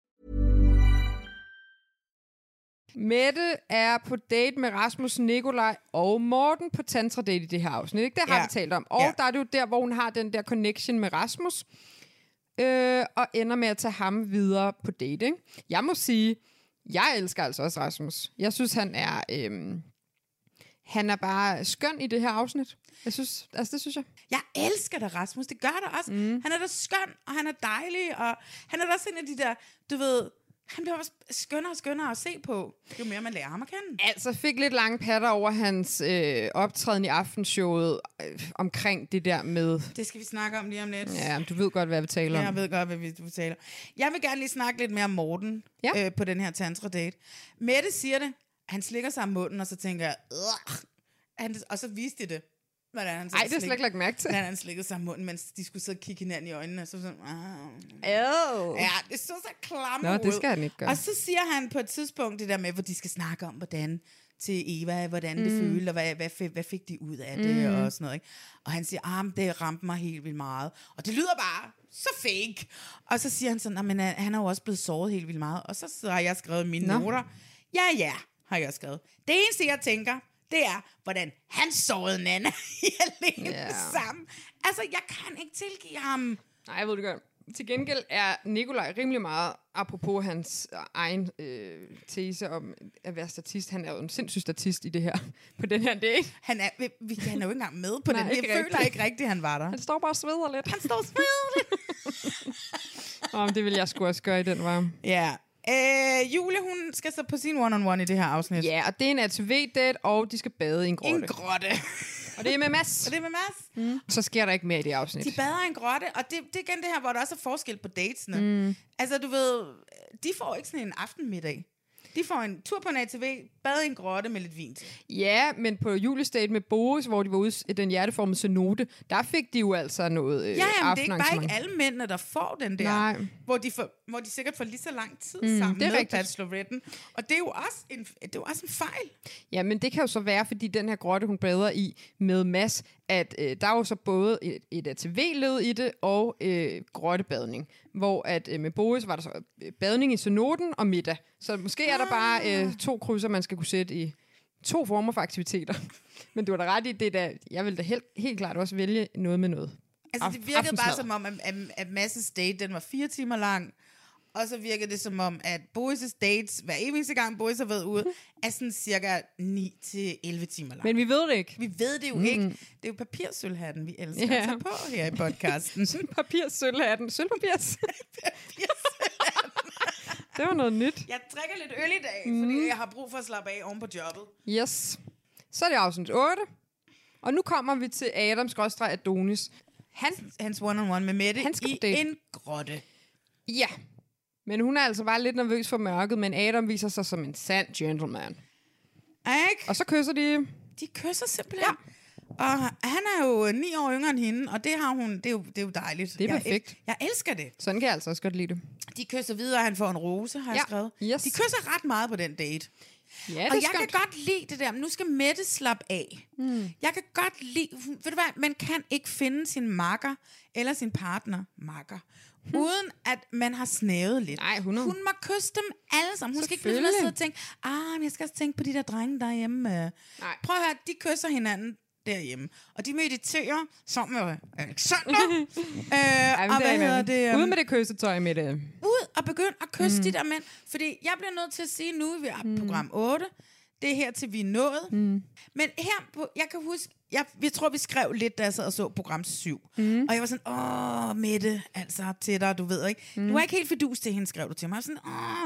Mette er på date med Rasmus, Nikolaj og Morten på tantra-date i det her afsnit. Ikke? Det har ja. vi talt om. Og ja. der er det jo der, hvor hun har den der connection med Rasmus, øh, og ender med at tage ham videre på date. Ikke? Jeg må sige, jeg elsker altså også Rasmus. Jeg synes, han er... Øh, han er bare skøn i det her afsnit. Jeg synes, altså det synes jeg. Jeg elsker dig, Rasmus. Det gør der også. Mm. Han er da skøn, og han er dejlig, og han er da også en af de der, du ved... Han bliver også skønnere og skønnere at se på, jo mere man lærer ham at kende. Altså fik lidt lange patter over hans øh, optræden i aftenshowet øh, omkring det der med... Det skal vi snakke om lige om lidt. Ja, du ved godt, hvad vi taler om. Jeg ved godt, hvad vi taler om. Jeg vil gerne lige snakke lidt mere om Morten ja. øh, på den her tantra-date. Mette siger det, han slikker sig om munden, og så tænker jeg... Han, og så viste de det. Hvordan han Ej, det er slet ikke lagt mærke til. Hvordan han slikkede sig om munden, mens de skulle sidde og kigge hinanden i øjnene. Så sådan, oh. Ja, det så så klamt ud. Nå, det skal han ikke gøre. Og så siger han på et tidspunkt det der med, hvor de skal snakke om, hvordan til Eva, hvordan mm. det følte, og hvad, hvad, hvad fik de ud af det, mm. og sådan noget. Ikke? Og han siger, ah, det ramte mig helt vildt meget. Og det lyder bare så fake. Og så siger han sådan, men han er jo også blevet såret helt vildt meget. Og så, så har jeg skrevet mine Nå. noter. Ja, ja, har jeg skrevet. Det eneste, jeg tænker... det er, hvordan han sårede Nana i alene yeah. sammen. Altså, jeg kan ikke tilgive ham. Nej, jeg ved det godt. Til gengæld er Nikolaj rimelig meget, apropos hans egen øh, tese om at være statist. Han er jo en sindssyg statist i det her, på den her date. Han er, vi, vi, han er jo ikke engang med på Nej, den. Jeg føler rigtigt. ikke rigtigt, han var der. Han står bare og sveder lidt. Han står og sveder lidt. Om det vil jeg sgu også gøre i den varme. Ja. Øh, Julie, hun skal så på sin one-on-one i det her afsnit. Ja, og det er en A T V-date, og de skal bade i en grotte. En grotte. Og det er med Mads. Og det er med Mads. Mm. Så sker der ikke mere i det afsnit. De bader i en grotte, og det, det er igen det her, hvor der også er forskel på datesene. Mm. Altså, du ved, de får ikke sådan en aftenmiddag. De får en tur på en A T V, bade i en grotte med lidt vin til. Ja, men på Julies date med Boris, hvor de var ude i den hjerteformede cenote, der fik de jo altså noget øh, Ja, jamen, det er ikke bare ikke alle mændene, der får den der. Nej. Hvor de, får, hvor de sikkert får lige så lang tid Mm, sammen det er med rigtigt. bacheloretten. Og det er jo også en, det er jo også en fejl. Ja, men det kan jo så være, fordi den her grotte, hun bader i med Mads, at øh, der er jo så både et, et A T V-led i det, og øh, grottebadning. Hvor at øh, med Boris var der så øh, badning i cenoten og middag. Så måske er der bare øh, to krydser, man skal kunne sætte i to former for aktiviteter. Men du har da ret i, det der, jeg vil da helt, helt klart også vælge noget med noget. Altså, det virkede bare som om, at, at, at Mads' date, den var fire timer lang. Og så virkede det som om, at Boris' dates, hver eneste gang Boris har været ude, er sådan cirka ni til elleve timer lang. Men vi ved det ikke. Vi ved det jo Mm. ikke. Det er jo papirsølvhatten, vi elsker Ja. at tage på her i podcasten. Papirsølvhatten. Sølvpapirs. Det var noget nyt. Jeg drikker lidt øl i dag, mm. fordi jeg har brug for at slappe af oven på jobbet. Yes. Så er det afsnit otte. Og nu kommer vi til Adam skråstreg Adonis. Han, Hans one-on-one med Mette Han skal i på date. en grotte. Ja. Men hun er altså bare lidt nervøs for mørket, men Adam viser sig som en sand gentleman. Ikke? Og så kysser de. De kysser simpelthen. Ja. Og han er jo ni år yngre end hende, og det har hun, det er jo, det er jo dejligt. Det er jeg, perfekt. Jeg, jeg elsker det. Sådan kan jeg altså også godt lide det. De kysser videre, og han får en rose, har jeg Ja. skrevet. Yes. De kysser ret meget på den date. Ja, det og er jeg skønt. kan godt lide det der, men nu skal Mette slappe af. Mm. Jeg kan godt lide, hun- ved du hvad, man kan ikke finde sin makker eller sin partner, makker, hmm. uden at man har snævet lidt. Nej, hundrede. Hun må kysse dem alle sammen. Hun skal ikke blive ved med at sidde og tænke, ah, men jeg skal også tænke på de der drenge derhjemme. Nej. Prøv at høre, de kysser hinanden derhjemme. Og de mediterer sammen med Alexander. øh, Ej, og hvad hedder det? Ud med det kyssetøj med det. Ud og begynde at kysse Mm. de der mænd. Fordi jeg bliver nødt til at sige nu, vi er på program otte. Det er her til vi er nået. Mm. Men her, på, jeg kan huske, jeg, jeg tror vi skrev lidt, da jeg sad og så program syv. Mm. Og jeg var sådan, åh Mette, altså til dig, du ved ikke. Mm. Du var ikke helt fidus til hende, skrev du til mig. Jeg var sådan, åh,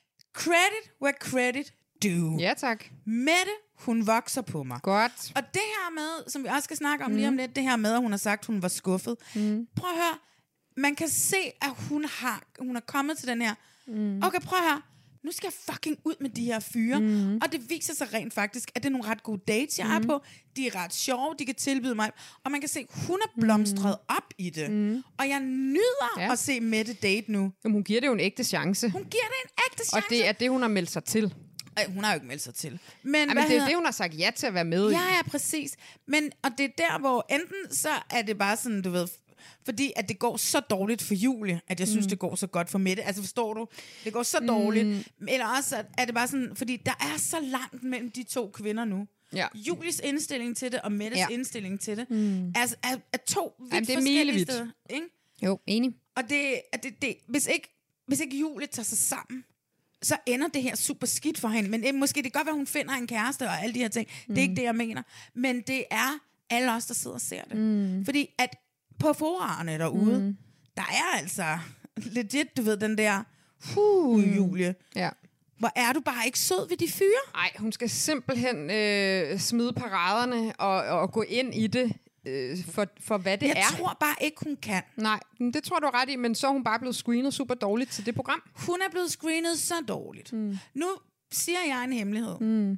credit where credit due. Ja, tak. Mette, hun vokser på mig. Godt. Og det her med, som vi også skal snakke om Mm. lige om lidt, det her med, at hun har sagt, at hun var skuffet. Mm. Prøv at høre, man kan se, at hun har, hun er kommet til den her, mm. okay, prøv at høre, nu skal jeg fucking ud med de her fyre. Mm. Og det viser sig rent faktisk, at det er nogle ret gode dates, jeg mm. er på. De er ret sjove, de kan tilbyde mig. Og man kan se, hun er blomstret mm. op i det. Mm. Og jeg nyder Ja. at se Mette date nu. Jamen, hun giver det jo en ægte chance. Hun giver det en ægte chance. Og det er det, hun har meldt sig til. Ej, hun har jo ikke meldt sig til. Men, Jamen, hvad det er hedder- det, hun har sagt ja til at være med i. Ja, ja, præcis. Men, og det er der, hvor enten så er det bare sådan, du ved, fordi at det går så dårligt for Julie, at jeg synes, Mm. det går så godt for Mette. Altså forstår du? Det går så dårligt. Mm. Eller også at- er det bare sådan, fordi der er så langt mellem de to kvinder nu. Ja. Julies indstilling til det, og Mettes Ja. indstilling til det, Mm. er, er, er to vidt Jamen, det er forskellige milevidt. steder. Ikke? Jo, enig. Og det, at det, det, hvis, ikke, hvis ikke Julie tager sig sammen, så ender det her super skidt for hende. Men eh, måske det kan godt være, at hun finder en kæreste og alle de her ting. Mm. Det er ikke det, jeg mener. Men det er alle os, der sidder og ser det. Mm. Fordi at på forarerne derude, mm. der er altså legit, du ved, den der, huh, Julie. Ja. Hvor er du bare ikke sød ved de fyre? Nej, hun skal simpelthen øh, smide paraderne og, og gå ind i det øh, for, for, hvad det jeg er. Jeg tror bare ikke, hun kan. Nej, men det tror du er ret i, men så er hun bare blevet screenet super dårligt til det program. Hun er blevet screenet så dårligt. Mm. Nu siger jeg en hemmelighed. Mm.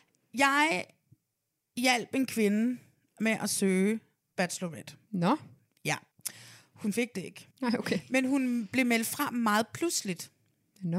Jeg hjalp en kvinde med at søge bachelorette. Nå. Ja. Hun fik det ikke. Nej, okay. Men hun blev meldt frem meget pludseligt. Nå.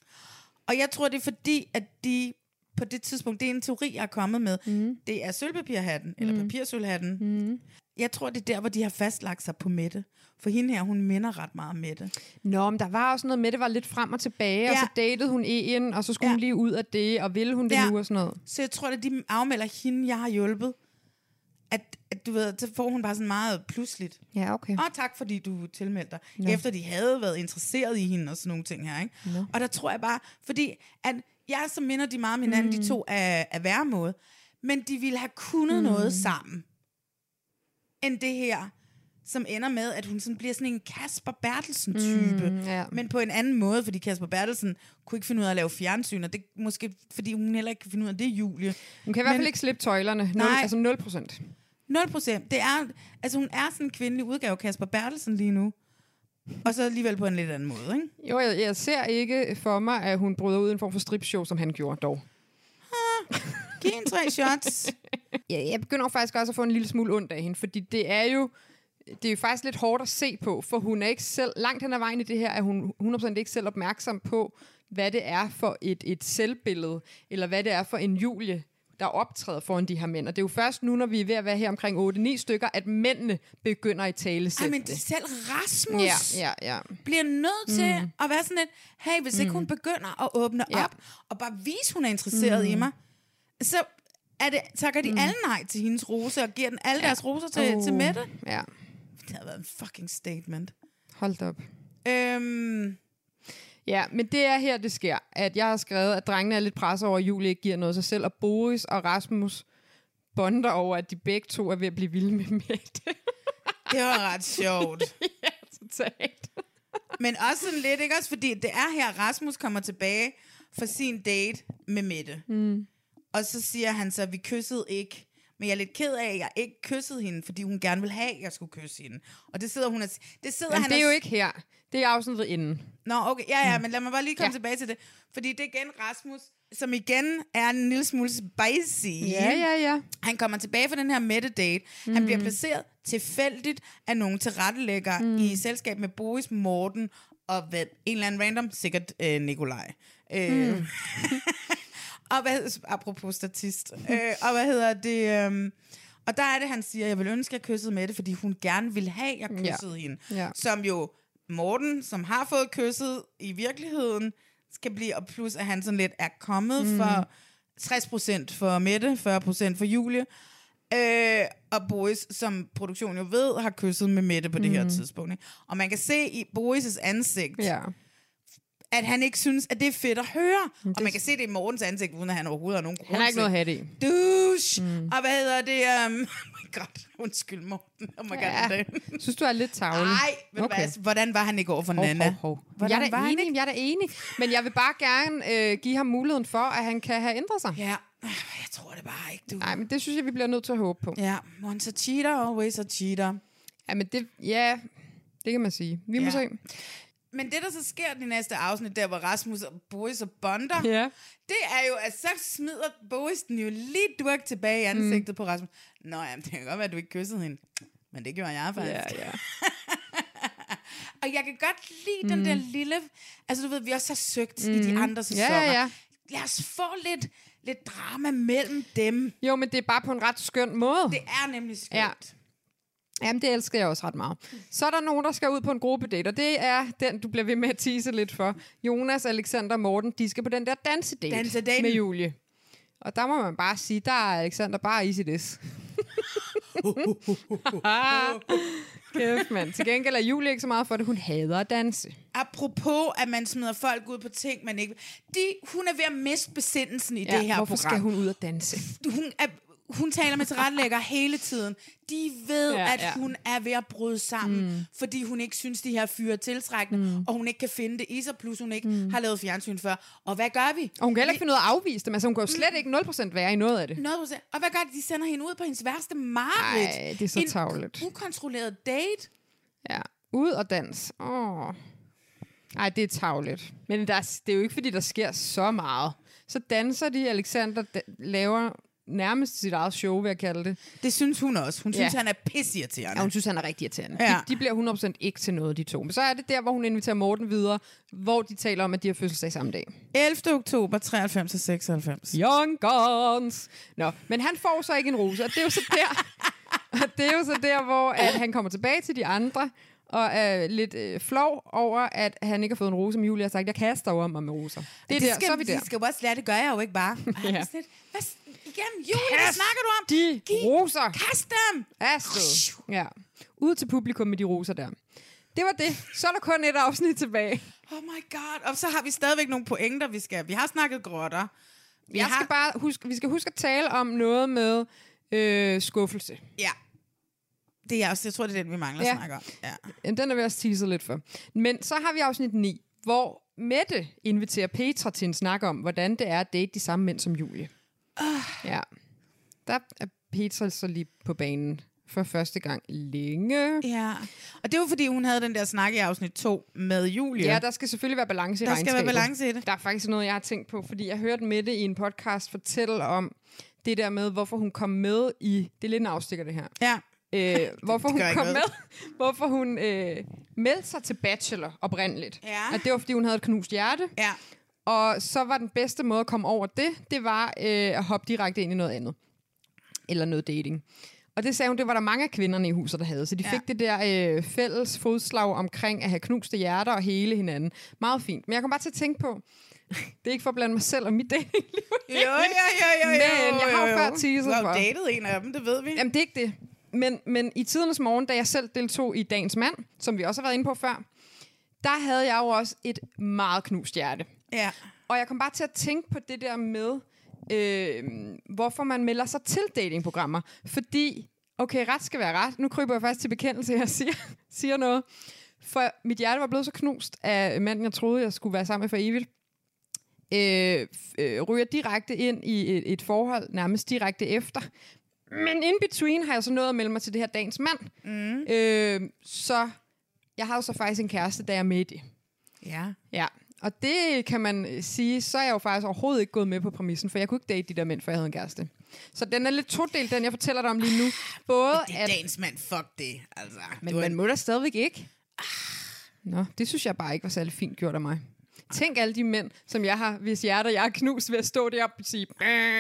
Og jeg tror, det er fordi, at de på det tidspunkt, det er en teori, jeg er kommet med, mm. det er sølvpapirhatten, mm. eller papirsølvhatten. Mm. Jeg tror, det er der, hvor de har fastlagt sig på Mette. For hende her, hun minder ret meget om Mette. Nå, men der var også noget med, det var lidt frem og tilbage, ja. Og så datede hun en, og så skulle ja. hun lige ud af det, og ville hun det ja. nu og sådan noget. Så jeg tror, at de afmelder hende, jeg har hjulpet. at, at du ved, så får hun bare sådan meget pludseligt. Ja, okay. Og tak, fordi du tilmeldte dig. No. Efter de havde været interesseret i hende og sådan nogle ting her, ikke? No. Og der tror jeg bare, fordi at jeg så minder de meget om hinanden, mm. de to af, af væremåde, men de ville have kunnet mm. noget sammen, end det her, som ender med, at hun sådan bliver sådan en Kasper Bertelsen-type, mm, ja. men på en anden måde, fordi Kasper Bertelsen kunne ikke finde ud af at lave fjernsyn, og det måske, fordi hun heller ikke kan finde ud af det, Julie. Hun kan i hvert fald ikke slippe tøjlerne. nul, nej, altså nul procent. nul procent. Det er, altså hun er sådan en kvindelig udgave af Kasper Bertelsen lige nu, og så alligevel på en lidt anden måde, ikke? Jo, jeg, jeg ser ikke for mig, at hun bryder ud i en form for stripshow, som han gjorde dog. Ah, giv en tre shots. Ja, jeg begynder faktisk også at få en lille smule ondt af hende, fordi det er jo det er jo faktisk lidt hårdt at se på, for hun er ikke selv, langt hen ad vejen i det her, er hun hundrede procent ikke selv opmærksom på, hvad det er for et, et selvbillede, eller hvad det er for en Julie, der optræder foran de her mænd. Og det er jo først nu, når vi er ved at være her omkring otte ni stykker, at mændene begynder i tale selv. Ej, men selv Rasmus ja, ja, ja. bliver nødt til mm. at være sådan lidt, hey, hvis mm. ikke hun begynder at åbne ja. op, og bare vise, hun er interesseret mm. i mig, så er det, takker de mm. alle nej til hendes rose, og giver den alle ja. deres roser til, oh. til Mette. Ja. Det har været en fucking statement. Hold da op. Øhm. Ja, men det er her, det sker. At jeg har skrevet, at drengene er lidt presset over, at Julie ikke giver noget sig selv, og Boris og Rasmus bonder over, at de begge to er ved at blive vilde med Mette. Det var ret sjovt. Ja, totalt. Men også sådan lidt, ikke også? Fordi det er her, Rasmus kommer tilbage for sin date med Mette. Mm. Og så siger han så, vi kyssede ikke. Men jeg er lidt ked af, at jeg ikke kyssede hende, fordi hun gerne ville have, at jeg skulle kysse hende. Og det sidder hun og det sidder men han det er og... jo ikke her. Det er afsnittet inden. Nå, okay. Ja, ja, mm. men lad mig bare lige komme ja. tilbage til det. Fordi det er igen Rasmus, som igen er en lille smule spicy. Ja, ja, ja. Han kommer tilbage fra den her Mette-date. Mm. Han bliver placeret tilfældigt af nogle tilrettelæggere mm. i selskab med Boris, Morten og hvad, en eller anden random, sikkert øh, Nikolaj. Øh. Mm. Og hvad, apropos statist. øh, og hvad hedder det... Øh, og der er det, han siger, jeg vil ønske, at jeg kyssede med det, fordi hun gerne vil have, at jeg kyssede ja. hende. Ja. Som jo Morten, som har fået kysset i virkeligheden, skal blive, og plus at han sådan lidt er kommet mm. for tres procent for Mette, fyrre procent for Julie. Øh, og Boris, som produktionen jo ved, har kysset med Mette på mm. det her tidspunkt. Ikke? Og man kan se i Boris' ansigt, ja. at han ikke synes, at det er fedt at høre. Det... Og man kan se det i Mortens ansigt, uden at han overhovedet har nogen grund. Han har ikke noget at have det i. Douche! Mm. Og hvad hedder det? Um... Oh my god, undskyld Morten. Oh my ja. god, synes du er lidt tavlig? Nej, okay. hvordan var han ikke over for hov, Nana? Hov, hov. Jeg er da enig, jeg er da enig. Men jeg vil bare gerne øh, give ham muligheden for, at han kan have ændret sig. Ja, jeg tror det bare ikke, du. Nej, men det synes jeg, vi bliver nødt til at håbe på. Ja, once a cheater, always a cheater. Ja, men det, ja, det kan man sige. Vi må ja. se. Men det, der så sker i næste afsnit, der hvor Rasmus og Boris og bonder, ja. det er jo, at så smider Boris den jo lige durk tilbage i ansigtet mm. på Rasmus. Nå ja, det kan godt være, at du ikke kyssede hende. Men det gjorde jeg faktisk. Ja, ja. Og jeg kan godt lide mm. den der lille... Altså du ved, vi også har søgt mm. i de andre sæsoner. Ja, ja, ja. Lad os få lidt, lidt drama mellem dem. Jo, men det er bare på en ret skøn måde. Det er nemlig skønt. Ja. Jamen, det elsker jeg også ret meget. Så er der nogen, der skal ud på en gruppedate, og det er den, du bliver ved med at tease lidt for. Jonas, Alexander og Morten, de skal på den der dansedate Dansedaten. med Julie. Og der må man bare sige, der er Alexander bare easy this. Kæft, mand. Til gengæld er Julie ikke så meget for det. Hun hader at danse. Apropos, at man smider folk ud på ting, man ikke... De, hun er ved at miste besindelsen i ja, det her hvorfor program. Hvorfor skal hun ud og danse? Hun er... Hun taler med tilrettelægger hele tiden. De ved, ja, at ja. hun er ved at bryde sammen, mm. fordi hun ikke synes, de her fyre er tiltrækkende, mm. og hun ikke kan finde det i sig, plus hun ikke mm. har lavet fjernsyn før. Og hvad gør vi? Og hun kan heller ikke finde ud af at afvise dem. Altså, hun kan jo slet mm. ikke nul procent være i noget af det. nul procent. Og hvad gør de? De sender hende ud på hendes værste mareridt. Nej, det er så tavligt. En ukontrolleret date. Ja, ud og dans. Åh. Ej, det er tavligt. Men der, det er jo ikke, fordi der sker så meget. Så danser de, Alexander da- laver... nærmest sit eget show, vil jeg kalde det. Det synes hun også. Hun synes, ja. han er pisseirriterende. Ja, hun synes, han er rigtig irriterende. Ja. De, de bliver hundrede procent ikke til noget, de to. Men så er det der, hvor hun inviterer Morten videre, hvor de taler om, at de har fødselsdag samme dag. ellevte oktober treoghalvfems og seksoghalvfems. Young Guns! Nå, men han får så ikke en rose, og det er jo så der, og det er jo så der, hvor at han kommer tilbage til de andre, og er lidt øh, flov over, at han ikke har fået en rose, som Julie har sagt, jeg kaster over mig med roser. Det er det der, skal, så er vi der. De skal jo også lære, det gør jeg jo ikke bare. Ja. Ja. Sådan, hvad, igen, Julie, hvad snakker du om? de Giv, roser. Kast dem! Astrid. Ja. Ud til publikum med de roser der. Det var det. Så er der kun et afsnit tilbage. Oh my god. Og så har vi stadigvæk nogle pointer, vi skal. Vi har snakket grotter. Vi, Jeg har... skal bare huske, vi skal huske at tale om noget med øh, skuffelse. Ja. Det er også, jeg tror, det er den, vi mangler Ja. at snakke om. Ja. Den er vi også teaset lidt for. Men så har vi afsnit ni, hvor Mette inviterer Petra til en snak om, hvordan det er at date de samme mænd som Julie. Uh. Ja. Der er Petra så lige på banen for første gang længe. Ja. Og det var, fordi hun havde den der snak i afsnit to med Julie. Ja, der skal selvfølgelig være balance i Der skal regnskabet. være balance i det. Der er faktisk noget, jeg har tænkt på, fordi jeg hørte Mette i en podcast fortælle om det der med, hvorfor hun kom med i... Det er lidt en afstikker, det her. Ja. Øh, hvorfor det hun gør kom ikke med, hvorfor hun øh, meldte sig til Bachelor oprindeligt. Ja. Og det var, fordi hun havde et knust hjerte. Ja. Og så var den bedste måde at komme over det, det var øh, at hoppe direkte ind i noget andet. Eller noget dating. Og det sagde hun, det var der mange af kvinderne i huset, der havde. Så de Ja. fik det der øh, fælles fodslag omkring at have knuste hjerter og hele hinanden. Meget fint. Men jeg kom bare til at tænke på, det er ikke for at blande mig selv og mit datingliv. Jo, jo, jo, jo, jo. Men jeg har jo jo, før jo. teaset Du har for. jo datet en af dem, det ved vi. Jamen, det er ikke det. Men, men i tidernes morgen, da jeg selv deltog i Dagens Mand, som vi også har været inde på før, der havde jeg jo også et meget knust hjerte. Ja. Og jeg kom bare til at tænke på det der med, øh, hvorfor man melder sig til datingprogrammer. Fordi, okay, ret skal være ret. Nu kryber jeg faktisk til bekendelse, jeg siger, siger noget. For mit hjerte var blevet så knust af manden, jeg troede, jeg skulle være sammen med for evigt. Øh, øh, ryger direkte ind i et, et forhold, nærmest direkte efter. Men in between har jeg så nået at melde mig til det her Dagens Mand. Mm. Øh, så jeg har jo så faktisk en kæreste, der er med i det. Ja. Ja, og det kan man sige, så er jeg jo faktisk overhovedet ikke gået med på præmissen, for jeg kunne ikke date de der mænd, før jeg havde en kæreste. Så den er lidt todelt, den jeg fortæller dig om lige nu. Både det er at, Dagens Mand, fuck det. Altså, men du man er... må da stadigvæk ikke. Nå, det synes jeg bare ikke var særlig fint gjort af mig. Tænk alle de mænd, som jeg har, hvis hjerter jeg er knust ved at stå deroppe og sige,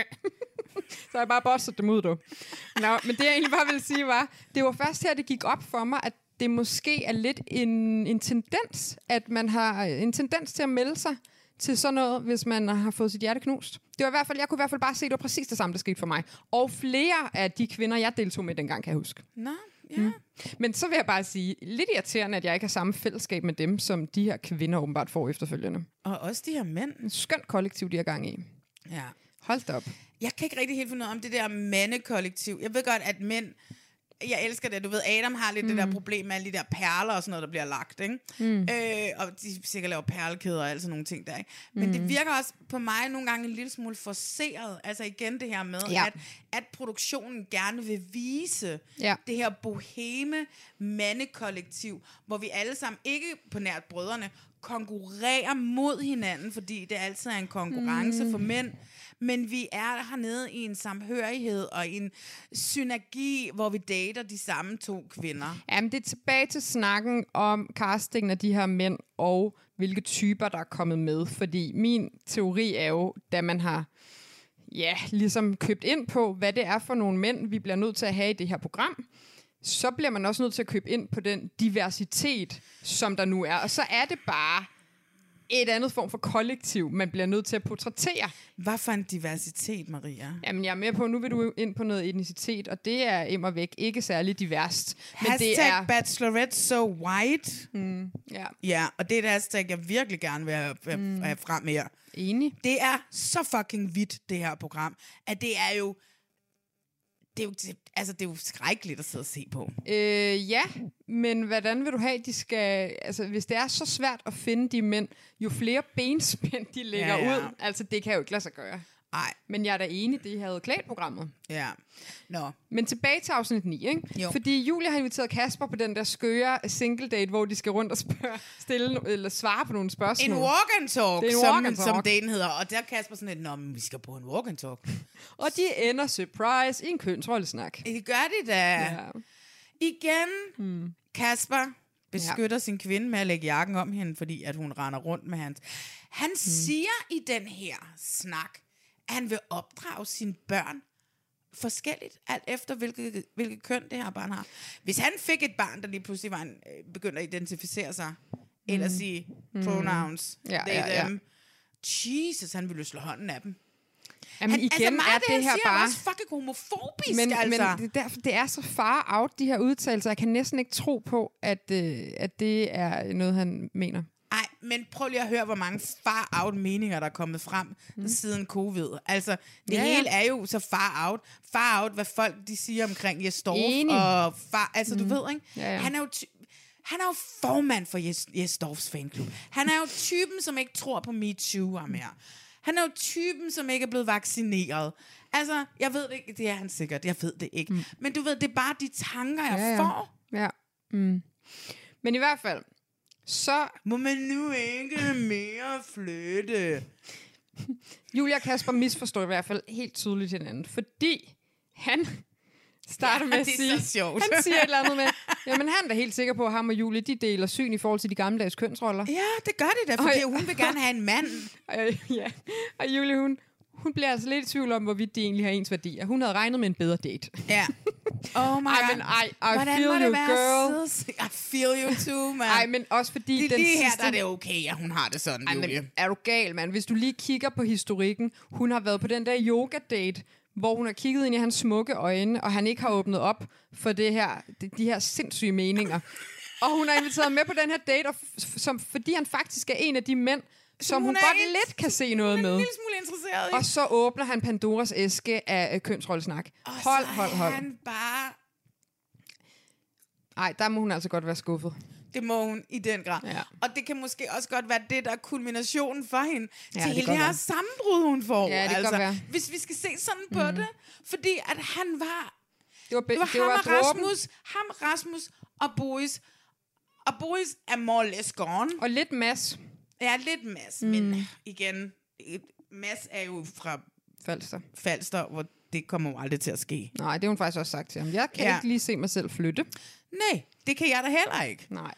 så har jeg bare bosset dem ud, du. Nå, men det jeg egentlig bare ville sige var, det var først her, det gik op for mig, at det måske er lidt en, en tendens, at man har en tendens til at melde sig til sådan noget, hvis man har fået sit hjerte knust. Det var i hvert fald, jeg kunne i hvert fald bare se, det var præcis det samme, der skete for mig. Og flere af de kvinder, jeg deltog med dengang, kan jeg huske. Nå, ja. Mm. Men så vil jeg bare sige, lidt irriterende, at jeg ikke har samme fællesskab med dem, som de her kvinder åbenbart får efterfølgende. Og også de her mænd. Skønt kollektiv, de har gang i. Ja. Hold da op. Jeg kan ikke rigtig helt finde ud af, om det der mandekollektiv. Jeg ved godt, at mænd... Jeg elsker det. Du ved, Adam har lidt mm. det der problem med alle de der perler og sådan noget, der bliver lagt, ikke? Mm. Øh, og de sikkert laver perlekæder og alle sådan nogle ting der, ikke? Men mm. det virker også på mig nogle gange en lille smule forceret. Altså igen det her med, ja. at, at produktionen gerne vil vise ja. det her boheme mandekollektiv, hvor vi alle sammen, ikke på nært brødrene, konkurrerer mod hinanden, fordi det altid er en konkurrence mm. for mænd. Men vi er hernede i en samhørighed og en synergi, hvor vi dater de samme to kvinder. Jamen, det er tilbage til snakken om castingen af de her mænd, og hvilke typer, der er kommet med. Fordi min teori er jo, da man har ja, ligesom købt ind på, hvad det er for nogle mænd, vi bliver nødt til at have i det her program, så bliver man også nødt til at købe ind på den diversitet, som der nu er. Og så er det bare et andet form for kollektiv, man bliver nødt til at portrættere. Hvad for en diversitet, Maria? Jamen, jeg er med på, nu vil du ind på noget etnicitet, og det er immer væk ikke særlig diverst. Men hashtag det er bachelorette so white. Mm, ja. Ja, og det er et hashtag, jeg virkelig gerne vil have, have, Mm. have frem her. Enig. Det er så fucking hvidt, det her program, at det er jo... Det er jo, altså, det er jo skrækkeligt at sidde og se på. Øh, ja, men hvordan vil du have, de skal... Altså, hvis det er så svært at finde de mænd, jo flere benspænd de lægger Ja, ja. ud, altså det kan jo ikke lade sig gøre. Nej. Men jeg er da enig, det havde klædt programmet. Ja. Nå. Men tilbage til afsnit ni, ikke? Jo. Fordi Julia har inviteret Kasper på den der skøre single date, hvor de skal rundt og spørge, stille eller svare på nogle spørgsmål. En walk and talk, Det er en som, walk and som talk. daten hedder. Og der er Kasper sådan lidt, nå, men vi skal på en walk and talk. Og de ender surprise i en kønsrollesnak. Det gør de da. Ja. Igen, hmm. Kasper beskytter ja. sin kvinde med at lægge jakken om hende, fordi at hun render rundt med hans. Han hmm. siger i den her snak, at han vil opdrage sine børn forskelligt, alt efter hvilket, hvilket køn det her barn har. Hvis han fik et barn, der lige pludselig var en, øh, begyndte at identificere sig, mm. eller sige mm. pronouns, ja, they, ja, ja. them, Jesus, han ville jo slå hånden af dem. Jamen han, igen altså, er det, det her siger, bare... er også fucking homofobisk, men, altså. Men det, derfor, det er så far out, de her udtalelser. Jeg kan næsten ikke tro på, at, øh, at det er noget, han mener. Nej, men prøv lige at høre, hvor mange far-out meninger, der er kommet frem mm. siden covid. Altså, det ja, hele ja. er jo så far-out. Far-out, hvad folk de siger omkring Jes Dorf og far... Altså, mm. du ved, ikke? Ja, ja. Han er jo... Ty- han er jo formand for Jes, Jes Dorfs fanklub. Han er jo typen, som ikke tror på MeToo mere. Han er jo typen, som ikke er blevet vaccineret. Altså, jeg ved det ikke. Det er han sikkert. Jeg ved det ikke. Mm. Men du ved, det er bare de tanker, jeg ja, ja. får. Ja. Mm. Men i hvert fald, så... Må man nu ikke mere flytte? Julia og Kasper misforstår i hvert fald helt tydeligt hinanden, fordi han starter ja, med at sige... Han siger et eller andet med, jamen han er da helt sikker på, at ham og Julie, de deler syn i forhold til de gammeldags kønsroller. Ja, det gør de da, fordi og, hun vil gerne have en mand. Og, ja, og Julie, hun, hun bliver altså lidt i tvivl om, hvorvidt de egentlig har ens værdier. Hun havde regnet med en bedre date. Ja. Oh my ej, god. Men, ej, I Hvordan feel you, girl. I feel you too, man. Ej, men også fordi... Det er den lige sidste... her, der er det okay, at hun har det sådan, ej, Julie. Men er du gal, mand? Hvis du lige kigger på historikken, hun har været på den der yoga-date, hvor hun har kigget ind i hans smukke øjne, og han ikke har åbnet op for det her, de, de her sindssyge meninger. Og hun har inviteret med på den her date, og f- som, fordi han faktisk er en af de mænd, som hun, hun godt et, lidt kan se noget med. En lille smule interesseret i. Og så åbner han Pandoras æske af øh, kønsrollesnak. Og hold, hold, hold. han bare... Ej, der må hun altså godt være skuffet. Det må hun i den grad. Ja. Og det kan måske også godt være det, der er kulminationen for hende. Ja, til det hele det her være. sammenbrud, hun får. Ja, det kan altså, godt være. Hvis vi skal se sådan på mm. det. Fordi at han var... Det var, be- det var det ham var og Rasmus, ham, Rasmus og Boris. Og Boris er more or less gone. Og lidt Mads. Ja, lidt Mads. Mm. Men igen, Mads er jo fra Falster. Falster, hvor det kommer jo aldrig til at ske. Nej, det har hun faktisk også sagt til ham. Jeg kan ja. ikke lige se mig selv flytte. Nej, det kan jeg da heller ikke. Nej.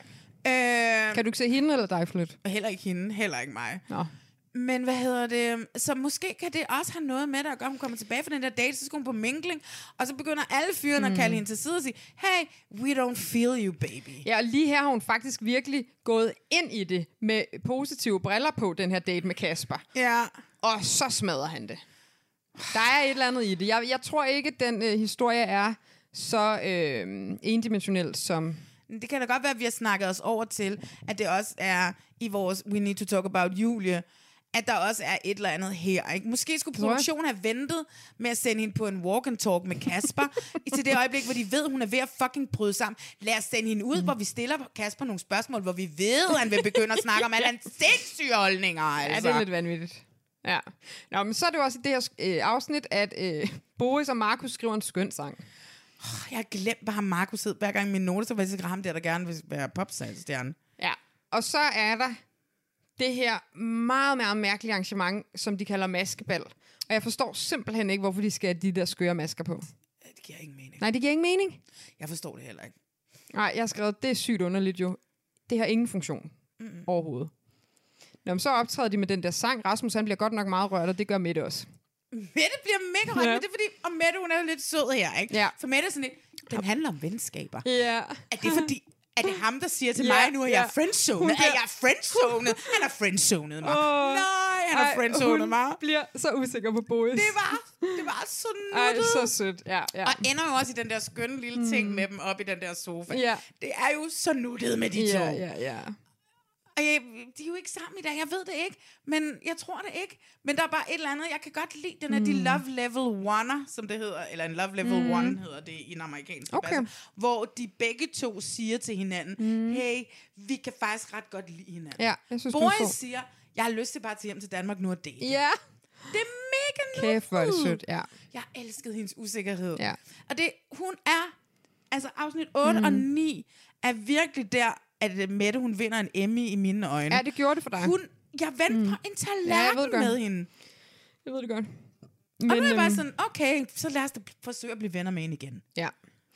Øh, kan du ikke se hende eller dig flytte? Heller ikke hende, heller ikke mig. Nå. Men hvad hedder det? Så måske kan det også have noget med det at gøre. Hun kommer tilbage fra den der date, så skal hun på mingling, og så begynder alle fyrene mm. at kalde hende til side og sige, hey, we don't feel you, baby. Ja, og lige her har hun faktisk virkelig gået ind i det med positive briller på, den her date med Kasper. Ja. Og så smadrer han det. Der er et eller andet i det. Jeg, jeg tror ikke, at den øh, historie er så øh, endimensionel som... Det kan da godt være, at vi har snakket os over til, at det også er i vores We Need to Talk About Julie, at der også er et eller andet her. Ikke? Måske skulle produktionen have ventet med at sende hende på en walk and talk med Kasper, til det øjeblik, hvor de ved, hun er ved at fucking bryde sammen. Lad os sende hende ud, mm. hvor vi stiller Kasper nogle spørgsmål, hvor vi ved, at han vil begynde at snakke om alle hans sindssyge holdninger. Altså. Ja, det er lidt vanvittigt. Ja. Nå, men så er det jo også i det her øh, afsnit, at øh, Boris og Markus skriver en skøn sang. Oh, jeg har glemt, hvad ham Markus hed. Hver gang min note, så var jeg ham der, der gerne vil være popstjerne. Ja, og så er der det her meget, meget mærkelige arrangement, som de kalder maskebal. Og jeg forstår simpelthen ikke, hvorfor de skal have de der skøre masker på. Det giver ingen mening. Nej, det giver ingen mening. Jeg forstår det heller ikke. Nej, jeg har skrevet, det er sygt underligt jo. Det har ingen funktion mm-hmm. overhovedet. Nå, men så optræder de med den der sang. Rasmus, han bliver godt nok meget rørt, og det gør Mette også. Mette bliver mega rørt, ja. Men det er fordi, og Mette, hun er jo lidt sød her, ikke? Ja. For Mette er sådan lidt, den handler om venskaber. Ja. Er det fordi, er det ham, der siger til ja, mig, nu er ja. jeg friendzonet? Bliver... Er jeg friendzonet? Han har friendzonet mig. Oh. Nej, han har friendzonet mig. Hun bliver så usikker på Boris. Det var, det var så nuttet. Ej, så sødt, ja, ja. Og ender jo også i den der skønne lille ting mm. med dem op i den der sofa. Ja. Det er jo så nuttet med de ja, to. Ja, ja, Og jeg, de er jo ikke sammen i dag, jeg ved det ikke, men jeg tror det ikke. Men der er bare et eller andet, jeg kan godt lide den her, mm. de love level one'er, som det hedder, eller en love level mm. one hedder det i en amerikansk okay. base, hvor de begge to siger til hinanden, mm. hey, vi kan faktisk ret godt lide hinanden. Ja, jeg synes, Boris siger, jeg har lyst til bare til hjem til Danmark nu at date. Ja. Det er mega nuttet. Kæft, hvor er det sødt, ja. Jeg elskede hendes usikkerhed. Ja. Og det, hun er, altså afsnit otte mm. og ni, er virkelig der, at Mette, hun vinder en Emmy i mine øjne. Ja, det gjorde det for dig. Hun, jeg vendte mm. på en tallerken ja, med hende. Jeg ved det godt. Men, og nu er jeg bare sådan, okay, så lad os da forsøge at blive venner med hende igen. Ja.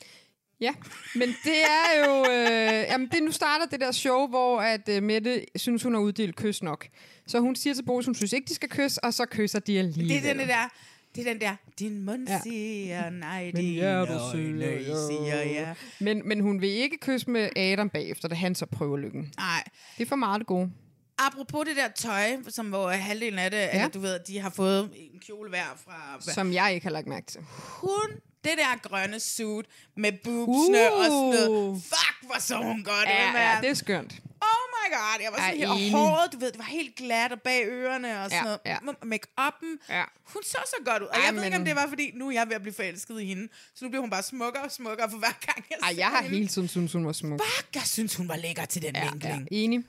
Ja, men det er jo... Øh, jamen, det, nu starter det der show, hvor at, øh, Mette synes, hun har uddelt kys nok. Så hun siger til Boris, hun synes ikke, de skal kysse, og så kysser de alligevel. Det er den der... Det er den der, din mund Ja. siger nej, Men din hjertet øjne siger ja. Men, men hun vil ikke kysse med Adam bagefter, da han så prøver lykken. Nej. Det er for meget det gode. Apropos det der tøj, som hvor halvdelen af det, ja. eller du ved, de har fået en kjole hver fra... Som jeg ikke har lagt mærke til. Hun, det der grønne suit med boobsne uh. og sådan noget. Fuck, hvor så hun godt ud, Ja, mand. ja, det er skønt. Oh my god, jeg var sådan Jeg er helt enig. hårdt, du ved, det var helt glat og bag ørerne og sådan Ja, noget. ja. Make-up'en, Ja. hun så så godt ud. Og Ej, jeg ved ikke, om men- det var, fordi nu er jeg ved at blive forelsket i hende. Så nu bliver hun bare smukkere og smukkere for hver gang, jeg Ej, ser jeg har hende. hele tiden syntes, hun var smuk. Fuck, jeg synes, hun var lækker til den Ja, vinkling. ja, enig.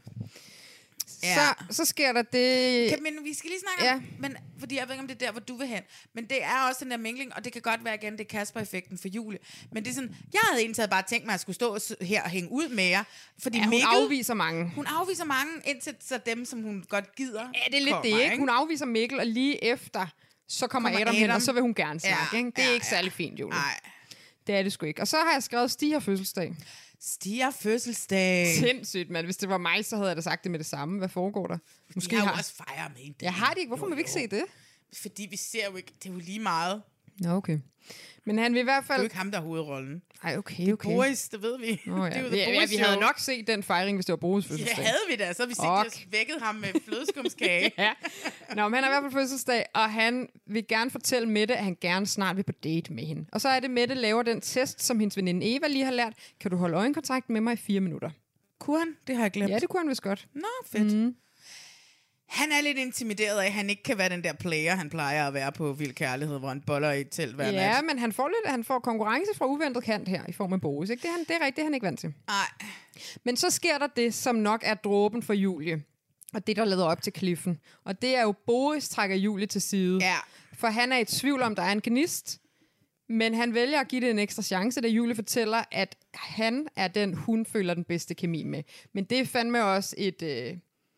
Ja. Så, så sker der det... Kan, men vi skal lige snakke Ja. om, men, fordi jeg ved ikke, om det er der, hvor du vil hen. Men det er også den der mingling, og det kan godt være igen, det er Kasper-effekten for Julie. Men det er sådan, jeg havde egentlig bare tænkt mig, at jeg skulle stå og s- her og hænge ud med jer. Fordi Ja, hun Mikkel, afviser mange. Hun afviser mange, indtil så dem, som hun godt gider. Ja, det er lidt kommer, det, ikke? Hun afviser Mikkel, og lige efter, så kommer, Kommer Adam, hen, Adam. og så vil hun gerne snakke. Ja, Ikke? Det er ja, ikke ja. særlig fint, Julie. Nej. Det er det sgu ikke. Og så har jeg skrevet, Stig har fødselsdag. Stig har fødselsdag. Sindssygt, mand. Hvis det var mig, så havde jeg da sagt det med det samme. Hvad foregår der? Måske jeg har jo også fejret med en dag. Jeg har det ikke. Hvorfor må vi ikke se det? Fordi vi ser jo ikke, det er jo lige meget. Nå, okay. Men han vil i hvert fald... Det er jo ikke ham, der er hovedrollen. Ej, okay, okay. Boris, det ved vi. Nå, ja. Det er jo vi, The ja, Boris vi havde show. nok set den fejring, hvis det var Boris fødselsdag. Ja, havde vi da. Så havde vi Ok. sikkert vækket ham med flødeskumskage. Ja. Nå, men han har i hvert fald fødselsdag, og han vil gerne fortælle Mette, at han gerne snart vil på date med hende. Og så er det, Mette laver den test, som hendes veninde Eva lige har lært. Kan du holde øjenkontakt med mig i fire minutter? Kunne han? Det har jeg glemt. Ja, det kunne han vist godt. Nå, fedt. Mm. Han er lidt intimideret af, at han ikke kan være den der player, han plejer at være på Vild Kærlighed, hvor han boller i et telt hver Ja, nat. men han får lidt, han får konkurrence fra uventet kant her, i form af Boris. Ikke? Det, er han, det er rigtigt, det er han ikke vant til. Nej. Men så sker der det, som nok er dråben for Julie. Og det, der leder op til kliffen. Og det er jo, Boris trækker Julie til side. Ja. For han er i tvivl om, der er en gnist. Men han vælger at give det en ekstra chance, da Julie fortæller, at han er den, hun føler den bedste kemi med. Men det er fandme også et, øh,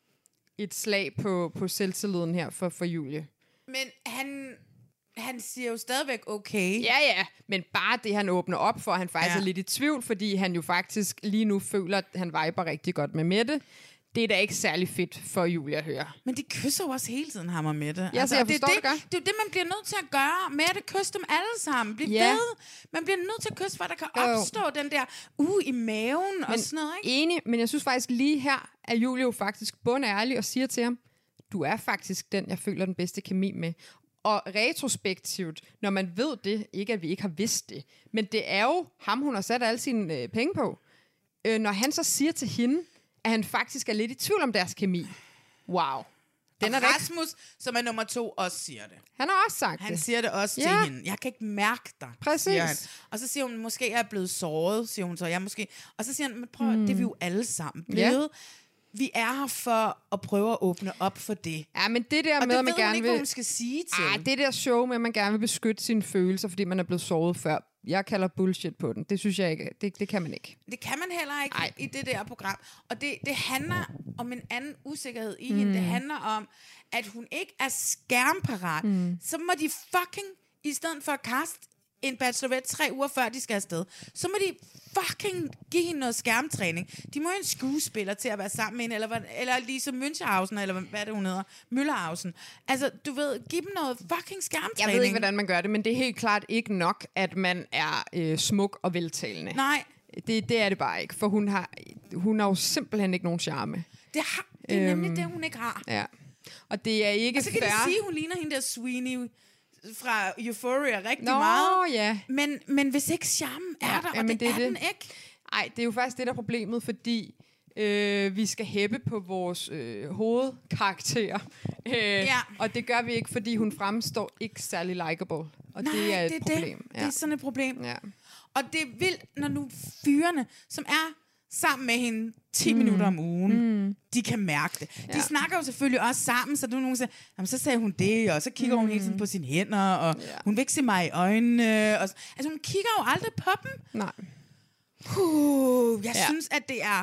et slag på, på selvtilliden her for, for Julie. Men han, han siger jo stadigvæk okay. Ja, ja, men bare det, han åbner op for, at han faktisk Ja. er lidt i tvivl, fordi han jo faktisk lige nu føler, at han viber rigtig godt med Mette. Det er da ikke særlig fedt for Julie at høre. Men de kysser jo også hele tiden, ham og Mette. Ja, så jeg det, forstår er det det, godt. det er jo det, man bliver nødt til at gøre. Mette, kys dem alle sammen. Bliv Ja. ved. Man bliver nødt til at kysse, for der kan Jo, jo. opstå den der uh i maven og Men sådan noget, ikke? enig, men jeg synes faktisk lige her, at Julie jo faktisk bundærlig og siger til ham, du er faktisk den, jeg føler den bedste kemi med. Og retrospektivt, når man ved det, ikke at vi ikke har vidst det, men det er jo ham, hun har sat alle sine øh, penge på. Øh, når han så siger til hende, at han faktisk er lidt i tvivl om deres kemi. Wow. Den og er da ikke- Rasmus, som er nummer to, også siger det. Han har også sagt Han det. siger det også Ja. til hende. Jeg kan ikke mærke dig, Præcis. siger han. Og så siger hun, måske er jeg blevet såret, siger hun så. Jeg måske... Og så siger han, men prøv, mm. det er vi jo alle sammen blevet. Vi er her for at prøve at åbne op for det. Ja, men det der og med, det at man ved hun gerne ikke, vil... hvad hun skal sige til. Ah, det der show med, at man gerne vil beskytte sine følelser, fordi man er blevet såret før. Jeg kalder bullshit på den. Det synes jeg ikke. Det, det kan man ikke. Det kan man heller ikke Ej. i det der program. Og det, det handler om en anden usikkerhed i mm. hende. Det handler om, at hun ikke er skærmparat. Mm. Så må de fucking, i stedet for at kaste en bachelorette tre uger før de skal afsted, så må de fucking give hende noget skærmtræning. De må jo en skuespiller til at være sammen med hende, eller, hvad- eller Lise Münchhausen, eller hvad, hvad er det, hun hedder? Møllerhausen. Altså, du ved, giv dem noget fucking skærmtræning. Jeg ved ikke, hvordan man gør det, men det er helt klart ikke nok, at man er øh, smuk og veltalende. Nej. Det, det er det bare ikke, for hun har, hun har jo simpelthen ikke nogen charme. Det, har, det er nemlig Øhm, det, hun ikke har. Ja. Og det er ikke Og så kan fair. de sige, at hun ligner hende der Sweeney fra Euphoria rigtig Nå, meget. ja. Men, men hvis ikke charmen er Ja, der, og jamen, det, det er er det. den ikke. Nej, det er jo faktisk det, der er problemet, fordi øh, vi skal hæppe på vores øh, hovedkarakter. Øh, Ja. Og det gør vi ikke, fordi hun fremstår ikke særlig likable. Og Nej, det er et det er problem. Det. det er sådan et problem. Ja. Og det er vildt, når nu fyrene, som er sammen med hende ti mm. minutter om ugen, mm. de kan mærke det. De Ja. snakker jo selvfølgelig også sammen, så du nogen siger, jamen, så sagde hun det, og så kigger mm. hun hele tiden på sine hænder, og Ja. hun vil ikke se mig i øjnene. Og, altså, hun kigger jo aldrig på dem. Nej. Uh, jeg Ja. ja. synes, at det er...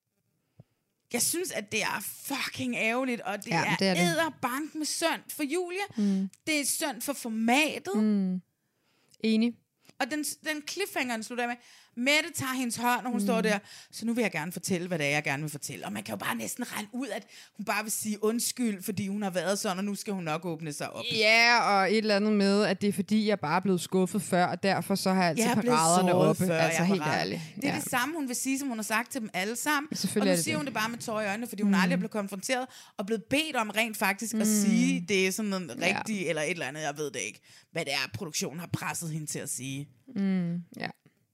Jeg synes, at det er fucking ærgerligt, og det Ja, ja, er, det er det. æderbank med synd for Julie. Mm. Det er synd for formatet. Mm. Enig. Og den, den cliffhangeren slutter med, Mette tager hendes hånd, og hun mm. står der, så nu vil jeg gerne fortælle, hvad det er, jeg gerne vil fortælle. Og man kan jo bare næsten regne ud, at hun bare vil sige undskyld, fordi hun har været sådan, og nu skal hun nok åbne sig op. Ja, og et eller andet med, at det er fordi, jeg bare er blevet skuffet før, og derfor så har jeg altid paraderne oppe. Før, altså helt ærligt. Det er ja. det samme, hun vil sige, som hun har sagt til dem alle sammen. Og nu det siger det. hun det bare med tårer i øjnene, fordi hun mm. aldrig er blevet konfronteret, og blevet bedt om rent faktisk mm. at sige, det er sådan en rigtig, ja. eller et eller andet, jeg ved det ikke, hvad det er, produktionen har presset hende til at sige. Mm. Ja.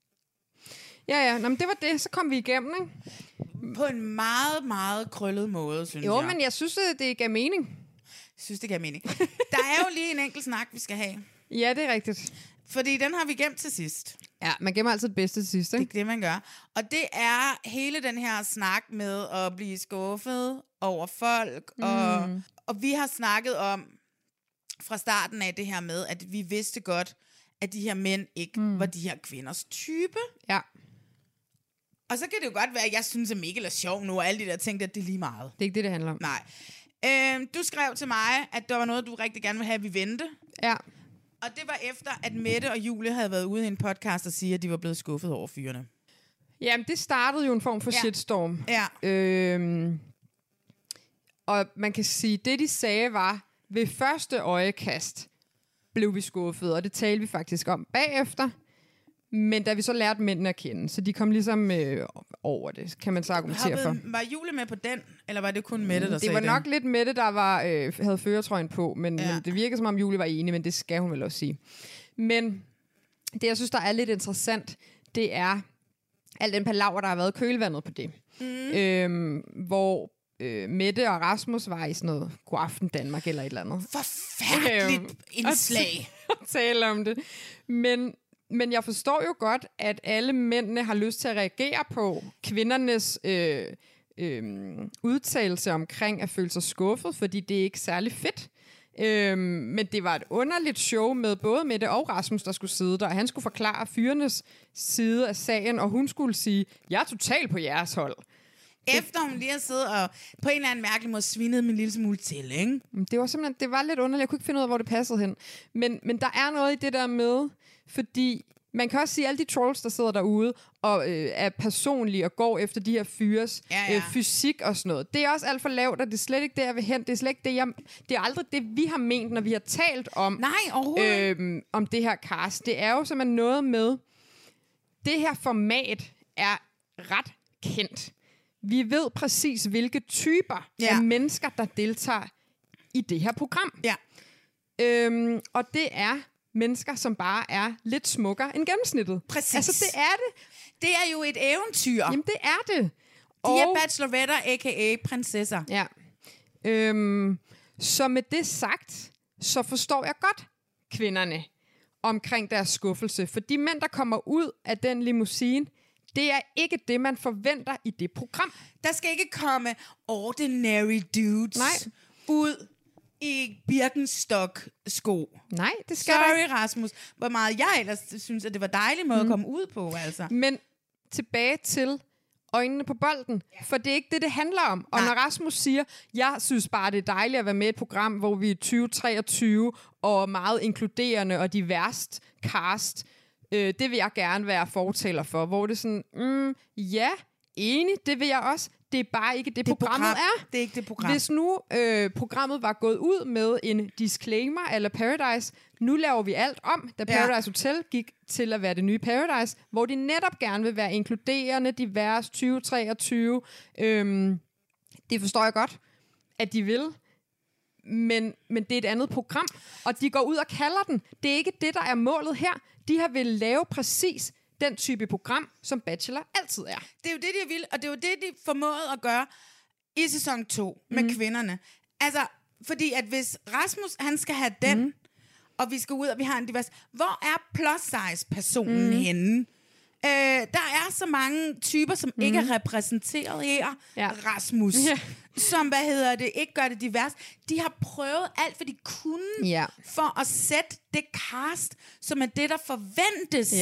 Ja, ja. Nå, men det var det. Så kom vi igennem, ikke? På en meget, meget krøllet måde, synes jo, jeg. Jo, men jeg synes, det gav mening. Jeg synes, det gav mening. Der er jo lige en enkelt snak, vi skal have. Ja, det er rigtigt. Fordi den har vi gemt til sidst. Ja, man gemmer altid det bedste til sidst, ikke? Det er det, man gør. Og det er hele den her snak med at blive skuffet over folk. Mm. Og, og vi har snakket om fra starten af det her med, at vi vidste godt, at de her mænd ikke mm. var de her kvinders type. Ja. Og så kan det jo godt være, at jeg synes, at Mikkel er sjov nu, og alle de der ting, at det er lige meget. Det er ikke det, det handler om. Nej. Øhm, du skrev til mig, at der var noget, du rigtig gerne ville have, at vi vendte. Ja. Og det var efter, at Mette og Julie havde været ude i en podcast og sige, at de var blevet skuffet over fyrene. Jamen, det startede jo en form for ja. shitstorm. Ja. Øhm, og man kan sige, det de sagde var, ved første øjekast blev vi skuffet, og det talte vi faktisk om bagefter. Men da vi så lærte mændene at kende, så de kom ligesom øh, over det, kan man så argumentere for. Var Julie med på den, eller var det kun Mette, der det sagde det? Det var nok det? lidt Mette, der var, øh, havde førertrøjen på, men, ja. men det virker som om Julie var enig, men det skal hun vel også sige. Men det, jeg synes, der er lidt interessant, det er al den palaver, der har været kølvandet på det. Mm. Øhm, hvor øh, Mette og Rasmus var i sådan noget God Aften Danmark eller et eller andet. Forfærdeligt øhm, indslag. At tale om det. Men Men jeg forstår jo godt, at alle mændene har lyst til at reagere på kvindernes øh, øh, udtalelse omkring at føle sig skuffet, fordi det er ikke særlig fedt. Øh, men det var et underligt show med både Mette og Rasmus, der skulle sidde der, og han skulle forklare fyrenes side af sagen, og hun skulle sige, jeg er totalt på jeres hold. Efter hun lige har siddet og på en eller anden mærkelig måde svindet med en lille smule til, ikke? Det var simpelthen, det var lidt underligt. Jeg kunne ikke finde ud af, hvor det passede hen. Men, men der er noget i det der med, fordi man kan også sige, at alle de trolls, der sidder derude og øh, er personlige og går efter de her fyres ja, ja. Øh, fysik og sådan noget. Det er også alt for lavt, og det er slet ikke det, jeg vil hen. Det er slet ikke det, jeg, det er aldrig det, vi har ment, når vi har talt om, Nej, øh, om det her cast. Det er jo simpelthen noget med, det her format er ret kendt. Vi ved præcis, hvilke typer ja. af mennesker, der deltager i det her program. Ja. Øhm, og det er mennesker, som bare er lidt smukkere end gennemsnittet. Præcis. Altså, det er det. Det er jo et eventyr. Jamen, det er det. De og er bacheloretter, a k a prinsesser. Ja. Øhm, så med det sagt, så forstår jeg godt kvinderne omkring deres skuffelse. For de mænd, der kommer ud af den limousine, det er ikke det, man forventer i det program. Der skal ikke komme ordinary dudes Nej. ud i Birkenstock-sko. Nej, det skal Sorry, der ikke. Rasmus. Hvor meget jeg ellers synes, at det var dejligt måde mm. at komme ud på, altså. Men tilbage til øjnene på bolden. Ja. For det er ikke det, det handler om. Og Nej. når Rasmus siger, jeg synes bare, det er dejligt at være med i et program, hvor vi er tyve treogtyve og meget inkluderende og diverst cast, øh, det vil jeg gerne være fortaler for. Hvor det er sådan, mm, ja, enig, det vil jeg også. Det er bare ikke det, det programmet program. er. Det er ikke det program. Hvis nu øh, programmet var gået ud med en disclaimer eller Paradise, nu laver vi alt om, da Paradise ja. Hotel gik til at være det nye Paradise, hvor de netop gerne vil være inkluderende, divers, tyve treogtyve. Øhm, det forstår jeg godt, at de vil. Men, men det er et andet program, og de går ud og kalder den. Det er ikke det, der er målet her. De har vil lave præcis den type program, som Bachelor altid er. Det er jo det, de vil, og det er jo det, de formåede at gøre i sæson to med mm. kvinderne. Altså, fordi at hvis Rasmus, han skal have den, mm. og vi skal ud, og vi har en divers, hvor er plus-size-personen mm. henne? Øh, der er så mange typer, som mm. ikke er repræsenteret her, ja. Rasmus, ja. som, hvad hedder det, ikke gør det divers. De har prøvet alt, hvad de kunne, ja. for at sætte det cast, som er det, der forventes ja.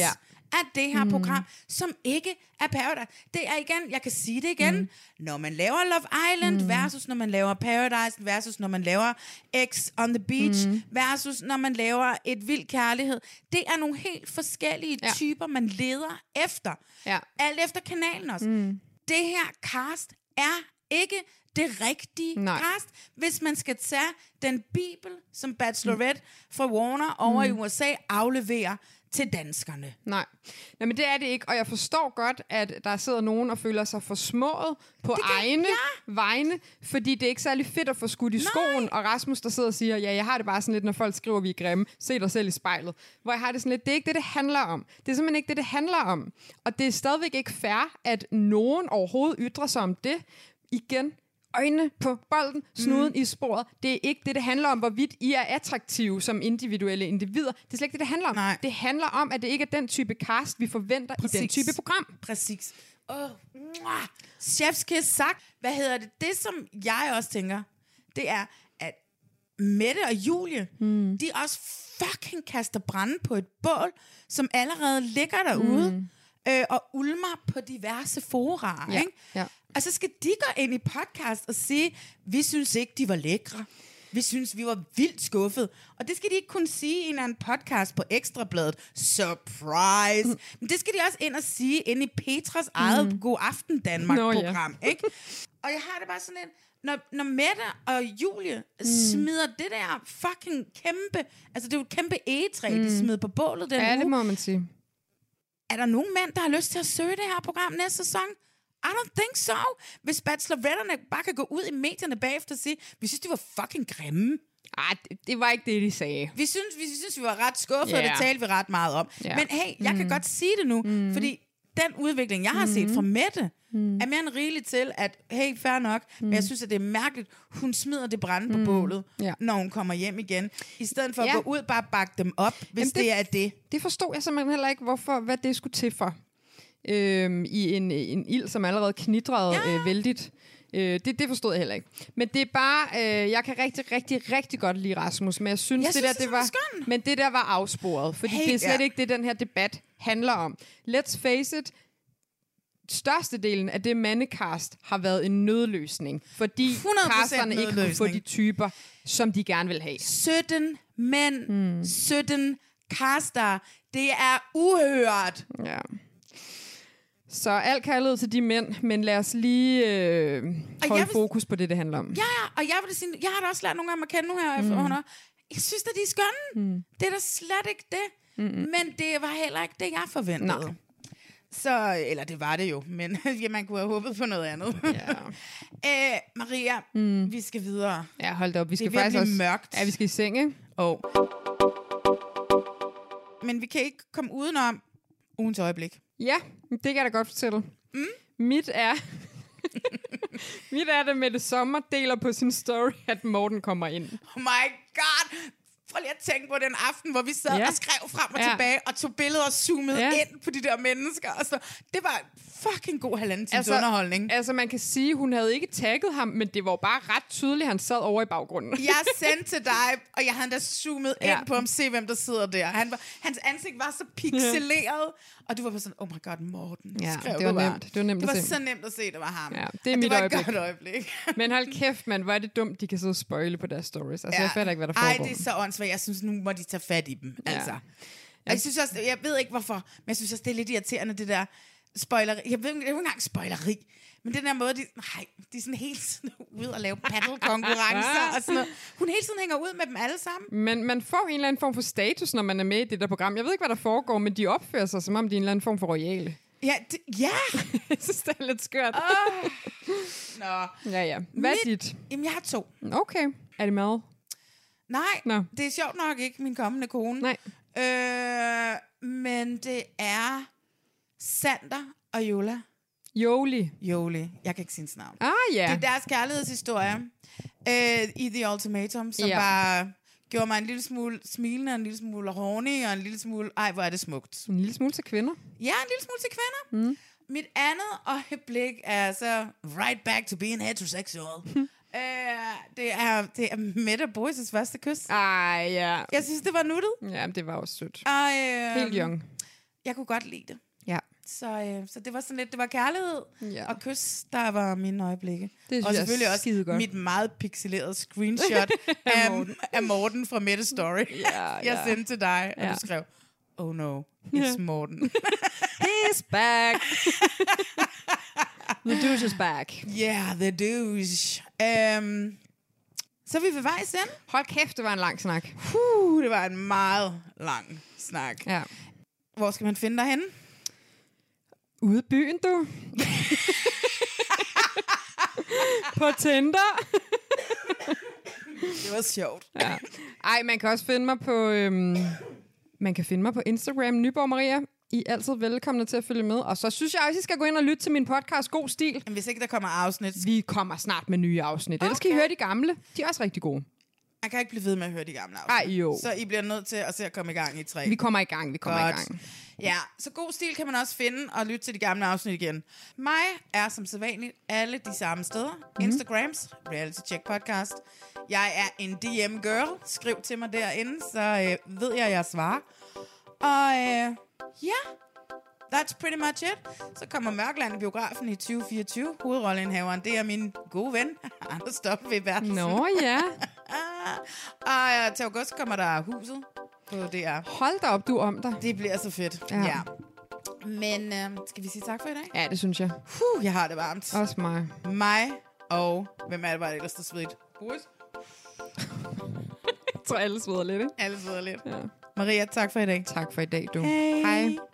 af det her Mm. program, som ikke er Paradise. Det er igen, jeg kan sige det igen, mm. når man laver Love Island mm. versus når man laver Paradise versus når man laver X on the Beach mm. versus når man laver Et Vild Kærlighed. Det er nogle helt forskellige ja. typer, man leder efter. Ja. Alt efter kanalen også. Mm. Det her cast er ikke det rigtige Nej. cast, hvis man skal tage den bibel, som Bachelorette mm. fra Warner over mm. i U S A afleverer til danskerne. Nej. Nej, men det er det ikke, og jeg forstår godt, at der sidder nogen og føler sig forsmået på kan, egne ja. vegne, fordi det er ikke særlig fedt at få skudt i Nej. skoen, og Rasmus, der sidder og siger, ja, jeg har det bare sådan lidt, når folk skriver, vi er grimme, se dig selv i spejlet. Hvor jeg har det sådan lidt, det er ikke det, det handler om. Det er simpelthen ikke det, det handler om. Og det er stadigvæk ikke fair, at nogen overhovedet ytrer sig om det. Igen, øjnene på bolden, snuden mm. i sporet. Det er ikke det, det handler om, hvorvidt I er attraktive som individuelle individer. Det er slet ikke det, det handler om. Nej. Det handler om, at det ikke er den type cast, vi forventer Præcis. i den type program. Præcis. Åh, oh, chefskiss sagt. Hvad hedder det? Det, som jeg også tænker, det er, at Mette og Julie, mm. de også fucking kaster brænde på et bål, som allerede ligger derude, mm. øh, og ulmer på diverse fora, ja. ikke? Ja. Og så skal de gå ind i podcast og sige, vi synes ikke, de var lækre. Vi synes, vi var vildt skuffet. Og det skal de ikke kunne sige i en eller anden podcast på Ekstrabladet. Surprise! Mm. Men det skal de også ind og sige inde i Petras eget mm. God Aften Danmark-program. Ja. Ikke? Og jeg har det bare sådan lidt, når, når Mette og Julie mm. smider det der fucking kæmpe, altså det er jo et kæmpe egetræ, mm. de smider på bålet den ja, uge. det må man sige. Er der nogen mænd, der har lyst til at søge det her program næste sæson? I don't think so. Hvis bacheloretterne bare kan gå ud i medierne bagefter og sige, vi synes, de var fucking grimme. Ej, det, det var ikke det, de sagde. Vi synes, vi, synes, vi var ret skuffede, yeah. og det talte vi ret meget om. Yeah. Men hey, jeg mm. kan godt sige det nu, mm. fordi den udvikling, jeg har mm. set fra Mette, mm. er mere end rigeligt til, at hey, fair nok, mm. men jeg synes, at det er mærkeligt, hun smider det brænde mm. på bålet, yeah. når hun kommer hjem igen, i stedet for yeah. at gå ud bare bakke dem op, hvis Jamen det, det er det. Det forstod jeg simpelthen heller ikke, hvorfor, hvad det skulle til for. Øhm, i en, en ild, som allerede knidrede ja. øh, vældigt. Øh, det, det forstod jeg heller ikke. Men det er bare, øh, jeg kan rigtig, rigtig, rigtig godt lide Rasmus, men jeg synes, jeg det synes der, det var, skøn. men det der var afsporet, fordi hey, det er slet ja. ikke det, den her debat handler om. Let's face it, størstedelen af det mandecast har været en nødløsning, fordi casterne ikke kunne få de typer, som de gerne vil have. sytten mænd, hmm. sytten caster, det er uhørt. Ja. Så alt kærlighed til de mænd, men lad os lige øh, holde vil, fokus på det, det handler om. Ja, og jeg vil sige, jeg har da også lært nogle gange at kende nu her, mm. efter, jeg synes, at de er skønne. Mm. Det er da slet ikke det. Mm-hmm. Men det var heller ikke det, jeg forventede. Nej. Så, eller det var det jo, men ja, man kunne have håbet på noget andet. Ja. Æ, Maria, mm. vi skal videre. Ja, hold da op. Vi skal det er faktisk også mørkt. Ja, vi skal i seng, ikke? Oh. Men vi kan ikke komme udenom ugens øjeblik. Ja, det kan jeg da godt fortælle. Mm. Mit er... Mit er det med det sommer, deler på sin story, at Morten kommer ind. Oh my god! Prøv lige at tænke på den aften, hvor vi sad ja. og skrev frem og ja. tilbage, og tog billeder og zoomede ja. ind på de der mennesker. Og så. Det var fucking god halvanden times altså, underholdning. Altså, man kan sige, hun havde ikke tagget ham, men det var bare ret tydeligt, han sad over i baggrunden. Jeg sendte til dig, og jeg havde da zoomet ja. ind på ham, se hvem der sidder der. Han var, hans ansigt var så pixeleret, og du var bare sådan, oh my god, Morten. Ja, det var nemt. Det var, nemt det var at se. så nemt at se, det var ham. Ja, det er mit det var øjeblik. et godt øjeblik. Men hold kæft, man, hvor er det dumt, de kan sidde og spoile på deres stories. Altså, ja. jeg fatter ikke, hvad der foregår. Ej, det er så åndssvagt. Jeg synes, nu må de tage fat i dem. Altså. Ja. Jeg synes også, jeg ved ikke hvorfor, men jeg synes også, det er lidt irriterende, det der spoileri. Jeg ved ikke engang spoileri, men den der måde, de, nej, de er sådan helt sådan ude og lave paddle-konkurrencer og sådan noget. Hun hele tiden hænger ud med dem alle sammen. Men man får en eller anden form for status, når man er med i det der program. Jeg ved ikke, hvad der foregår, men de opfører sig, som om de er en eller anden form for royale. Ja, det, ja. Jeg synes, det er lidt skørt. Oh. Nå. Ja, ja. Hvad er Mit, dit? Jamen, jeg har to. Okay. Er det mad? Nej, Nå. det er sjovt nok ikke min kommende kone. Nej. Øh, men det er Sander og Jola. Joli. Joli. Jeg kan ikke sige navn. Ah, ja. Yeah. Det er deres kærlighedshistorie øh, i The Ultimatum, som yeah. bare gjorde mig en lille smule smilende, en lille smule horny, og en lille smule... Ej, hvor er det smukt. En lille smule til kvinder. Ja, en lille smule til kvinder. Mm. Mit andet øjeblik er så right back to being heterosexual. Mm. Uh, det er, det er Mette og Boris' første kys. Ej, ja. Jeg synes, det var nuttet. Ja, det var også sødt. Uh, Helt young. jeg kunne godt lide det. Ja. Så, øh, så det var sådan lidt, det var kærlighed ja. og kys, der var mine øjeblikke. Det og selvfølgelig også godt. mit meget pixelerede screenshot af, Morten. af Morten fra Mette Story. Ja, jeg ja. sendte til dig, og ja. du skrev, oh no, it's yeah. Morten. He's back. The douche is back. Yeah, the douche. Um, så er vi ved vejs ende. Hold kæft, det var en lang snak. Uh, det var en meget lang snak. Ja. Hvor skal man finde dig henne? Ude i byen, du. På Tinder. Det var sjovt. Ja. Ej, man kan også finde mig på... Øhm, man kan finde mig på Instagram, Nyborg Maria. I er altid velkomne til at følge med. Og så synes jeg også, I skal gå ind og lytte til min podcast, God Stil. Men hvis ikke der kommer afsnit... Vi kommer snart med nye afsnit. Okay. Ellers kan I høre de gamle. De er også rigtig gode. Jeg kan ikke blive ved med at høre de gamle afsnit. Ej, jo. Så I bliver nødt til at se at komme i gang i tre. Vi kommer i gang, vi kommer Godt. i gang. Ja, så God Stil kan man også finde og lytte til de gamle afsnit igen. Mig er som sædvanligt alle de samme steder. Mm. Instagrams, Reality Check Podcast. Jeg er en D M girl. Skriv til mig derinde, så øh, ved jeg, at jeg svarer. Og øh, ja, that's pretty much it. Så kommer Mørkland i biografen i tyve fireogtyve. Hovedrolleindhaveren, det er min gode ven, Anders Stoppe ved Bertelsen. Nå ja. Og øh, til august kommer der Huset på D R. Hold da op, du om dig. Det bliver så fedt. Ja. ja. Men øh, skal vi sige tak for i dag? Ja, det synes jeg. Huh, jeg har det varmt. Også mig. Mig og... Hvem er det bare ellers, der svedigt? Boris? Jeg tror, alle sveder lidt, ikke? Alle sveder lidt. Ja. Maria, tak for i dag. Tak for i dag, du. Hey. Hej.